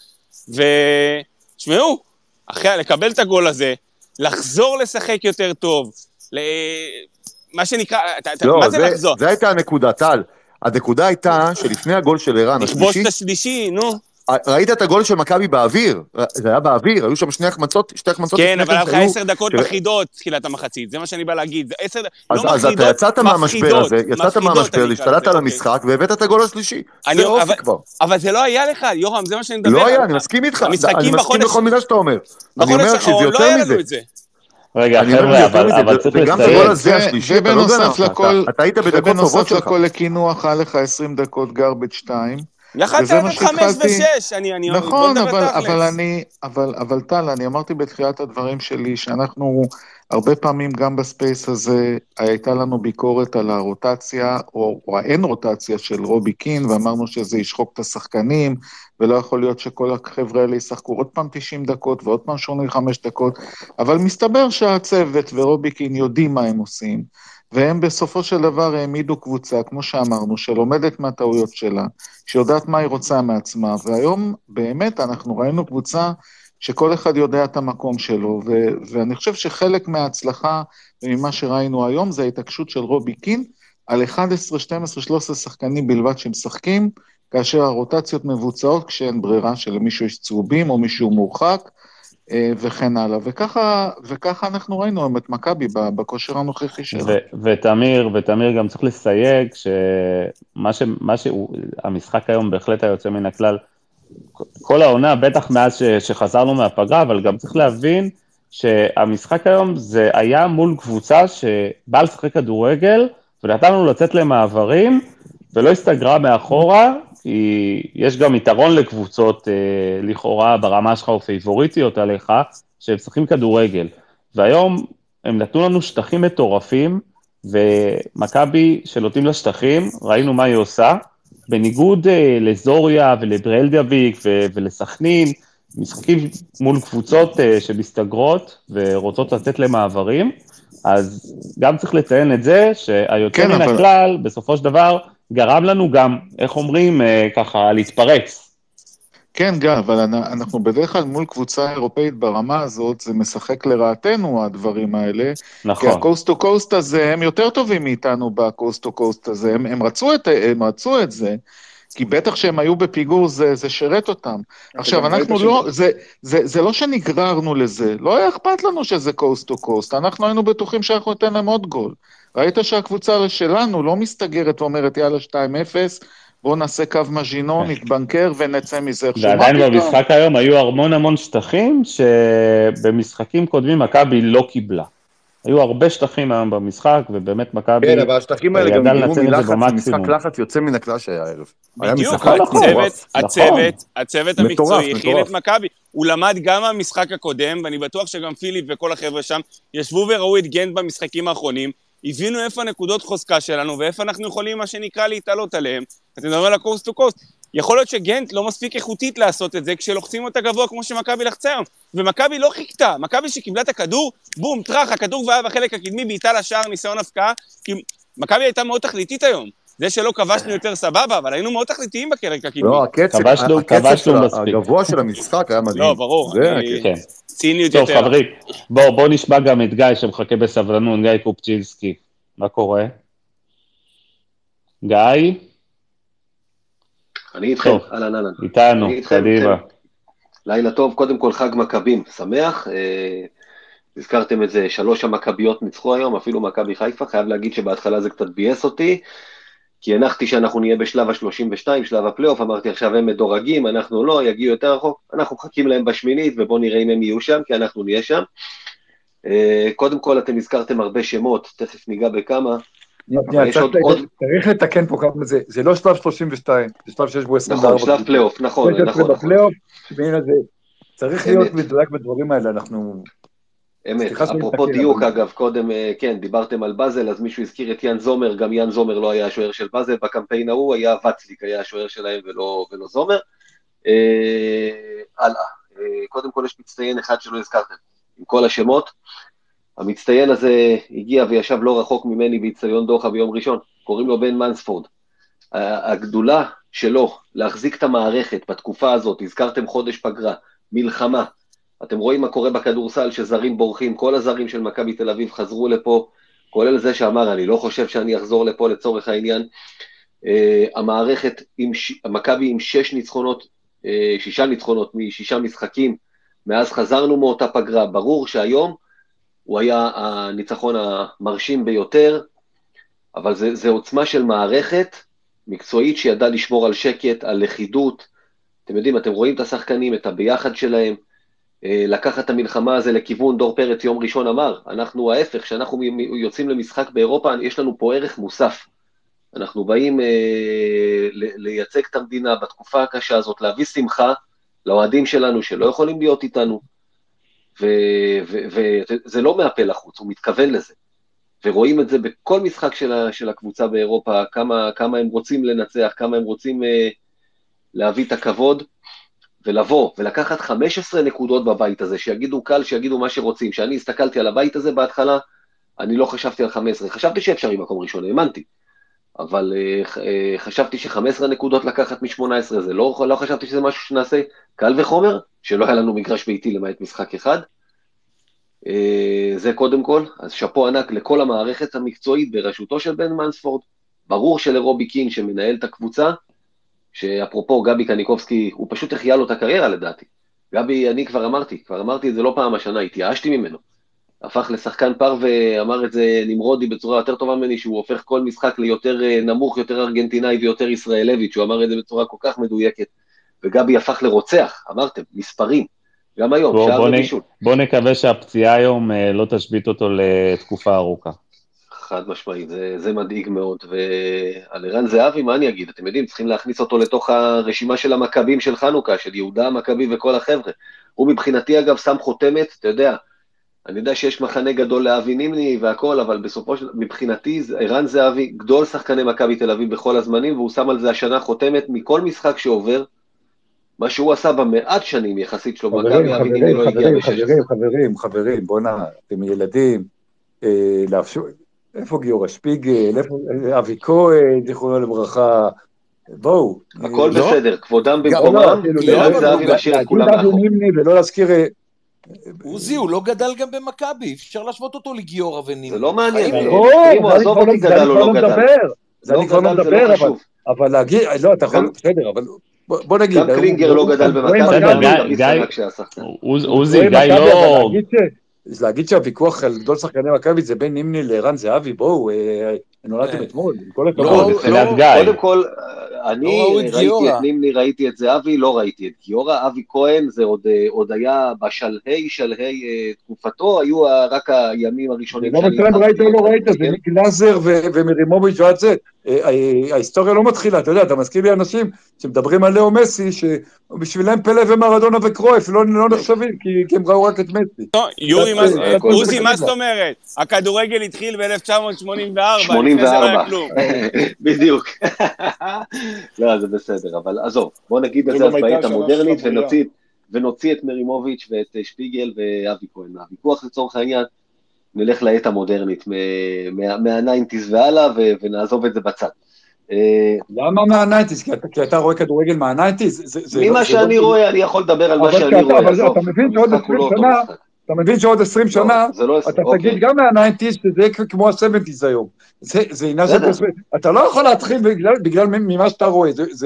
ותשמעו, אחרי לקבל את הגול הזה, לחזור לשחק יותר טוב, ל... מה שנקרא, לא, מה זה זה, לחזור? זה הייתה הנקודה, טל. הנקודה הייתה שלפני הגול של ערן, לכבוש את השלישי, נו. ראית את הגול של מכבי באוויר, זה היה באוויר, היו שם שני החמצות, שתי החמצות. כן, אבל היה לך עשר דקות מחידות, תחילת המחצית, זה מה שאני בא להגיד. עשר, אז, לא אז מחרידות, אתה יצאת מהמשבר הזה, יצאת מהמשבר, השתלטת על המשחק, והבאת את הגול השלישי. זה אופי כבר. אבל זה לא היה לך, יורם, זה מה שאני מדבר. לא היה, אני מסכים איתך, אני מסכים לכל מילה שאתה אומר. אני אומר שזה יותר מזה. רגע, חבר'ה, אבל צריך לסיים. ובנוסף לכל, ובנוסף לכל לקינוח, היה לך עשרים דקות גרבג' שתיים. יכלת לתת חמש ושש, אני... נכון, אבל אני, אבל טל, אני אמרתי בתחילת הדברים שלי, שאנחנו הרבה פעמים גם בספייס הזה, הייתה לנו ביקורת על הרוטציה, או האין רוטציה של רובי קין, ואמרנו שזה ישחוק את השחקנים, ולא יכול להיות שכל החבר'ה האלה ישחקו עוד פעם תשעים דקות, ועוד פעם שמונים וחמש דקות, אבל מסתבר שהצוות ורובי קין יודעים מה הם עושים, והם בסופו של דבר העמידו קבוצה, כמו שאמרנו, שלומדת מהטעויות שלה, שיודעת מה היא רוצה מעצמה, והיום באמת אנחנו ראינו קבוצה שכל אחד יודע את המקום שלו, ו- ואני חושב שחלק מההצלחה ממה שראינו היום, זה ההתעקשות של רובי קין, על אחד עשר, שתים עשרה, שלוש עשרה שחקנים בלבד שמשחקים, כאשר הרוטציות מבוצעות כשאין ברירה שלמישהו יש צהובים או מישהו מורחק, וכן הלאה, וככה, וככה אנחנו ראינו את מכבי בכושר הנוכחי שלה. ותמיר, ותמיר גם צריך לסייג, שמה ש, מה שהוא, המשחק היום בהחלט היוצא מן הכלל, כל העונה, בטח מאז ש, שחזרנו מהפגרה, אבל גם צריך להבין שהמשחק היום זה היה מול קבוצה שבאה לשחק כדורגל, ונתנו לצאת למעברים, ולא הסתגרה מאחורה, כי יש גם יתרון לקבוצות אה, לכאורה ברמה שלך או פייבוריטיות עליך, שהם שחקים כדורגל. והיום הם נתנו לנו שטחים מטורפים, ומכבי שנותנים לשטחים, ראינו מה היא עושה, בניגוד לזוריה ולברלדביק ולסכנין, משחקים מול קבוצות שמסתגרות ורוצות לתת למעברים, אז גם צריך לציין את זה שהיוצא מן הכלל, בסופו של דבר, גרם לנו גם, איך אומרים, ככה, להתפרץ. כן, גם, אבל אנחנו בדרך כלל מול קבוצה אירופאית ברמה הזאת, זה משחק לרעתנו הדברים האלה, נכון. כי הקוסט טו קוסט הזה, הם יותר טובים מאיתנו בקוסט טו קוסט הזה, הם, הם, רצו את, הם רצו את זה, כי בטח שהם היו בפיגור, זה, זה שרת אותם. עכשיו, אנחנו לא, זה, זה, זה לא שנגררנו לזה, לא היה אכפת לנו שזה קוסט טו קוסט, אנחנו היינו בטוחים שאנחנו ניתן להם עוד גול. ראית שהקבוצה שלנו לא מסתגרת ואומרת, יאללה שתיים אפס, בואו נעשה קו מז'ינו, נתבנקר ונצא מזה. ועדיין במשחק היום היו המון המון שטחים שבמשחקים קודמים מכבי לא קיבלה. היו הרבה שטחים היום במשחק, ובאמת מכבי כן, אבל השטחים האלה גם נגמרו מלחץ, משחק לחץ יוצא מן הכלל שהיה הערב. בדיוק, הצוות, הצוות המקצועי הכין את מכבי. הוא למד גם מהמשחק הקודם, ואני בטוח שגם פיליפ וכל החבר'ה שם ישבו וראו את גנט במשחקים האחרונים, הבינו איפה הנקודות חוזקה שלנו, ואיפה אנחנו יכולים, מה שנקרא, להתעלות עליהם. אתם מדברים על הקורס טו קורס. יכול להיות שגנט לא מספיק איכותית לעשות את זה, כשלוחצים אותה גבוה כמו שמכבי לחצה היום. ומכבי לא חיכתה. מכבי שקיבלה את הכדור, בום, טרח, הכדור והיה בחלק הקדמי, בעיטה לשער, ניסיון הפקעה, כי מכבי הייתה מאוד תכליתית היום. זה שלא כבשנו יותר סבבה, אבל היינו מאוד תכליתיים בחלק הקדמי. לא, הקצב הגבוה של המשחק היה מדהים. לא, ברור. ציניות יותר. טוב, חברים, בואו נשמע גם את גיא שמחכה בסבלנות, גיא קופצ'ינסקי. מה קורה? גיא? אני איתכם, אהלן אהלן. איתנו, קדימה. לילה טוב, קודם כל חג מכבים, שמח. הזכרתם את זה, שלוש המכביות ניצחו היום, אפילו מכבי חיפה, חייב להגיד שבהתחלה זה קצת בייס אותי, כי הנחתי שאנחנו נהיה בשלב ה-שלושים ושתיים, שלב הפלייאוף, אמרתי עכשיו הם מדורגים, אנחנו לא, יגיעו יותר רחוק, אנחנו מחכים להם בשמינית, ובואו נראה אם הם יהיו שם, כי אנחנו נהיה שם. קודם כל אתם הזכרתם הרבה שמות, תכף ניגע בכמה, צריך לתקן פה כמה זה, זה לא שלב שלושים ושתיים, זה שלב שיש בו עשרים וארבע. נכון, שלב פלייאוף, נכון, נכון. צריך להיות מדויק בדברים האלה, אנחנו... אמת, אפרופו דיוק אגב, קודם, כן, דיברתם על בזל, אז מישהו הזכיר את יאן זומר, גם יאן זומר לא היה השוער של בזל, בקמפיין ההוא היה וטסליק, היה השוער שלהם ולא זומר. הלאה, קודם כל יש מצטיין אחד שלא הזכרתם, עם כל השמות, המצטיין הזה הגיע וישב לא רחוק ממני באצטדיון דוחה ביום ראשון, קוראים לו בן מנספורד. הגדולה שלו להחזיק את המערכת בתקופה הזאת, הזכרתם חודש פגרה, מלחמה, אתם רואים מה קורה בכדורסל שזרים בורחים, כל הזרים של מכבי תל אביב חזרו לפה, כולל זה שאמר, אני לא חושב שאני אחזור לפה לצורך העניין, המערכת, מכבי עם שש ניצחונות, שישה ניצחונות משישה משחקים, מאז חזרנו מאותה פגרה, ברור שהיום, הוא היה הניצחון המרשים ביותר, אבל זה, זה עוצמה של מערכת מקצועית שידעה לשמור על שקט, על לכידות. אתם יודעים, אתם רואים את השחקנים, את הביחד שלהם, לקחת את המלחמה הזה לכיוון, דור פרץ יום ראשון אמר, אנחנו ההפך, כשאנחנו יוצאים למשחק באירופה, יש לנו פה ערך מוסף. אנחנו באים אה, לייצג את המדינה בתקופה הקשה הזאת, להביא שמחה לאוהדים שלנו שלא יכולים להיות איתנו, וזה לא מהפה לחוץ, הוא מתכוון לזה. ורואים את זה בכל משחק של, ה, של הקבוצה באירופה, כמה, כמה הם רוצים לנצח, כמה הם רוצים אה, להביא את הכבוד, ולבוא, ולקחת חמש עשרה נקודות בבית הזה, שיגידו קל, שיגידו מה שרוצים. שאני הסתכלתי על הבית הזה בהתחלה, אני לא חשבתי על חמש עשרה, חשבתי שאפשר עם מקום ראשון, האמנתי, אבל uh, uh, חשבתי ש-חמש עשרה נקודות לקחת מ-שמונה עשרה, זה לא, לא חשבתי שזה משהו שנעשה קל וחומר, שלא היה לנו מגרש ביתי למעט משחק אחד, uh, זה קודם כל, אז שפו ענק לכל המערכת המקצועית בראשותו של בן מנספורד, ברור שלרובי קין שמנהל את הקבוצה, שאפרופו גבי קניקובסקי, הוא פשוט החיה לו את הקריירה לדעתי. גבי, אני כבר אמרתי, כבר אמרתי את זה לא פעם השנה, התייאשתי ממנו. הפך לשחקן פר ואמר את זה נמרודי בצורה יותר טובה ממני, שהוא הופך כל משחק ליותר נמוך, יותר ארגנטינאי ויותר ישראלית, שהוא אמר את זה בצורה כל כך מדויקת. וגבי הפך לרוצח, אמרתם, מספרים. גם היום, בוא, שער בוא ובישול. בוא נקווה שהפציעה היום לא תשבית אותו לתקופה ארוכה. חד משמעית, זה, זה מדאיג מאוד, ועל ערן זהבי, מה אני אגיד? אתם יודעים, צריכים להכניס אותו לתוך הרשימה של המכבים של חנוכה, של יהודה המכבי וכל החבר'ה. הוא מבחינתי אגב שם חותמת, אתה יודע, אני יודע שיש מחנה גדול לאבי נימני והכל, אבל בסופו של, מבחינתי, ערן זהבי, גדול שחקני מכבי תל אביב בכל הזמנים, והוא שם על זה השנה חותמת מכל משחק שעובר, מה שהוא עשה במעט שנים יחסית שלו, מכבי אבי נימני לא הגיע ב-שש עשרה. חברים, חברים, חברים, בוא נע, אתם ילדים, איפה גיורא שפיגל, איפה אבי כהן, זכרונו לברכה, בואו. הכל בסדר, כבודם במקומם, ערן זהבי משאיר את כולם מאחור. ולא להזכיר... עוזי, הוא לא גדל גם במכבי, אפשר להשוות אותו לגיורא ונימני. זה לא מעניין. פרימו, עזוב אותי גדל או לא גדל. זה אני כבר לא מדבר, אבל להגיד, לא, אתה יכול, בסדר, אבל בוא נגיד. גם קלינגר לא גדל במכבי. עוזי, גיא לא... להגיד שהוויכוח על גדול שחקני מכבי זה בין נימני לערן זהבי, בואו, נולדתם אתמול, כל הכבוד. קודם כל, אני ראיתי את נימני, ראיתי את זהבי, לא ראיתי את גיורא. אבי כהן זה עוד היה בשלהי, שלהי תקופתו, היו רק הימים הראשונים. לא מצלם ראית או לא ראית, זה ניק גלאזר ומרימוביץ' ועד זה. ההיסטוריה לא מתחילה, אתה יודע, אתה מזכיר לי אנשים שמדברים על לאו מסי, שבשבילם פלא ומרדונה וקרויף לא נחשבים, כי הם ראו רק את מסי. יורי, עוזי, מה זאת אומרת? הכדורגל התחיל ב-אלף תשע מאות שמונים וארבע, שמונים וארבע, בדיוק. לא, זה בסדר, אבל עזוב, בוא נגיד את זה אז בעת המודרנית, ונוציא את מרימוביץ' ואת שפיגל ואבי כהן. הוויכוח לצורך העניין, נלך לעת המודרנית, מהניינטיז והלאה, ונעזוב את זה בצד. למה מהניינטיז? כי אתה רואה כדורגל מהניינטיז? ממה שאני רואה, אני יכול לדבר על מה שאני רואה. אבל אתה מבין שעוד עשרים שנה, אתה מבין שעוד עשרים שנה, אתה תגיד גם מהניינטיז, שזה כמו ה-שבעים היום. זה עניין של פרספקטיבה. אתה לא יכול להתחיל בגלל ממה שאתה רואה.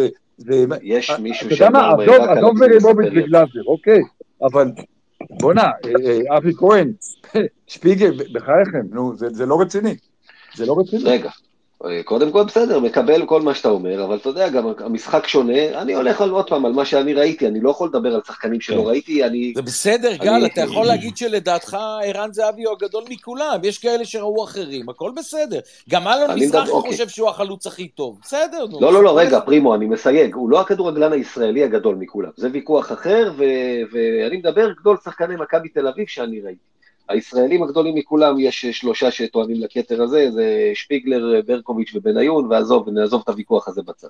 יש מישהו שאומר, עזוב מרימוביץ' וגלאזר, אוקיי, אבל בוא נע, אבי כהן, שפיגל, בחייכם, נו, זה לא רציני. זה לא רציני. רגע. קודם כל בסדר, מקבל כל מה שאתה אומר, אבל אתה יודע, גם המשחק שונה, אני הולך על עוד פעם, על מה שאני ראיתי, אני לא יכול לדבר על שחקנים שלא ראיתי, אני... זה בסדר, גל, אתה יכול להגיד שלדעתך ערן זהבי הוא הגדול מכולם, יש כאלה שראו אחרים, הכל בסדר. גם אלון מזרחי חושב שהוא החלוץ הכי טוב, בסדר. לא, לא, לא, רגע, פרימו, אני מסייג, הוא לא הכדורגלן הישראלי הגדול מכולם, זה ויכוח אחר, ואני מדבר גדול שחקני מכבי תל אביב שאני ראיתי. הישראלים הגדולים מכולם, יש שלושה שטוענים לכתר הזה, זה שפיגלר, ברקוביץ' ובניון, ועזוב, ונעזוב את הוויכוח הזה בצד.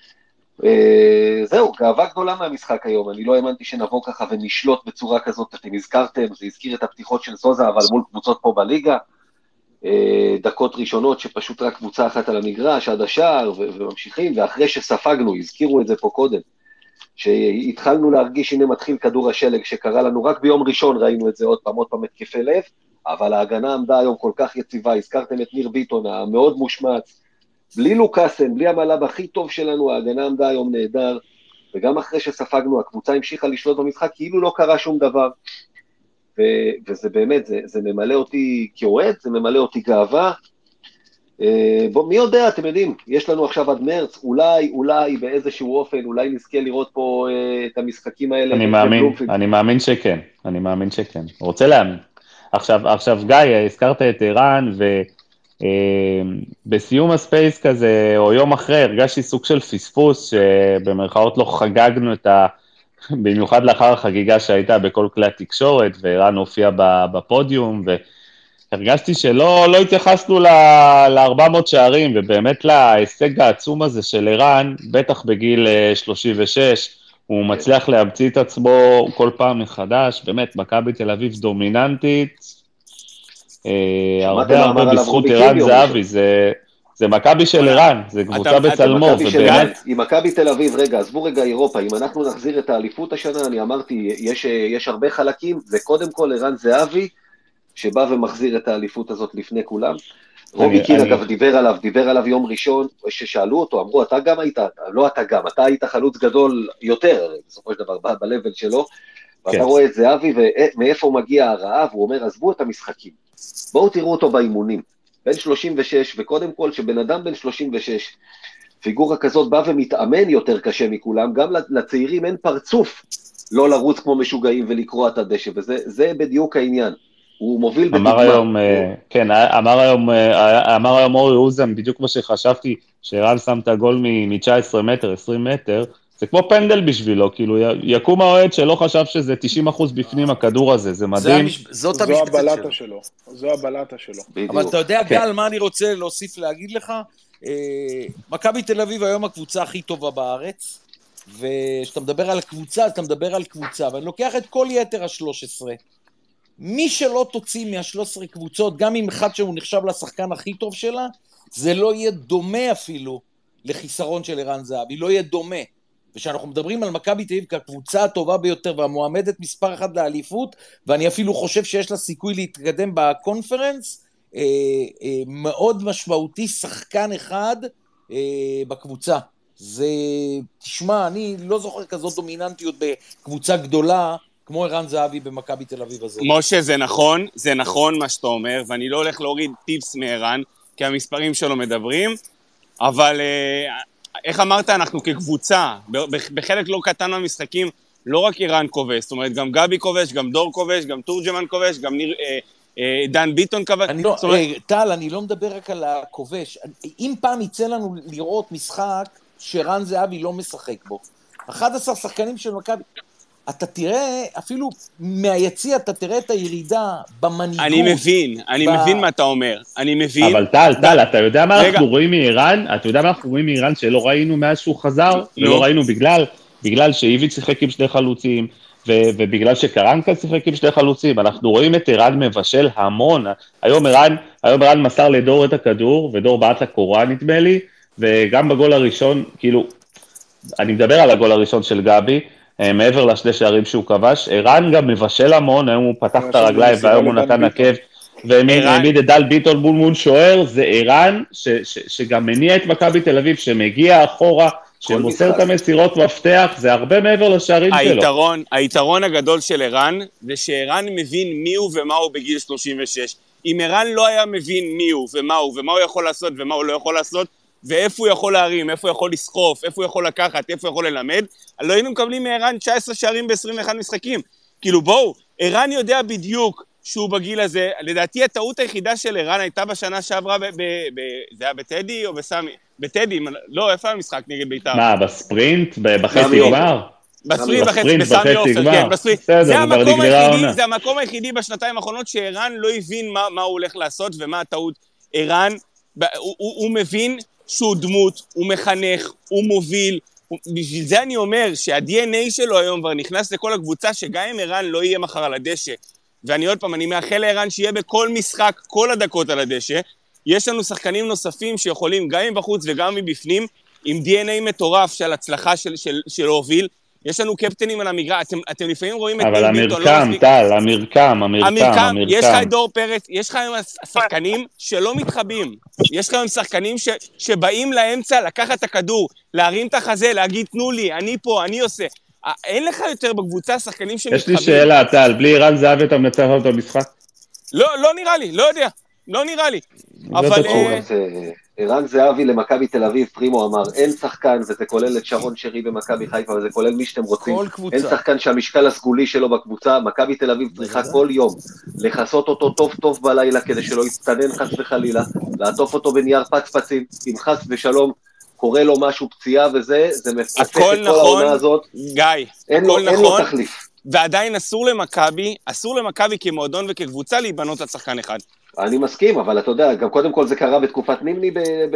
זהו, גאווה גדולה מהמשחק היום, אני לא האמנתי שנבוא ככה ונשלוט בצורה כזאת, אתם הזכרתם, זה הזכיר את הפתיחות של סוזה, אבל מול קבוצות פה בליגה, דקות ראשונות שפשוט רק קבוצה אחת על המגרש, עד השער, וממשיכים, ואחרי שספגנו, הזכירו את זה פה קודם, שהתחלנו להרגיש, הנה מתחיל כדור השלג שקרה לנו, רק ביום ראשון ראינו את זה עוד פעם, עוד פעם התקפי לב, אבל ההגנה עמדה היום כל כך יציבה, הזכרתם את ניר ביטון, המאוד מושמץ, בלי לוקאסן, בלי המלאב הכי טוב שלנו, ההגנה עמדה היום נהדר, וגם אחרי שספגנו, הקבוצה המשיכה לשלוט במשחק, כאילו לא קרה שום דבר, ו- וזה באמת, זה, זה ממלא אותי כאוהד, זה ממלא אותי גאווה, בוא, מי יודע, אתם יודעים, יש לנו עכשיו עד מרץ, אולי, אולי באיזשהו אופן, אולי נזכה לראות פה uh, את המשחקים האלה. אני מאמין, אני מאמין שכן, אני מאמין שכן, רוצה להאמין. עכשיו, עכשיו גיא, הזכרת את ערן, ובסיום uh, הספייס כזה, או יום אחרי, הרגשתי סוג של פספוס, שבמרכאות לא חגגנו את ה... במיוחד לאחר החגיגה שהייתה בכל כלי התקשורת, וערן הופיע בפודיום, ו... הרגשתי שלא לא התייחסנו ל-ארבע מאות שערים, ובאמת להישג העצום הזה של ערן, בטח בגיל שלושים ושש, הוא מצליח להמציא את עצמו כל פעם מחדש, באמת, מכבי תל אביב דומיננטית, הרבה הרבה בזכות ערן זהבי, זה, זה מכבי של ערן, זה קבוצה בצלמו, ובאמת... עם מכבי תל אביב, רגע, עזבו רגע אירופה, אם אנחנו נחזיר את האליפות השנה, אני אמרתי, יש, יש הרבה חלקים, וקודם כל ערן זהבי, שבא ומחזיר את האליפות הזאת לפני כולם. רובי קין אגב דיבר עליו, דיבר עליו יום ראשון, ששאלו אותו, אמרו, אתה גם היית, לא אתה גם, אתה היית חלוץ גדול יותר, בסופו של דבר, בלבל שלו, ואתה רואה את זהבי, ומאיפה מגיע הרעב, הוא אומר, עזבו את המשחקים, בואו תראו אותו באימונים, בן שלושים ושש, וקודם כל, שבן אדם בן שלושים ושש, פיגורה כזאת בא ומתאמן יותר קשה מכולם, גם לצעירים אין פרצוף, לא לרוץ כמו משוגעים ולקרוע את הדשא, וזה בדיוק העניין. הוא מוביל בדגמה. אמר היום, כן, אמר היום, אמר היום אורי אוזן, בדיוק כמו שחשבתי, שערן שם את הגול מ-תשע עשרה מטר, עשרים מטר, זה כמו פנדל בשבילו, כאילו יקום האוהד שלא חשב שזה תשעים אחוז בפנים הכדור הזה, זה מדהים. זאת זו המשבצת הבלטה שלו. שלו. זו הבלטה שלו. אבל אתה יודע, גל, מה אני רוצה להוסיף להגיד לך? מכבי תל אביב היום הקבוצה הכי טובה בארץ, ושאתה מדבר על הקבוצה, אתה מדבר על קבוצה, ואני לוקח את כל יתר ה-שלוש עשרה. מי שלא תוציא מה-שלוש עשרה קבוצות, גם אם אחד שהוא נחשב לשחקן הכי טוב שלה, זה לא יהיה דומה אפילו לחיסרון של ערן זהבי, לא יהיה דומה. ושאנחנו מדברים על מכבי תל אביב כקבוצה הטובה ביותר והמועמדת מספר אחת לאליפות, ואני אפילו חושב שיש לה סיכוי להתקדם בקונפרנס, אה, אה, מאוד משמעותי, שחקן אחד אה, בקבוצה. זה, תשמע, אני לא זוכר כזאת דומיננטיות בקבוצה גדולה, כמו ערן זהבי במכבי תל אביב הזאת. משה, זה נכון, זה נכון מה שאתה אומר, ואני לא הולך להוריד טיפס מערן, כי המספרים שלו מדברים, אבל איך אמרת, אנחנו כקבוצה, בחלק לא קטן מהמשחקים, לא רק ערן כובש, זאת אומרת, גם גבי כובש, גם דור כובש, גם תורג'מן כובש, גם ניר, אה, אה, דן ביטון כובש. אני לא, אומרת... אה, טל, אני לא מדבר רק על הכובש. אם פעם יצא לנו לראות משחק שערן זהבי לא משחק בו, אחד עשר שחקנים של מכבי, אתה תראה, אפילו מהיציע, אתה תראה את הירידה במנהיגות. אני מבין, אני ב... מבין מה אתה אומר, אני מבין. אבל טל, טל, אתה יודע מה רגע. אנחנו רואים מאיראן? אתה יודע מה אנחנו רואים מאיראן שלא ראינו מאז שהוא חזר? ולא ראינו בגלל, בגלל שאיביץ' שיחק עם שני חלוצים, ו- ובגלל שקרנקה שיחק עם שני חלוצים, אנחנו רואים את איראן מבשל המון. היום איראן, היום איראן מסר לדור את הכדור, ודור בעט לקורה נדמה לי, וגם בגול הראשון, כאילו, אני מדבר על הגול הראשון של גבי, מעבר לשני שערים שהוא כבש, איראן גם מבשל המון, היום הוא פתח את הרגליים והיום הוא נתן עקב, והעמיד את דל ביטון מול מול שוער, זה איראן שגם מניע את מכבי תל אביב, שמגיע אחורה, שמוסר את המסירות מפתח, זה הרבה מעבר לשערים שלו. היתרון הגדול של איראן, זה שאיראן מבין מי הוא ומה הוא בגיל שלושים ושש. אם איראן לא היה מבין מי הוא ומה הוא, ומה הוא יכול לעשות ומה הוא לא יכול לעשות, ואיפה הוא יכול להרים, איפה הוא יכול לסחוף, איפה הוא יכול לקחת, איפה הוא יכול ללמד, לא היינו מקבלים מערן תשע עשרה שערים ב-עשרים ואחד משחקים. כאילו בואו, ערן יודע בדיוק שהוא בגיל הזה, לדעתי הטעות היחידה של ערן הייתה בשנה שעברה, ב- ב- ב- זה היה בטדי או בסמי? בטדי, לא, איפה המשחק נגד בית"ר? מה, בספרינט? בחצי גמר? בספרינט בחצי, בסמי עופר, כן, בספרינט. זה המקום היחידי, זה המקום היחידי בשנתיים האחרונות שערן לא הבין מה, מה הוא הולך לעשות ומה הטעות. ערן, הוא, הוא, הוא מבין שהוא דמות, הוא מחנך, הוא מוביל, הוא, בשביל זה אני אומר שה-די אן איי שלו היום כבר נכנס לכל הקבוצה, שגם אם ערן לא יהיה מחר על הדשא, ואני עוד פעם, אני מאחל לערן שיהיה בכל משחק, כל הדקות על הדשא, יש לנו שחקנים נוספים שיכולים גם מבחוץ וגם מבפנים, עם די אן איי מטורף של הצלחה של, של, של להוביל, יש לנו קפטנים על המגרש, אתם, אתם לפעמים רואים את אבל המרקם, טל, המרקם, המרקם, המרקם. יש לך את דור פרץ, יש לך היום שחקנים שלא מתחבים, יש לך היום שחקנים ש, שבאים לאמצע לקחת את הכדור, להרים את החזה, להגיד תנו לי, אני פה, אני עושה. אין לך יותר בקבוצה שחקנים שמתחבים. יש לי שאלה, טל, בלי ערן זהבי אתה מנצח אותו במשחק? לא, לא נראה לי, לא יודע, לא נראה לי. אבל... ערן זהבי למכבי תל אביב, פרימו אמר, אין שחקן, וזה כולל את שרון שרי במכבי חיפה, וזה כולל מי שאתם רוצים, אין שחקן שהמשקל הסגולי שלו בקבוצה, מכבי תל אביב צריכה כל יום לחסות אותו טוב טוב בלילה, כדי שלא יצטנן חס וחלילה, לעטוף אותו בנייר פצפצים, אם חס ושלום קורה לו משהו פציעה וזה, זה מפסק את כל העונה הזאת, גיא, אין לו, אין לו תחליף. ועדיין אסור למכבי, אסור למכבי כמועדון וכקבוצה להיבנות על שחקן אחד. אני מסכים, אבל אתה יודע, גם קודם כל זה קרה בתקופת נימני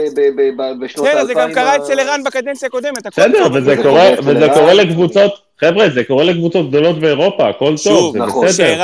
בשנות האלפיים. זה גם קרה אצל ערן בקדנציה הקודמת. בסדר, וזה קורה לקבוצות, חבר'ה, זה קורה לקבוצות גדולות באירופה, הכל טוב, זה בסדר.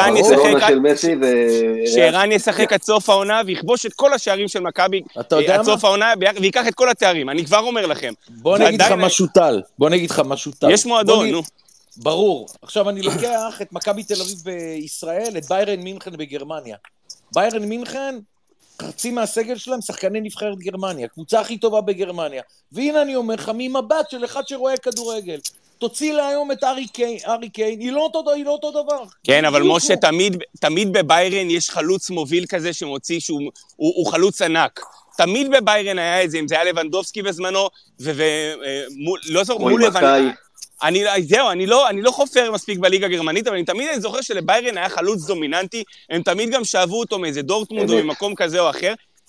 שערן ישחק עד סוף העונה, ויכבוש את כל השערים של מכבי, עד סוף העונה, ויקח את כל התארים, אני כבר אומר לכם. בוא נגיד לך משהו טל, בוא נגיד לך משהו טל. יש מועדון, נו. ברור. עכשיו אני לוקח את מכבי תל אביב בישראל, את ביירן מינכן בגרמניה. ביירן מינכן, חצי מהסגל שלהם, שחקני נבחרת גרמניה, קבוצה הכי טובה בגרמניה. והנה אני אומר לך, ממבט של אחד שרואה כדורגל, תוציא לה היום את ארי קיין, ארי קיין, היא לא אותו, היא לא אותו דבר. כן, אבל משה, תמיד, תמיד בביירן יש חלוץ מוביל כזה שמוציא שהוא הוא, הוא חלוץ ענק. תמיד בביירן היה את זה, אם זה היה לבנדובסקי בזמנו, ולא זוכר, מול לבנדובסקי. אני, זהו, אני לא, אני לא חופר מספיק בליגה הגרמנית, אבל אני תמיד אני זוכר שלביירן היה חלוץ דומיננטי, הם תמיד גם שאבו אותו מאיזה דורטמונד או ממקום כזה או אחר.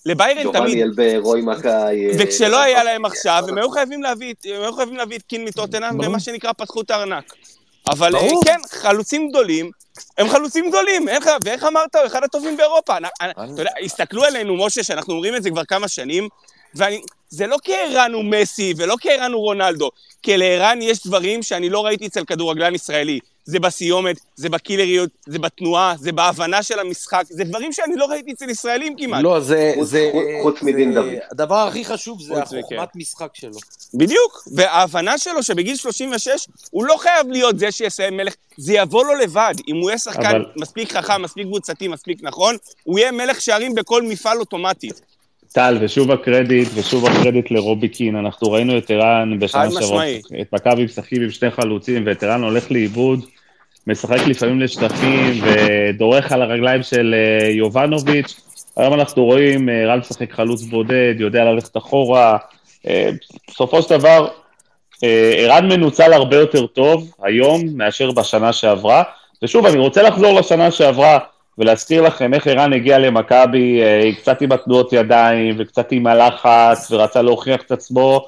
לביירן ג'ובאני תמיד, אלבר, רוי מקאי... וכשלא היה להם עכשיו, הם היו חייבים להביא, הם היו חייבים להביא את קין מטוטנהאם, ומה שנקרא פתחו את הארנק. אבל כן, חלוצים גדולים, הם חלוצים גדולים, ואיך אמרת, הוא אחד הטובים באירופה. אתה יודע, הסתכלו עלינו, משה, שאנחנו אומרים את זה כבר כמה שנים, וזה לא כי ערן הוא מסי, ולא כי ערן הוא רונלדו, כי לערן יש דברים שאני לא ראיתי אצל כדורגלן ישראלי. זה בסיומת, זה בקילריות, זה בתנועה, זה בהבנה של המשחק, זה דברים שאני לא ראיתי אצל ישראלים כמעט. לא, זה... חוץ מדין דוד. הדבר הכי חשוב זה החוכמת משחק שלו. בדיוק, וההבנה שלו שבגיל שלושים ושש הוא לא חייב להיות זה שיסיים מלך, זה יבוא לו לבד. אם הוא יהיה שחקן מספיק חכם, מספיק קבוצתי, מספיק נכון, הוא יהיה מלך שערים בכל מפעל אוטומטי. טל, ושוב הקרדיט, ושוב הקרדיט לרובי קין, אנחנו ראינו את ערן בשנה שעברה, את מכבי משחקים עם שני חלוצים, ואת ערן הולך לאיבוד, משחק לפעמים לשטחים, ודורך על הרגליים של יובנוביץ'. היום אנחנו רואים, ערן משחק חלוץ בודד, יודע ללכת אחורה, בסופו של דבר, ערן מנוצל הרבה יותר טוב היום, מאשר בשנה שעברה, ושוב, אני רוצה לחזור לשנה שעברה, ולהזכיר לכם איך ערן הגיע למכבי, קצת עם התנועות ידיים, וקצת עם הלחץ, ורצה להוכיח את עצמו,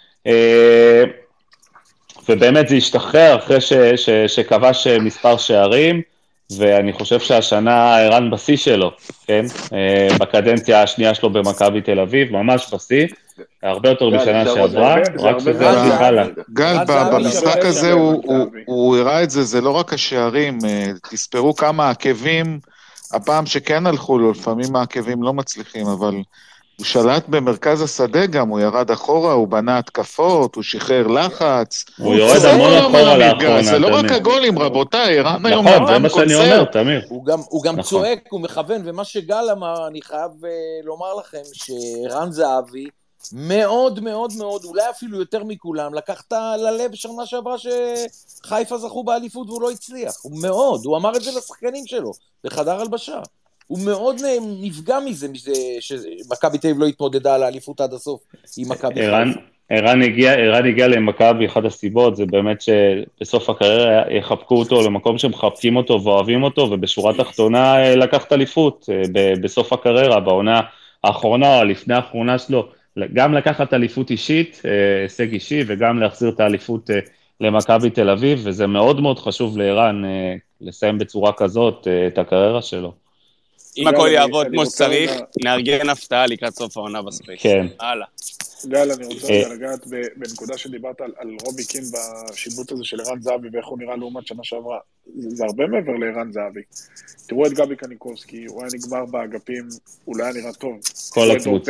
ובאמת זה השתחרר אחרי ש, ש, שכבש מספר שערים, ואני חושב שהשנה ערן בשיא שלו, כן? בקדנציה השנייה שלו במכבי תל אביב, ממש בשיא, הרבה יותר בשנה שעברה, רק שזה הלך הלאה. גל, במשחק הזה הוא הראה את זה, זה לא רק השערים, תספרו כמה עקבים, הפעם שכן הלכו לו, לפעמים העקבים לא מצליחים, אבל הוא שלט במרכז השדה גם, הוא ירד אחורה, הוא בנה התקפות, הוא שחרר לחץ. הוא יורד המון אחורה לאחרונה. זה לא רק הגולים, רבותיי, ערן היום נכון, זה מה שאני אומר, תמיר. הוא גם צועק, הוא מכוון, ומה שגל אמר, אני חייב לומר לכם, שערן זהבי, מאוד מאוד מאוד, אולי אפילו יותר מכולם, לקחת ללב שנה שעברה שחיפה זכו באליפות והוא לא הצליח. הוא מאוד, הוא אמר את זה לשחקנים שלו, בחדר הלבשה. הוא מאוד נפגע מזה, שמכבי תל אביב לא התמודדה על האליפות עד הסוף עם מכבי חיפה. ערן הגיע, ערן הגיע למכבי, אחת הסיבות, זה באמת שבסוף הקריירה יחבקו אותו למקום שמחבקים אותו ואוהבים אותו, ובשורה תחתונה לקחת אליפות בסוף הקריירה, בעונה האחרונה או לפני האחרונה שלו, גם לקחת אליפות אישית, הישג אישי, וגם להחזיר את האליפות למכבי תל אביב, וזה מאוד מאוד חשוב לערן לסיים בצורה כזאת את הקריירה שלו. אם הכל יעבוד כמו שצריך, נארגן הפתעה לקראת סוף העונה בספייס. כן. הלאה. גל, אני רוצה לגעת בנקודה שדיברת על רובי קין בשיבוט הזה של ערן זהבי, ואיך הוא נראה לעומת שנה שעברה. זה הרבה מעבר לערן זהבי. תראו את גבי קניקובסקי, הוא היה נגמר באגפים, הוא לא היה נראה טוב. כל הקבוצה.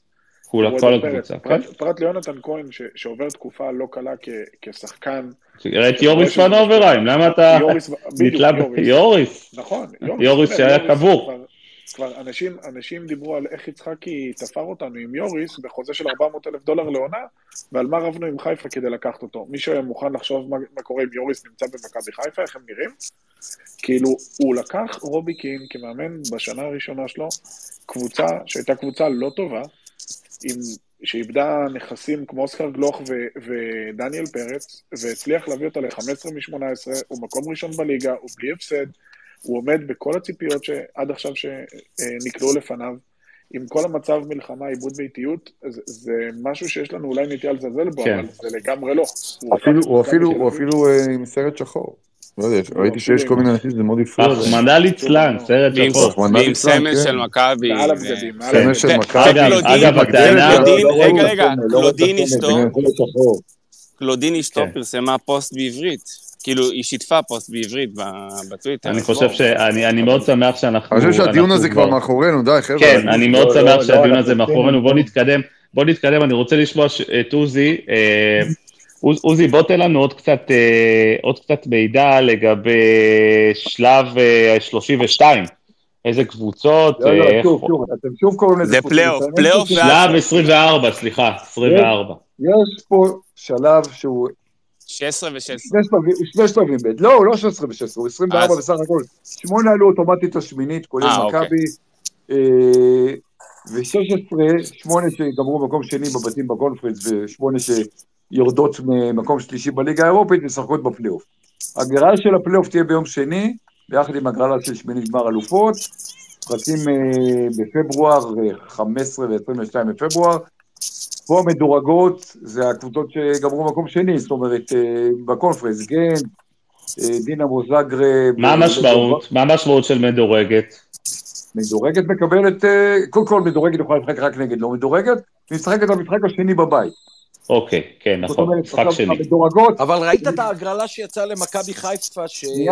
כל הקבוצה. פרט ליונתן כהן שעובר תקופה לא קלה כשחקן. תראה את יוריס פנוברהיים, למה אתה נתלה ביוריס? נכון. יוריס שהיה קבור. כבר אנשים, אנשים דיברו על איך יצחקי תפר אותנו עם יוריס בחוזה של ארבע מאות אלף דולר לעונה, ועל מה רבנו עם חיפה כדי לקחת אותו. מישהו היה מוכן לחשוב מה, מה קורה אם יוריס נמצא במכבי חיפה, איך הם נראים? כאילו, הוא לקח רובי קין כמאמן בשנה הראשונה שלו, קבוצה שהייתה קבוצה לא טובה, עם, שאיבדה נכסים כמו אוסקר גלוך ו, ודניאל פרץ, והצליח להביא אותה ל-חמש עשרה משמונה עשרה, הוא מקום ראשון בליגה, הוא בלי הפסד, הוא עומד בכל הציפיות שעד עכשיו שנקלעו לפניו, עם כל המצב מלחמה, עיבוד ביתיות, זה, זה משהו שיש לנו אולי נטייה לזלזל בו, כן. אבל זה לגמרי לא. הוא אפילו, הוא אפילו, הוא אפילו עם סרט שחור. לא יודע, ראיתי שיש כל מיני אנשים שזה מאוד יפריע. רחמנא ליצלן, סרט שחור. ועם סמל של מכבי. סמל של מכבי. אגב, הטענה... רגע, רגע, קלודין אשתו, קלודין אשתו פרסמה פוסט בעברית. כאילו, היא שיתפה פוסט בעברית בטוויטר. אני חושב שאני, אני מאוד שמח שאנחנו... אני חושב שהדיון הזה כבר מאחורינו, די, חבר'ה. כן, אני מאוד שמח שהדיון הזה מאחורינו. בוא נתקדם, בוא נתקדם, אני רוצה לשמוע את עוזי. עוזי, בוא תן לנו עוד קצת, עוד קצת מידע לגבי שלב שלושים ושתיים. איזה קבוצות... לא, לא, שוב, שוב, אתם שוב קוראים לזה... זה פלייאוף, פלייאוף. שלב עשרים וארבע, סליחה, עשרים וארבע. יש פה שלב שהוא... שש עשרה ושש עשרה. שני שלבים ב', לא, הוא לא שש עשרה ושש עשרה, הוא עשרים וארבע בסך הכל. שמונה עלו אוטומטית השמינית, כולל מכבי, ו-שש עשרה, שמונה שגמרו מקום שני בבתים בקונפרנס, ושמונה שיורדות ממקום שלישי בליגה האירופית, משחקות בפלייאוף. הגרלה של הפלייאוף תהיה ביום שני, ביחד עם הגרלה של שמינית גמר אלופות, משחקים בפברואר, חמש עשרה ו-עשרים ושתיים בפברואר, פה המדורגות זה הקבוצות שגמרו מקום שני, זאת אומרת, בקונפרנס, גנט, דינמו זאגרב. מה המשמעות? מה המשמעות של מדורגת? מדורגת מקבלת, קודם כל מדורגת יכולה לשחק רק נגד לא מדורגת, ומשחקת את המשחק השני בבית. אוקיי, כן, נכון, משחק שני. אבל ראית את ההגרלה שיצאה למכבי חיפה,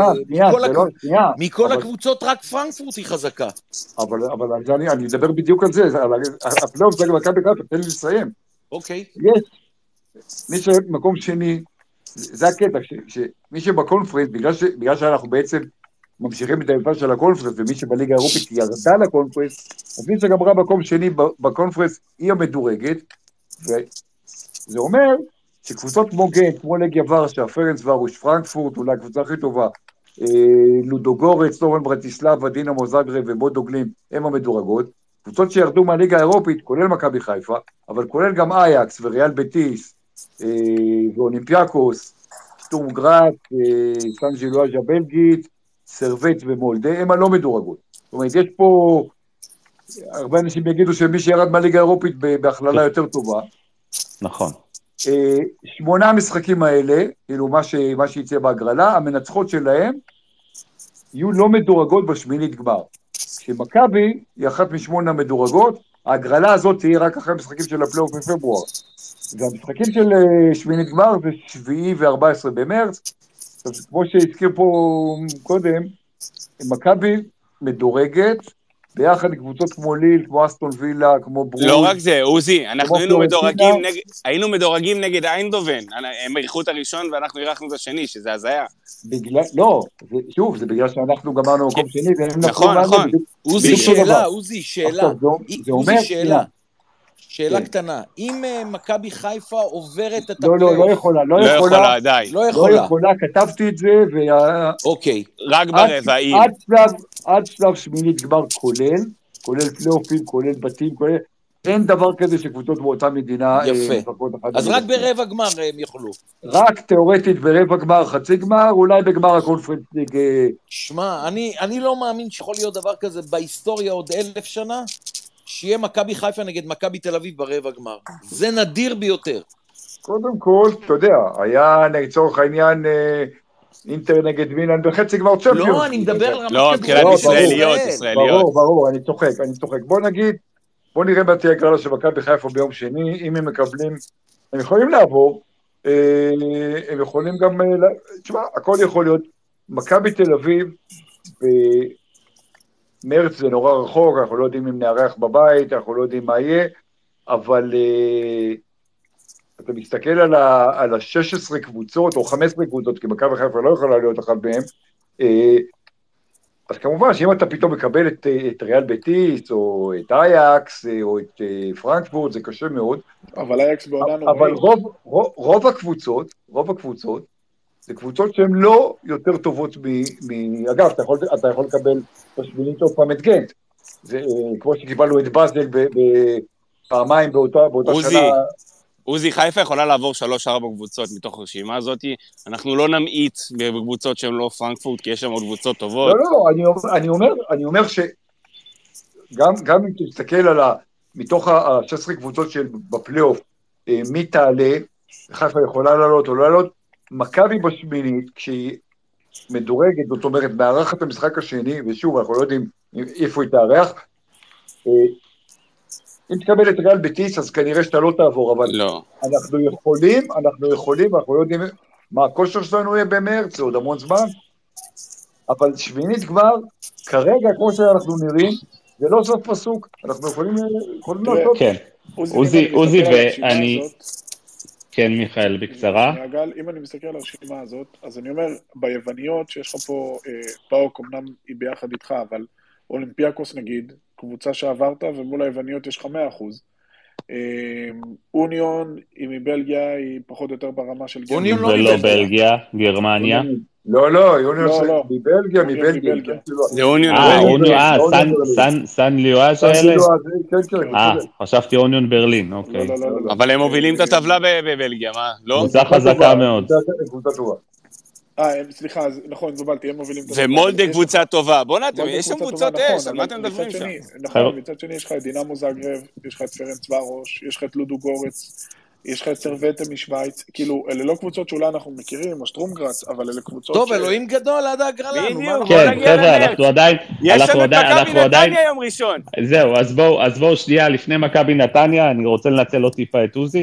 שמכל הקבוצות רק פרנקפורט היא חזקה. אבל אני אדבר בדיוק על זה, הפלייאוף זה מכבי חיפה, תן לי לסיים. אוקיי. יש, מי שמקום שני, זה הקטע, שמי שבקונפרנס, בגלל שאנחנו בעצם ממשיכים את היפה של הקונפרנס, ומי שבליגה האירופית ירדה לקונפרנס, אז מי שגמרה מקום שני בקונפרנס היא המדורגת, וזה אומר שקבוצות כמו גנט, כמו לגיה ורשה, פרנס ורוש, פרנקפורט, אולי הקבוצה הכי טובה, לודוגורץ, סלובן ברטיסלבה, דינמו זאגרב ובודו גלים, הם המדורגות, קבוצות שירדו מהליגה האירופית, כולל מכבי חיפה, אבל כולל גם אייקס וריאל בטיס, ואולימפיאקוס, שטורם גראץ, סן ג'ילואז' הבלגית, סרבט ומולדה, הם הלא מדורגות. זאת אומרת, יש פה, הרבה אנשים יגידו שמי שירד מהליגה האירופית בהכללה יותר טובה. נכון. שמונה המשחקים האלה, כאילו מה שיצא בהגרלה, המנצחות שלהם, יהיו לא מדורגות בשמינית גמר. כשמכבי היא אחת משמונה מדורגות, ההגרלה הזאת תהיה רק אחרי המשחקים של הפלייאוף בפברואר. והמשחקים של שמינית גמר זה שביעי וארבע עשרה במרץ, כמו שהזכיר פה קודם, מכבי מדורגת, ביחד קבוצות כמו ליל, כמו אסטון וילה, כמו ברוי. לא רק זה, עוזי, אנחנו היינו מדורגים, נגד, היינו מדורגים נגד איינדובן, הם אירחו את הראשון ואנחנו אירחנו את השני, שזה הזיה. בגלל, לא, זה, שוב, זה בגלל שאנחנו גמרנו מקום שני, נכון, נכון. עוזי, שאלה, עוזי, שאלה, עוזי, שאלה. שאלה קטנה, אם מכבי חיפה עוברת את הפלייאוף... לא, לא, לא יכולה, לא יכולה. לא יכולה, די. לא יכולה. לא יכולה, כתבתי את זה, וה... אוקיי. רק ברבעים. עד שלב שמינית גמר כולל, כולל פלייאופים, כולל בתים, כולל... אין דבר כזה שקבוצות באותה מדינה... יפה. אז רק ברבע גמר הם יוכלו. רק תיאורטית ברבע גמר, חצי גמר, אולי בגמר הקונפרנס ליג... שמע, אני לא מאמין שיכול להיות דבר כזה בהיסטוריה עוד אלף שנה, שיהיה מכבי חיפה נגד מכבי תל אביב ברבע גמר. זה נדיר ביותר. קודם כל, אתה יודע, היה לצורך העניין אינטר נגד מילאן בחצי גמר צ'מפיונס. לא, אני מדבר על רמת לא, מבחינת ישראליות, ישראליות. ברור, ברור, אני צוחק, אני צוחק. בוא נגיד, בוא נראה מה תהיה הגרלה של מכבי חיפה ביום שני, אם הם מקבלים, הם יכולים לעבור, הם יכולים גם, תשמע, הכל יכול להיות, מכבי תל אביב, מרץ זה נורא רחוק, אנחנו לא יודעים אם נארח בבית, אנחנו לא יודעים מה יהיה, אבל uh, אתה מסתכל על, ה, על ה-שש עשרה קבוצות, או חמש עשרה קבוצות, כי מכבי חיפה לא יכולה להיות אחת מהם, uh, אז כמובן שאם אתה פתאום מקבל את, את ריאל בטיס, או את אייקס, או את uh, פרנקפורט, זה קשה מאוד. אבל אייקס בעונה נוראית. אבל רוב, רוב, רוב הקבוצות, רוב הקבוצות, זה קבוצות שהן לא יותר טובות מ... מ... אגב, אתה יכול, אתה יכול לקבל בשבילית עוד פעם את גנט. זה כמו שקיבלנו את באזל בפעמיים באותה, באותה עוזי, שנה. עוזי, חיפה יכולה לעבור שלוש ארבע קבוצות מתוך הרשימה הזאת. אנחנו לא נמעיט בקבוצות שהן לא פרנקפורט, כי יש שם עוד קבוצות טובות. לא, לא, לא, אני, אני אומר, אני אומר שגם גם אם תסתכל על ה... מתוך ה-שש עשרה קבוצות של בפלייאוף, מי תעלה, חיפה יכולה לעלות או לא לעלות, מכבי בשמינית, כשהיא מדורגת, זאת אומרת, מארחת המשחק השני, ושוב, אנחנו לא יודעים איפה היא תארח, אם תקבל את ריאל בטיס, אז כנראה שאתה לא תעבור, אבל לא. אנחנו יכולים, אנחנו יכולים, אנחנו לא יודעים מה הכושר שלנו יהיה במרץ, זה עוד המון זמן, אבל שמינית כבר, כרגע, כמו שאנחנו נראים, זה לא סוף פסוק, אנחנו יכולים לעשות. כן, עוזי, עוזי ואני... כן, מיכאל, בקצרה. מעגל, אם אני מסתכל על הרשימה הזאת, אז אני אומר, ביווניות שיש לך פה, אה, פאוק אמנם היא ביחד איתך, אבל אולימפיאקוס נגיד, קבוצה שעברת, ומול היווניות יש לך מאה אחוז. אה, אוניון היא מבלגיה, היא פחות או יותר ברמה של גרמניה. ולא בלגיה, גרמניה. לא, לא, אוניון מבלגיה, מבלגיה. זה אוניון. אה, אוניון, סן ליואז' האלה? אה, חשבתי אוניון ברלין, אוקיי. אבל הם מובילים את הטבלה בבלגיה, מה? לא? קבוצה חזקה מאוד. אה, סליחה, נכון, זובלתי, הם מובילים את ומולדה קבוצה טובה. בוא נעתם, יש שם קבוצות אש, על מה אתם מדברים שם? נכון, מצד שני יש לך את דינמו זאגרב, יש לך את פרנץ ורוש, יש לך את לודו גורץ, יש לך את סרווטה משוויץ, כאילו, אלה לא קבוצות שאולי אנחנו מכירים, או שטרומגרץ, אבל אלה קבוצות טוב, אלוהים גדול עד ההגרלה. בדיוק, כן, חבר'ה, אנחנו עדיין... יש לנו את מכבי נתניה יום ראשון. זהו, אז בואו, אז בואו שנייה, לפני מכבי נתניה, אני רוצה לנצל עוד טיפה את עוזי.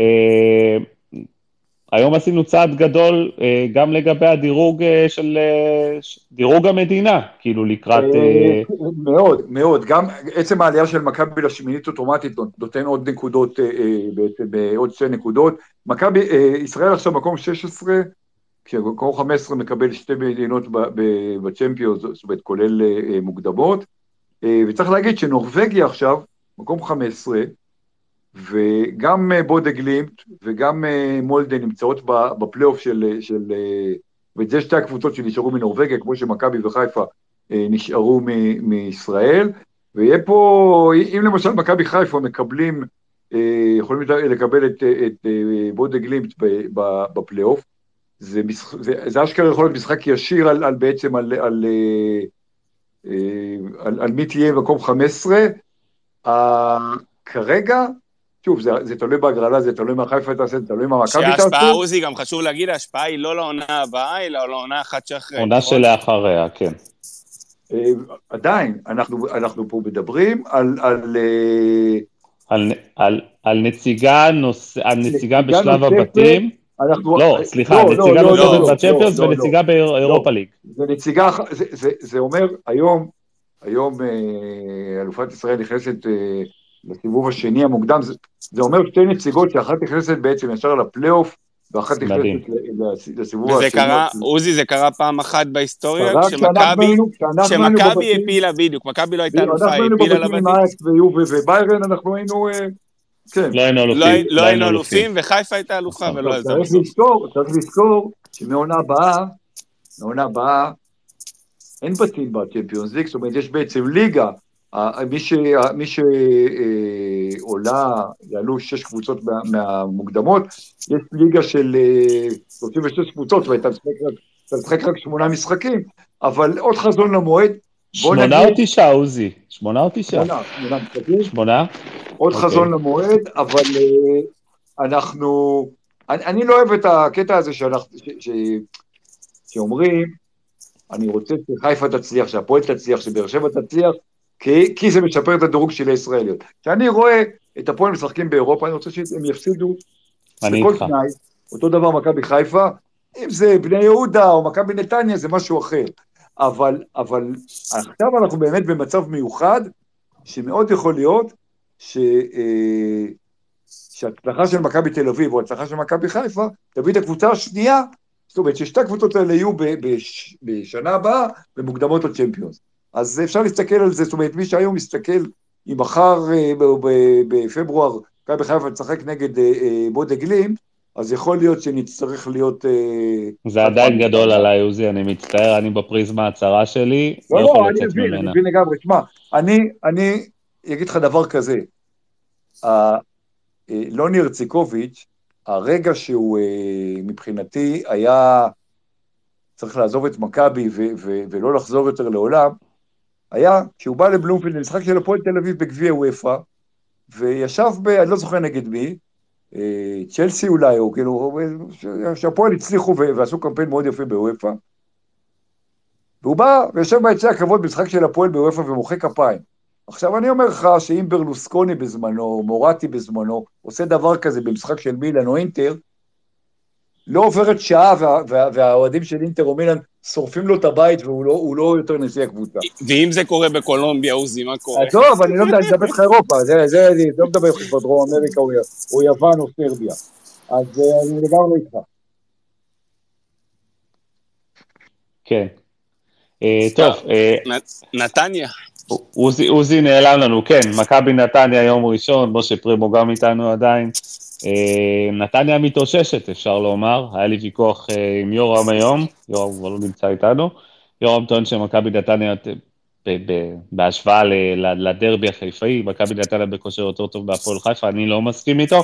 היום עשינו צעד גדול גם לגבי הדירוג של דירוג המדינה, כאילו לקראת... מאוד, מאוד. גם עצם העלייה של מכבי לשמינית אוטומטית נותן עוד נקודות, בעוד שתי נקודות. מכבי, ישראל עכשיו מקום שש עשרה, כשמקום חמש עשרה מקבל שתי מדינות בצ'מפיונס, זאת אומרת, כולל מוקדמות. וצריך להגיד שנורווגיה עכשיו, מקום חמש עשרה, וגם בודה גלימט וגם מולדה נמצאות בפלייאוף של, של וזה שתי הקבוצות שנשארו מנורווגיה, כמו שמכבי וחיפה נשארו מ, מישראל, ויהיה פה, אם למשל מכבי חיפה מקבלים, יכולים לקבל את, את בודה גלימט בפלייאוף, זה, זה, זה אשכרה יכול להיות משחק ישיר על, על בעצם על, על, על, על מי תהיה מקום חמש עשרה, כרגע, שוב, זה, זה תלוי בהגרלה, זה תלוי מה חיפה תעשה, זה תלוי מה מכבי תעשה. שההשפעה, עוזי, גם חשוב להגיד, ההשפעה היא לא לעונה הבאה, אלא לעונה אחת שאחרי. עונה שלאחריה, כן. עדיין, אנחנו, אנחנו פה מדברים על... על, על, על, על נציגה, נוס, על נציגה בשלב הבתים. אנחנו, לא, סליחה, נציגה בצ'מפיונס ונציגה באירופה ליג. זה נציגה, זה, זה, זה אומר, היום, היום אלופת ישראל נכנסת... בסיבוב השני המוקדם, זה, זה אומר שתי נציגות שאחת נכנסת בעצם ישר לפלייאוף, ואחת נכנסת לסיבוב וזה השני. קרה, עוזי, זה קרה פעם אחת בהיסטוריה, כשמכבי, כשמכבי הפילה בדיוק, מכבי לא הייתה אלופה, הפילה לבתים. אנחנו היינו בבתים וביירן, אנחנו היינו, כן. לא היינו אלופים. לא היינו אלופים, וחיפה הייתה אלופה, ולא איזה בסוף. צריך לזכור, צריך לזכור, שמעונה הבאה, מעונה הבאה, אין בתים בצ'מפיונס ליג, זאת אומרת, יש בעצם ליגה, מי שעולה, יעלו שש קבוצות מהמוקדמות, יש ליגה של שלושים ושש קבוצות, ואתה משחק רק שמונה משחקים, אבל עוד חזון למועד. שמונה או תשעה, עוזי? שמונה או תשעה? שמונה, שמונה משחקים. שמונה? עוד חזון למועד, אבל אנחנו, אני לא אוהב את הקטע הזה שאומרים, אני רוצה שחיפה תצליח, שהפועל תצליח, שבאר שבע תצליח, כי, כי זה משפר את הדירוג של הישראליות. כשאני רואה את הפועל משחקים באירופה, אני רוצה שהם יפסידו בכל תנאי, אותו דבר מכבי חיפה, אם זה בני יהודה או מכבי נתניה, זה משהו אחר. אבל, אבל עכשיו אנחנו באמת במצב מיוחד, שמאוד יכול להיות, ש, אה, שההצלחה של מכבי תל אביב, או ההצלחה של מכבי חיפה, תביא את הקבוצה השנייה, זאת אומרת ששתי הקבוצות האלה יהיו בש, בשנה הבאה, במוקדמות הצ'מפיונס. אז אפשר להסתכל על זה, זאת אומרת, מי שהיום מסתכל, אם מחר בפברואר, כאן בחיפה נצחק נגד בודה גלימט, אז יכול להיות שנצטרך להיות... זה עדיין גדול עליי, עוזי, אני מצטער, אני בפריזמה הצרה שלי, לא יכול לצאת ממנה. אני מבין לגמרי, תשמע, אני אגיד לך דבר כזה, לוני הרציקוביץ', הרגע שהוא מבחינתי היה צריך לעזוב את מכבי ולא לחזור יותר לעולם, היה, כשהוא בא לבלומפילד, למשחק של הפועל תל אביב בגביע וופא, וישב ב... אני לא זוכר נגד מי, צ'לסי אולי, או כאילו, שהפועל הצליחו ועשו קמפיין מאוד יפה בוופא, והוא בא וישב ביציע הכבוד במשחק של הפועל בוופא ומוחא כפיים. עכשיו אני אומר לך שאם ברלוסקוני בזמנו, מורטי בזמנו, עושה דבר כזה במשחק של מילאן או אינטר, לא עוברת שעה, וה, וה, והאוהדים של אינטר או מילאן שורפים לו את הבית, והוא לא, לא יותר נשיא הקבוצה. ואם זה קורה בקולומביה, עוזי, מה קורה? טוב, אני לא מדבר, אני מדבר לך אירופה, זה, זה, זה, לא מדבר לך בדרום אמריקה, או, או יוון או סרביה. אז אני מדבר לא איתך. כן. טוב. נתניה. עוזי, עוזי נעלם לנו, כן, מכבי נתניה יום ראשון, משה פרימו גם איתנו עדיין. נתניה מתאוששת, אפשר לומר, היה לי ויכוח עם יורם היום, יורם כבר לא נמצא איתנו, יורם טוען שמכבי נתניה בהשוואה לדרבי החיפאי, מכבי נתניה בכושר יותר טוב בהפועל חיפה, אני לא מסכים איתו,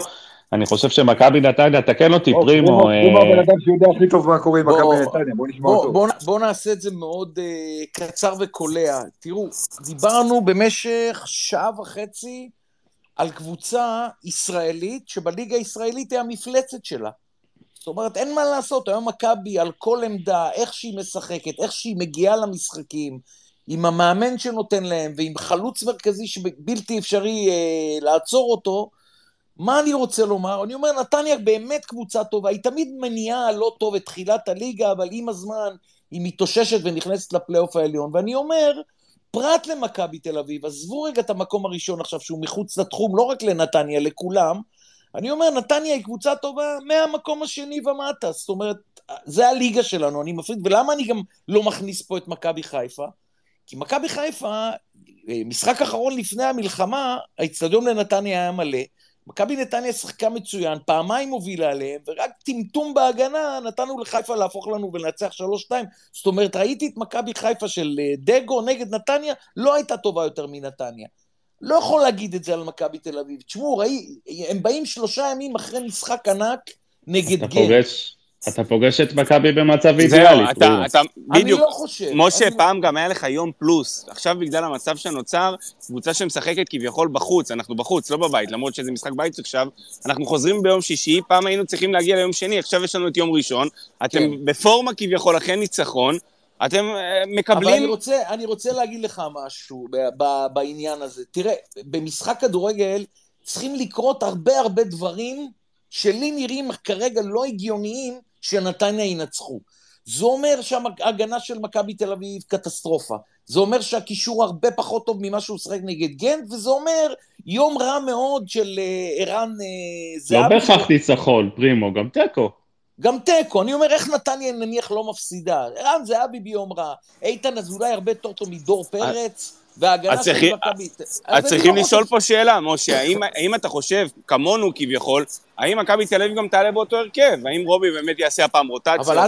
אני חושב שמכבי נתניה, תקן אותי, או, פרימו. פרימו, אה, פרימו הבן אדם שיודע הכי טוב מה קורה עם בוא- מכבי נתניה, בוא נשמע בוא, אותו. בוא, בוא נעשה את זה מאוד uh, קצר וקולע. תראו, דיברנו במשך שעה וחצי על קבוצה ישראלית, שבליגה הישראלית היא המפלצת שלה. זאת אומרת, אין מה לעשות, היום מכבי על כל עמדה, איך שהיא משחקת, איך שהיא מגיעה למשחקים, עם המאמן שנותן להם, ועם חלוץ מרכזי שבלתי אפשרי אה, לעצור אותו, מה אני רוצה לומר? אני אומר, נתניה באמת קבוצה טובה, היא תמיד מניעה לא טוב את תחילת הליגה, אבל עם הזמן היא מתאוששת ונכנסת לפלייאוף העליון, ואני אומר, פרט למכבי תל אביב, עזבו רגע את המקום הראשון עכשיו, שהוא מחוץ לתחום, לא רק לנתניה, לכולם, אני אומר, נתניה היא קבוצה טובה מהמקום השני ומטה, זאת אומרת, זה הליגה שלנו, אני מפריד, ולמה אני גם לא מכניס פה את מכבי חיפה? כי מכבי חיפה, משחק אחרון לפני המלחמה, האצטדיון לנתניה היה מלא, מכבי נתניה שחקה מצוין, פעמיים הובילה עליהם, ורק טמטום בהגנה נתנו לחיפה להפוך לנו ולנצח שלוש שתיים, זאת אומרת, ראיתי את מכבי חיפה של דגו נגד נתניה, לא הייתה טובה יותר מנתניה. לא יכול להגיד את זה על מכבי תל אביב. תשמעו, ראי, הם באים שלושה ימים אחרי משחק ענק נגד אתה גן. פוגש, אתה פוגש את מכבי במצב זהו, אידיאלי, אתה, פרימו. אתה, אני בדיוק, לא חושב. משה, אני... פעם גם היה לך יום פלוס, עכשיו בגלל המצב שנוצר, קבוצה שמשחקת כביכול בחוץ, אנחנו בחוץ, לא בבית, למרות שזה משחק בית עכשיו, אנחנו חוזרים ביום שישי, פעם היינו צריכים להגיע ליום שני, עכשיו יש לנו את יום ראשון, אתם כן. בפורמה כביכול אחרי ניצחון, אתם uh, מקבלים... אבל אני רוצה, אני רוצה להגיד לך משהו ב, ב, בעניין הזה. תראה, במשחק כדורגל צריכים לקרות הרבה הרבה דברים שלי נראים כרגע לא הגיוניים שנתניה ינצחו. זה אומר שההגנה של מכבי תל אביב קטסטרופה. זה אומר שהקישור הרבה פחות טוב ממה שהוא שחק נגד גנט, וזה אומר יום רע מאוד של ערן זהבי. לא בהכרח ניצחון, פרימו, גם תיקו. גם תיקו, אני אומר איך נתניה נניח לא מפסידה, ערן זהבי ביום רע, איתן אזולאי הרבה יותר טוב מדור פרץ, וההגנה של מכבי... אז צריכים לשאול פה שאלה, משה, האם אתה חושב, כמונו כביכול, האם מכבי תל אביב גם תעלה באותו הרכב? האם רובי באמת יעשה הפעם רוטציות? אבל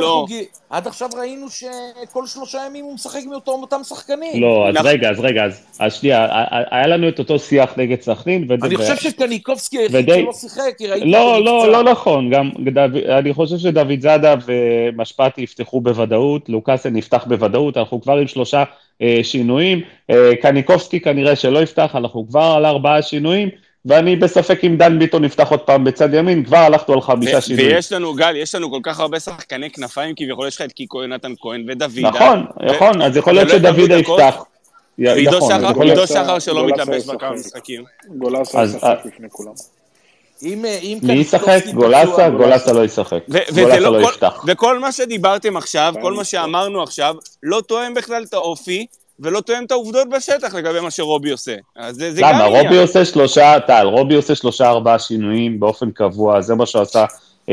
עד עכשיו ראינו שכל שלושה ימים הוא משחק מאותם שחקנים. לא, אז רגע, אז רגע, אז שנייה, היה לנו את אותו שיח נגד סכנין. אני חושב שקניקובסקי היחיד שלא שיחק, כי ראיתי... לא, לא, לא נכון, גם אני חושב שדוד זאדה ומשפטי יפתחו בוודאות, לוקאסן יפתח בוודאות, אנחנו כבר עם שלושה שינויים, קניקובסקי כנראה שלא יפתח, אנחנו כבר על ארבעה שינויים, ואני בספק אם דן ביטון נפתח עוד פעם בצד ימין, כבר הלכתו על חמישה שינויים. ויש לנו, גל, יש לנו כל כך הרבה שחקני כנפיים, כי יכול יש לך את קיקו, יונתן כהן ודוידה. נכון, נכון, אז יכול להיות שדוידה יפתח. עידו שחר שלא מתלבש בכמה משחקים. גולסה ישחק לפני כולם. מי ישחק? גולסה? גולסה לא ישחק. גולסה לא יפתח. וכל מה שדיברתם עכשיו, כל מה שאמרנו עכשיו, לא תואם בכלל את האופי, ולא תואם את העובדות בשטח לגבי מה שרובי עושה. למה? רובי עושה שלושה, טל, רובי עושה שלושה ארבעה שינויים באופן קבוע, זה מה שהוא עשה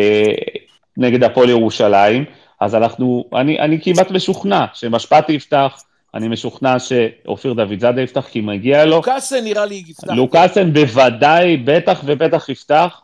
נגד הפועל ירושלים, אז אנחנו, אני כמעט משוכנע שמשפטי יפתח, אני משוכנע שאופיר דוד זאדה יפתח כי מגיע לו. לוקאסן נראה לי יפתח. לוקאסן בוודאי, בטח ובטח יפתח.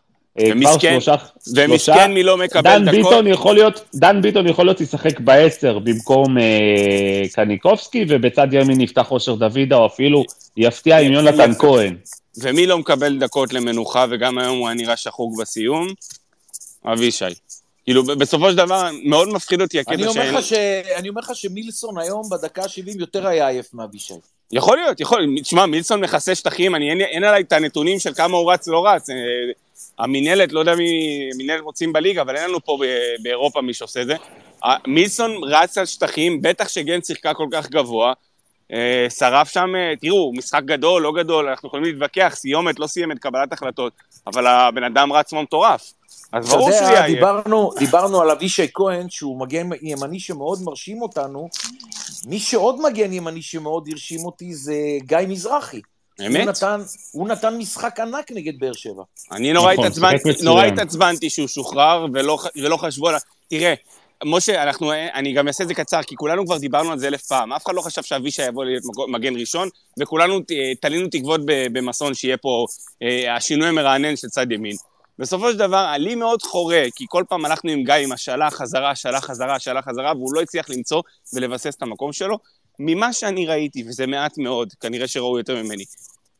ומסכן מי לא מקבל דקות. דן ביטון יכול להיות ישחק בעשר במקום קניקובסקי, ובצד ימין יפתח אושר דוידה, או אפילו יפתיע עם יונתן כהן. ומי לא מקבל דקות למנוחה, וגם היום הוא נראה שחוק בסיום? אבישי. כאילו, בסופו של דבר, מאוד מפחיד אותי הקטע שאין... אני אומר לך שמילסון היום בדקה ה-שבעים יותר היה עייף מאבישי. יכול להיות, יכול להיות. תשמע, מילסון מכסה שטחים, אני אין עליי את הנתונים של כמה הוא רץ, לא רץ. המינלת, לא יודע מי מינלת רוצים בליגה, אבל אין לנו פה באירופה מי שעושה את זה. מילסון רץ על שטחים, בטח שגן שיחקה כל כך גבוה, שרף שם, תראו, משחק גדול, לא גדול, אנחנו יכולים להתווכח, סיומת, לא סיימת, קבלת החלטות, אבל הבן אדם רץ כמו מטורף. אז ברור שהוא יהיה. דיברנו, דיברנו על אבישי כהן, שהוא מגן ימני שמאוד מרשים אותנו, מי שעוד מגן ימני שמאוד הרשים אותי זה גיא מזרחי. אמת? הוא נתן, הוא נתן משחק ענק נגד באר שבע. אני נורא התעצבנתי, נורא התעצבנתי שהוא שוחרר ולא, ולא חשבו עליו. תראה, משה, אנחנו, אני גם אעשה את זה קצר, כי כולנו כבר דיברנו על זה אלף פעם. אף אחד לא חשב שאבישי יבוא להיות מגן ראשון, וכולנו תלינו תקוות במסון שיהיה פה השינוי המרענן של צד ימין. בסופו של דבר, עלי מאוד חורה, כי כל פעם הלכנו עם גיא עם השאלה חזרה, שאלה חזרה, שאלה חזרה, והוא לא הצליח למצוא ולבסס את המקום שלו. ממה שאני ראיתי, וזה מעט מאוד, כנראה שראו יותר ממני,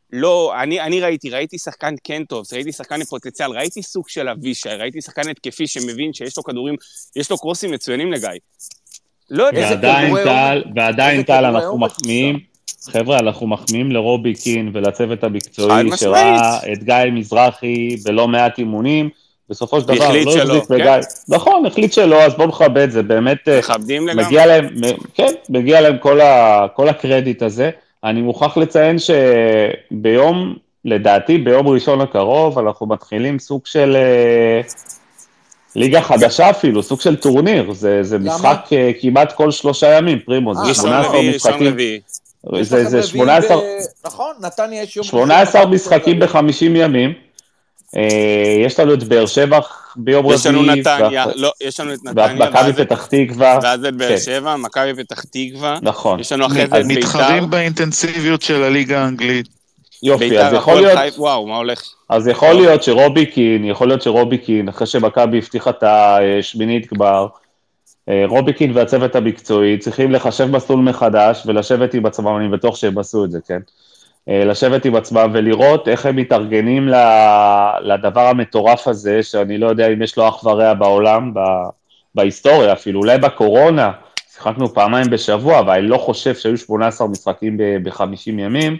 לא, אני, אני ראיתי, ראיתי שחקן כן טוב, ראיתי שחקן עם פוטנציאל, ראיתי סוג של אבישי, ראיתי שחקן התקפי שמבין שיש לו כדורים, יש לו קרוסים מצוינים לגיא. לא יודע. ועדיין טל, ועדיין טל אנחנו מחמיאים, חבר'ה, אנחנו מחמיאים לרובי קין ולצוות המקצועי שראה את גיא מזרחי בלא מעט אימונים, בסופו של דבר לא החזיק בגיא. נכון, החליט שלא, אז בואו נכבד, זה באמת מגיע להם, כן, מגיע להם כל הקרדיט הזה. אני מוכרח לציין שביום, לדעתי, ביום ראשון הקרוב, אנחנו מתחילים סוג של ליגה חדשה אפילו, סוג של טורניר, זה משחק כמעט כל שלושה ימים, פרימו, זה שמונה עשרה משחקים. זה שמונה עשרה... נכון, נתניה יש יום... שמונה עשרה משחקים ב-חמישים ימים, יש לנו את באר שבע ביום רביעי. יש לנו נתניה, לא, יש לנו את נתניה. מכבי פתח תקווה. ואז את באר שבע, מכבי פתח תקווה. נכון. יש לנו אחרי זה את ביתר. מתחרים באינטנסיביות של הליגה האנגלית. יופי, אז יכול להיות... וואו, מה הולך? אז יכול להיות שרובי קין, יכול להיות שרובי קין, אחרי שמכבי הבטיחה את השמינית גמר, רובי קין והצוות המקצועי צריכים לחשב מסלול מחדש ולשבת עם עצמם, אני בטוח שהם עשו את זה, כן? לשבת עם עצמם ולראות איך הם מתארגנים לדבר המטורף הזה, שאני לא יודע אם יש לו אח ורע בעולם, בהיסטוריה אפילו, אולי בקורונה, שיחקנו פעמיים בשבוע, אבל אני לא חושב שהיו שמונה עשרה משחקים ב-חמישים ימים,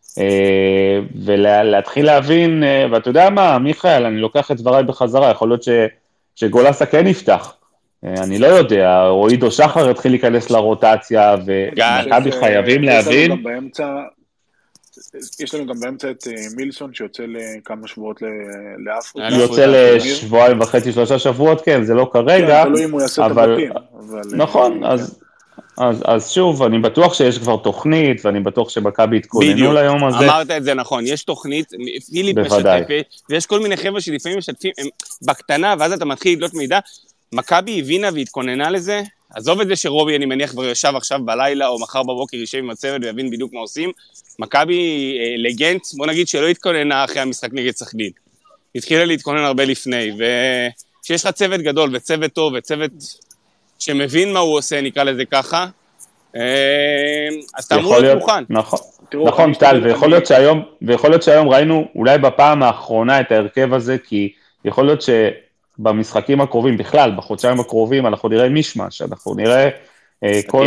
ולהתחיל להבין, ואתה יודע מה, מיכאל, אני לוקח את דבריי בחזרה, יכול להיות שגולסה כן יפתח, אני לא יודע, או עידו שחר התחיל להיכנס לרוטציה, ומכבי חייבים להבין. יש לנו גם באמצע את מילסון שיוצא לכמה שבועות לאפריקה. יוצא לשבועיים וחצי, שלושה שבועות, כן, זה לא כרגע. כן, תלוי אם הוא יעשה את הבתים. נכון, אז שוב, אני בטוח שיש כבר תוכנית, ואני בטוח שמכבי יתכוננו ליום הזה. אמרת את זה נכון, יש תוכנית, פיליפ משתף, ויש כל מיני חבר'ה שלפעמים משתפים, בקטנה, ואז אתה מתחיל לדלות מידע, מכבי הבינה והתכוננה לזה, עזוב את זה שרובי, אני מניח, כבר ישב עכשיו בלילה, או מחר בבוקר יישב עם הצוות ויבין בדיוק מה עושים, מכבי לגנט, בוא נגיד שלא התכוננה אחרי המשחק נגד סכנין, התחילה להתכונן הרבה לפני, וכשיש לך צוות גדול וצוות טוב וצוות שמבין מה הוא עושה, נקרא לזה ככה, אז אתה אמור להיות מוכן. נכון, נכון טל, ויכול להיות שהיום ראינו אולי בפעם האחרונה את ההרכב הזה, כי יכול להיות שבמשחקים הקרובים, בכלל, בחודשיים הקרובים, אנחנו נראה משמש, אנחנו נראה כל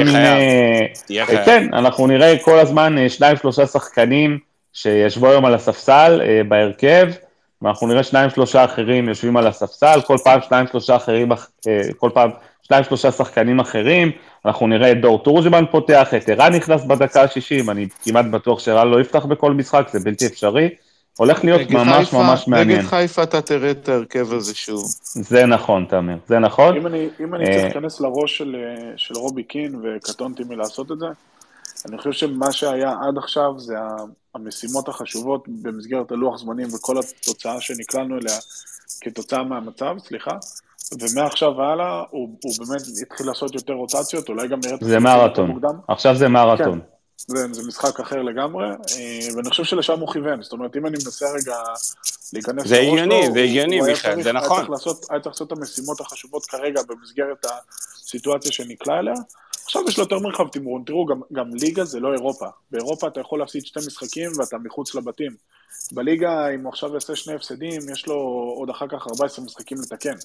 מיני, כן, אנחנו נראה כל הזמן שניים שלושה שחקנים שישבו היום על הספסל בהרכב, ואנחנו נראה שניים שלושה אחרים יושבים על הספסל, כל פעם שניים שלושה אחרים, כל פעם שניים שלושה שחקנים אחרים, אנחנו נראה את דור תורג'מן פותח, את ערן נכנס בדקה ה-שישים, אני כמעט בטוח שערן לא יפתח בכל משחק, זה בלתי אפשרי, הולך להיות ממש ממש מעניין. נגד חיפה אתה תראה את ההרכב הזה שוב. זה נכון, תאמר, זה נכון. אם אני, אם אני צריך להיכנס לראש של, של רובי קין, וקטונתי מלעשות את זה, אני חושב שמה שהיה עד עכשיו זה המשימות החשובות במסגרת הלוח זמנים וכל התוצאה שנקלענו אליה כתוצאה מהמצב, סליחה, ומעכשיו והלאה הוא, הוא באמת התחיל לעשות יותר רוטציות, אולי גם נראית... זה מרתון, עכשיו זה מרתון. כן. זה, זה משחק אחר לגמרי, ואני חושב שלשם הוא כיוון, זאת אומרת, אם אני מנסה רגע להיכנס... זה הגיוני, זה הגיוני, מיכאל, זה נכון. היה צריך לעשות את המשימות החשובות כרגע במסגרת הסיטואציה שנקלע אליה, עכשיו יש לו יותר מרחב תמרון, תראו, גם, גם ליגה זה לא אירופה, באירופה אתה יכול להפסיד שתי משחקים ואתה מחוץ לבתים, בליגה אם הוא עכשיו יעשה שני הפסדים, יש לו עוד אחר כך ארבעה עשר משחקים לתקן,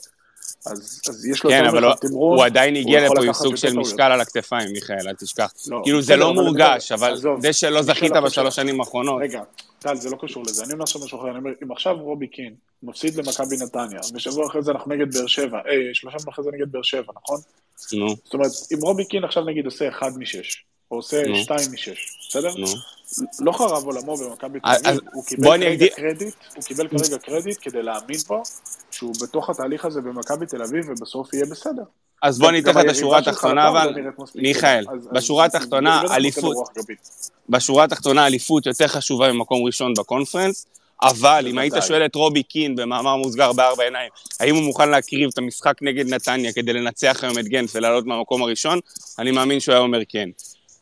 אז, אז יש לו כן, יותר מרחב תמרון. הוא עדיין הגיע לפה עם סוג של משקל על הכתפיים, מיכאל, אל תשכח. לא, כאילו זה לא מורגש, אבל זה שלא זכית בשלוש שנים האחרונות. רגע, טל, זה לא קשור לזה, אני אומר עכשיו משהו אחר, אני אומר, אם עכשיו רובי קין מפסיד למכבי נתניה, ושבוע אחרי זה אנחנו נגד באר שבע, אה, שלושה אחרי זה נגד באר שבע, נכון? נו. זאת אומרת, אם רובי קין עכשיו נגיד עושה אחד משש, או עושה שתיים משש, בסדר? נו. לא חרב עולמו במכבי תל אביב, הוא קיבל כרגע קרדיט, הוא קיבל כרגע קרדיט כדי להאמין פה, שהוא בתוך התהליך הזה במכבי תל אביב, ובסוף יהיה בסדר. אז בוא ניתן את השורה התחתונה, אבל, מיכאל, בשורה התחתונה, אליפות, בשורה התחתונה, אליפות יותר חשובה ממקום ראשון בקונפרנס, אבל אם היית שואל את רובי קין במאמר מוסגר בארבע עיניים, האם הוא מוכן להקריב את המשחק נגד נתניה כדי לנצח היום את גנט ולעלות מהמקום הראשון, אני מאמין שהוא היה אומר כן.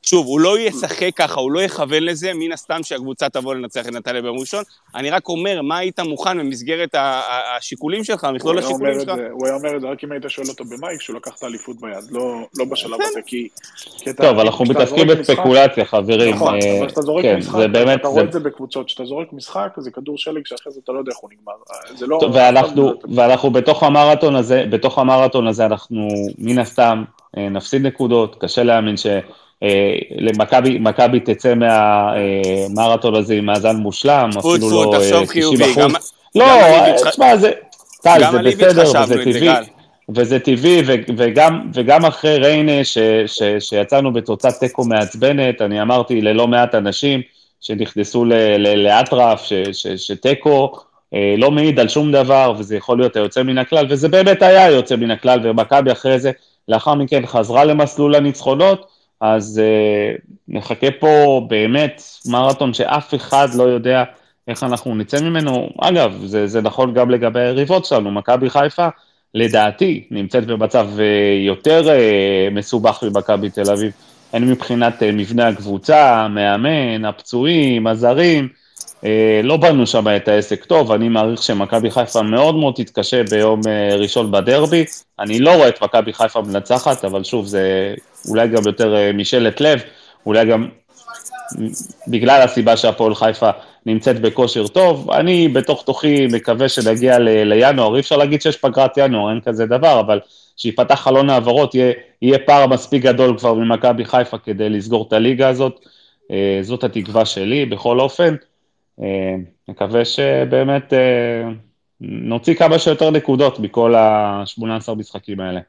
שוב, הוא לא ישחק ככה, הוא לא יכוון לזה, מן הסתם שהקבוצה תבוא לנצח את נתניה ביום ראשון. אני רק אומר, מה היית מוכן במסגרת השיקולים שלך, מכלול השיקולים שלך? הוא היה אומר את זה, רק אם היית שואל אותו במאי, כשהוא לקח את האליפות ביד, לא בשלב הזה, כי... טוב, אנחנו מתעסקים בספקולציה, חברים. נכון, אבל כשאתה זורק משחק, אתה רואה את זה בקבוצות, כשאתה זורק משחק, זה כדור שלג, שאחרי זה אתה לא יודע איך הוא נגמר. ואנחנו בתוך המרתון הזה, בתוך המרתון הזה אנחנו מן הסתם נפסיד נקודות, קשה להאמין ש... למכבי תצא מהמרתון הזה עם מאזן מושלם, אפילו לא תשעים אחוז. לא, תשמע, זה בסדר, וזה טבעי, וזה טבעי, וגם אחרי ריינה שיצאנו בתוצאת טקו מעצבנת, אני אמרתי ללא מעט אנשים שנכנסו לאטרף, שטקו לא מעיד על שום דבר, וזה יכול להיות היוצא מן הכלל, וזה באמת היה היוצא מן הכלל, ומכבי אחרי זה, לאחר מכן חזרה למסלול הניצחונות, אז uh, נחכה פה באמת מרתון שאף אחד לא יודע איך אנחנו נצא ממנו. אגב, זה, זה נכון גם לגבי היריבות שלנו, מכבי חיפה, לדעתי, נמצאת במצב uh, יותר uh, מסובך ממכבי תל אביב, הן מבחינת uh, מבנה הקבוצה, מאמן, הפצועים, הזרים, uh, לא בנו שם את העסק טוב, אני מעריך שמכבי חיפה מאוד מאוד תתקשה ביום uh, ראשון בדרבי, אני לא רואה את מכבי חיפה מנצחת, אבל שוב, זה אולי גם יותר משאלת לב, אולי גם בגלל הסיבה שהפועל חיפה נמצאת בכושר טוב, אני בתוך תוכי מקווה שנגיע ל- לינואר, אי אפשר להגיד שיש פגרת ינואר, אין כזה דבר, אבל שיפתח חלון העברות, יהיה, יהיה פער מספיק גדול כבר ממכבי חיפה כדי לסגור את הליגה הזאת, זאת התקווה שלי, בכל אופן, מקווה שבאמת נוציא כמה שיותר נקודות מכל ה-שמונה עשר משחקים האלה.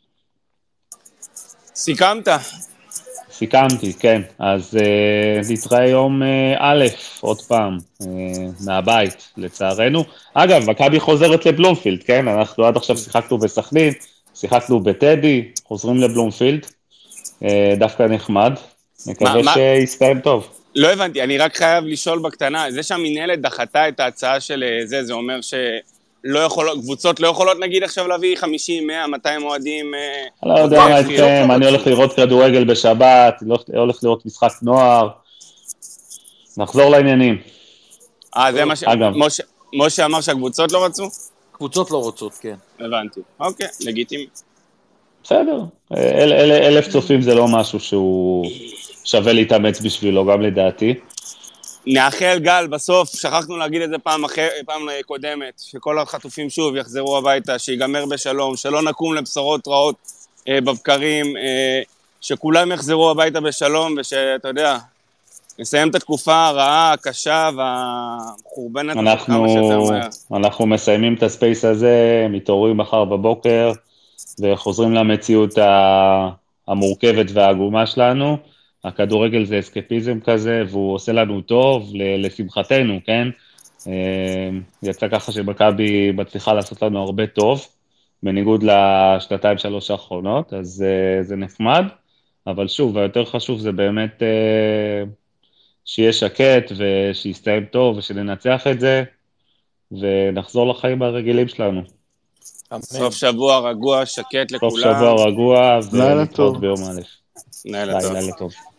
סיכמת? סיכמתי, כן. אז uh, נתראה יום uh, א', עוד פעם, uh, מהבית, לצערנו. אגב, מכבי חוזרת לבלומפילד, כן? אנחנו עד עכשיו שיחקנו בסכנין, שיחקנו בטדי, חוזרים לבלומפילד, uh, דווקא נחמד. מקווה מה, שיסתיים מה... טוב. לא הבנתי, אני רק חייב לשאול בקטנה, זה שהמנהלת דחתה את ההצעה של זה, זה אומר ש... לא יכולות, קבוצות לא יכולות נגיד עכשיו להביא חמישים, מאה, מאתיים מועדים. לא יודע מה אתכם, אני הולך לראות כדורגל בשבת, הולך לראות משחק נוער, נחזור לעניינים. אה, זה מה ש... משה אמר שהקבוצות לא רצו? קבוצות לא רוצות, כן. הבנתי, אוקיי, לגיטימי. בסדר, אלף צופים זה לא משהו שהוא שווה להתאמץ בשבילו, גם לדעתי. נאחל גל, בסוף, שכחנו להגיד את זה פעם, אחר, פעם קודמת, שכל החטופים שוב יחזרו הביתה, שיגמר בשלום, שלא נקום לבשורות רעות אה, בבקרים, אה, שכולם יחזרו הביתה בשלום, ושאתה יודע, נסיים את התקופה הרעה, הקשה והחורבנת. אנחנו, אנחנו מסיימים את הספייס הזה, מתעוררים מחר בבוקר, וחוזרים למציאות המורכבת והעגומה שלנו, הכדורגל זה אסקפיזם כזה, והוא עושה לנו טוב, לשמחתנו, כן? יצא ככה שמכבי מצליחה לעשות לנו הרבה טוב, בניגוד לשנתיים שלוש האחרונות, אז זה נחמד, אבל שוב, היותר חשוב זה באמת שיהיה שקט, ושיסתיים טוב, ושננצח את זה, ונחזור לחיים הרגילים שלנו. סוף שבוע רגוע, שקט לכולם. סוף שבוע רגוע, ולהתראות ביום א'. לילה טוב. לילה טוב.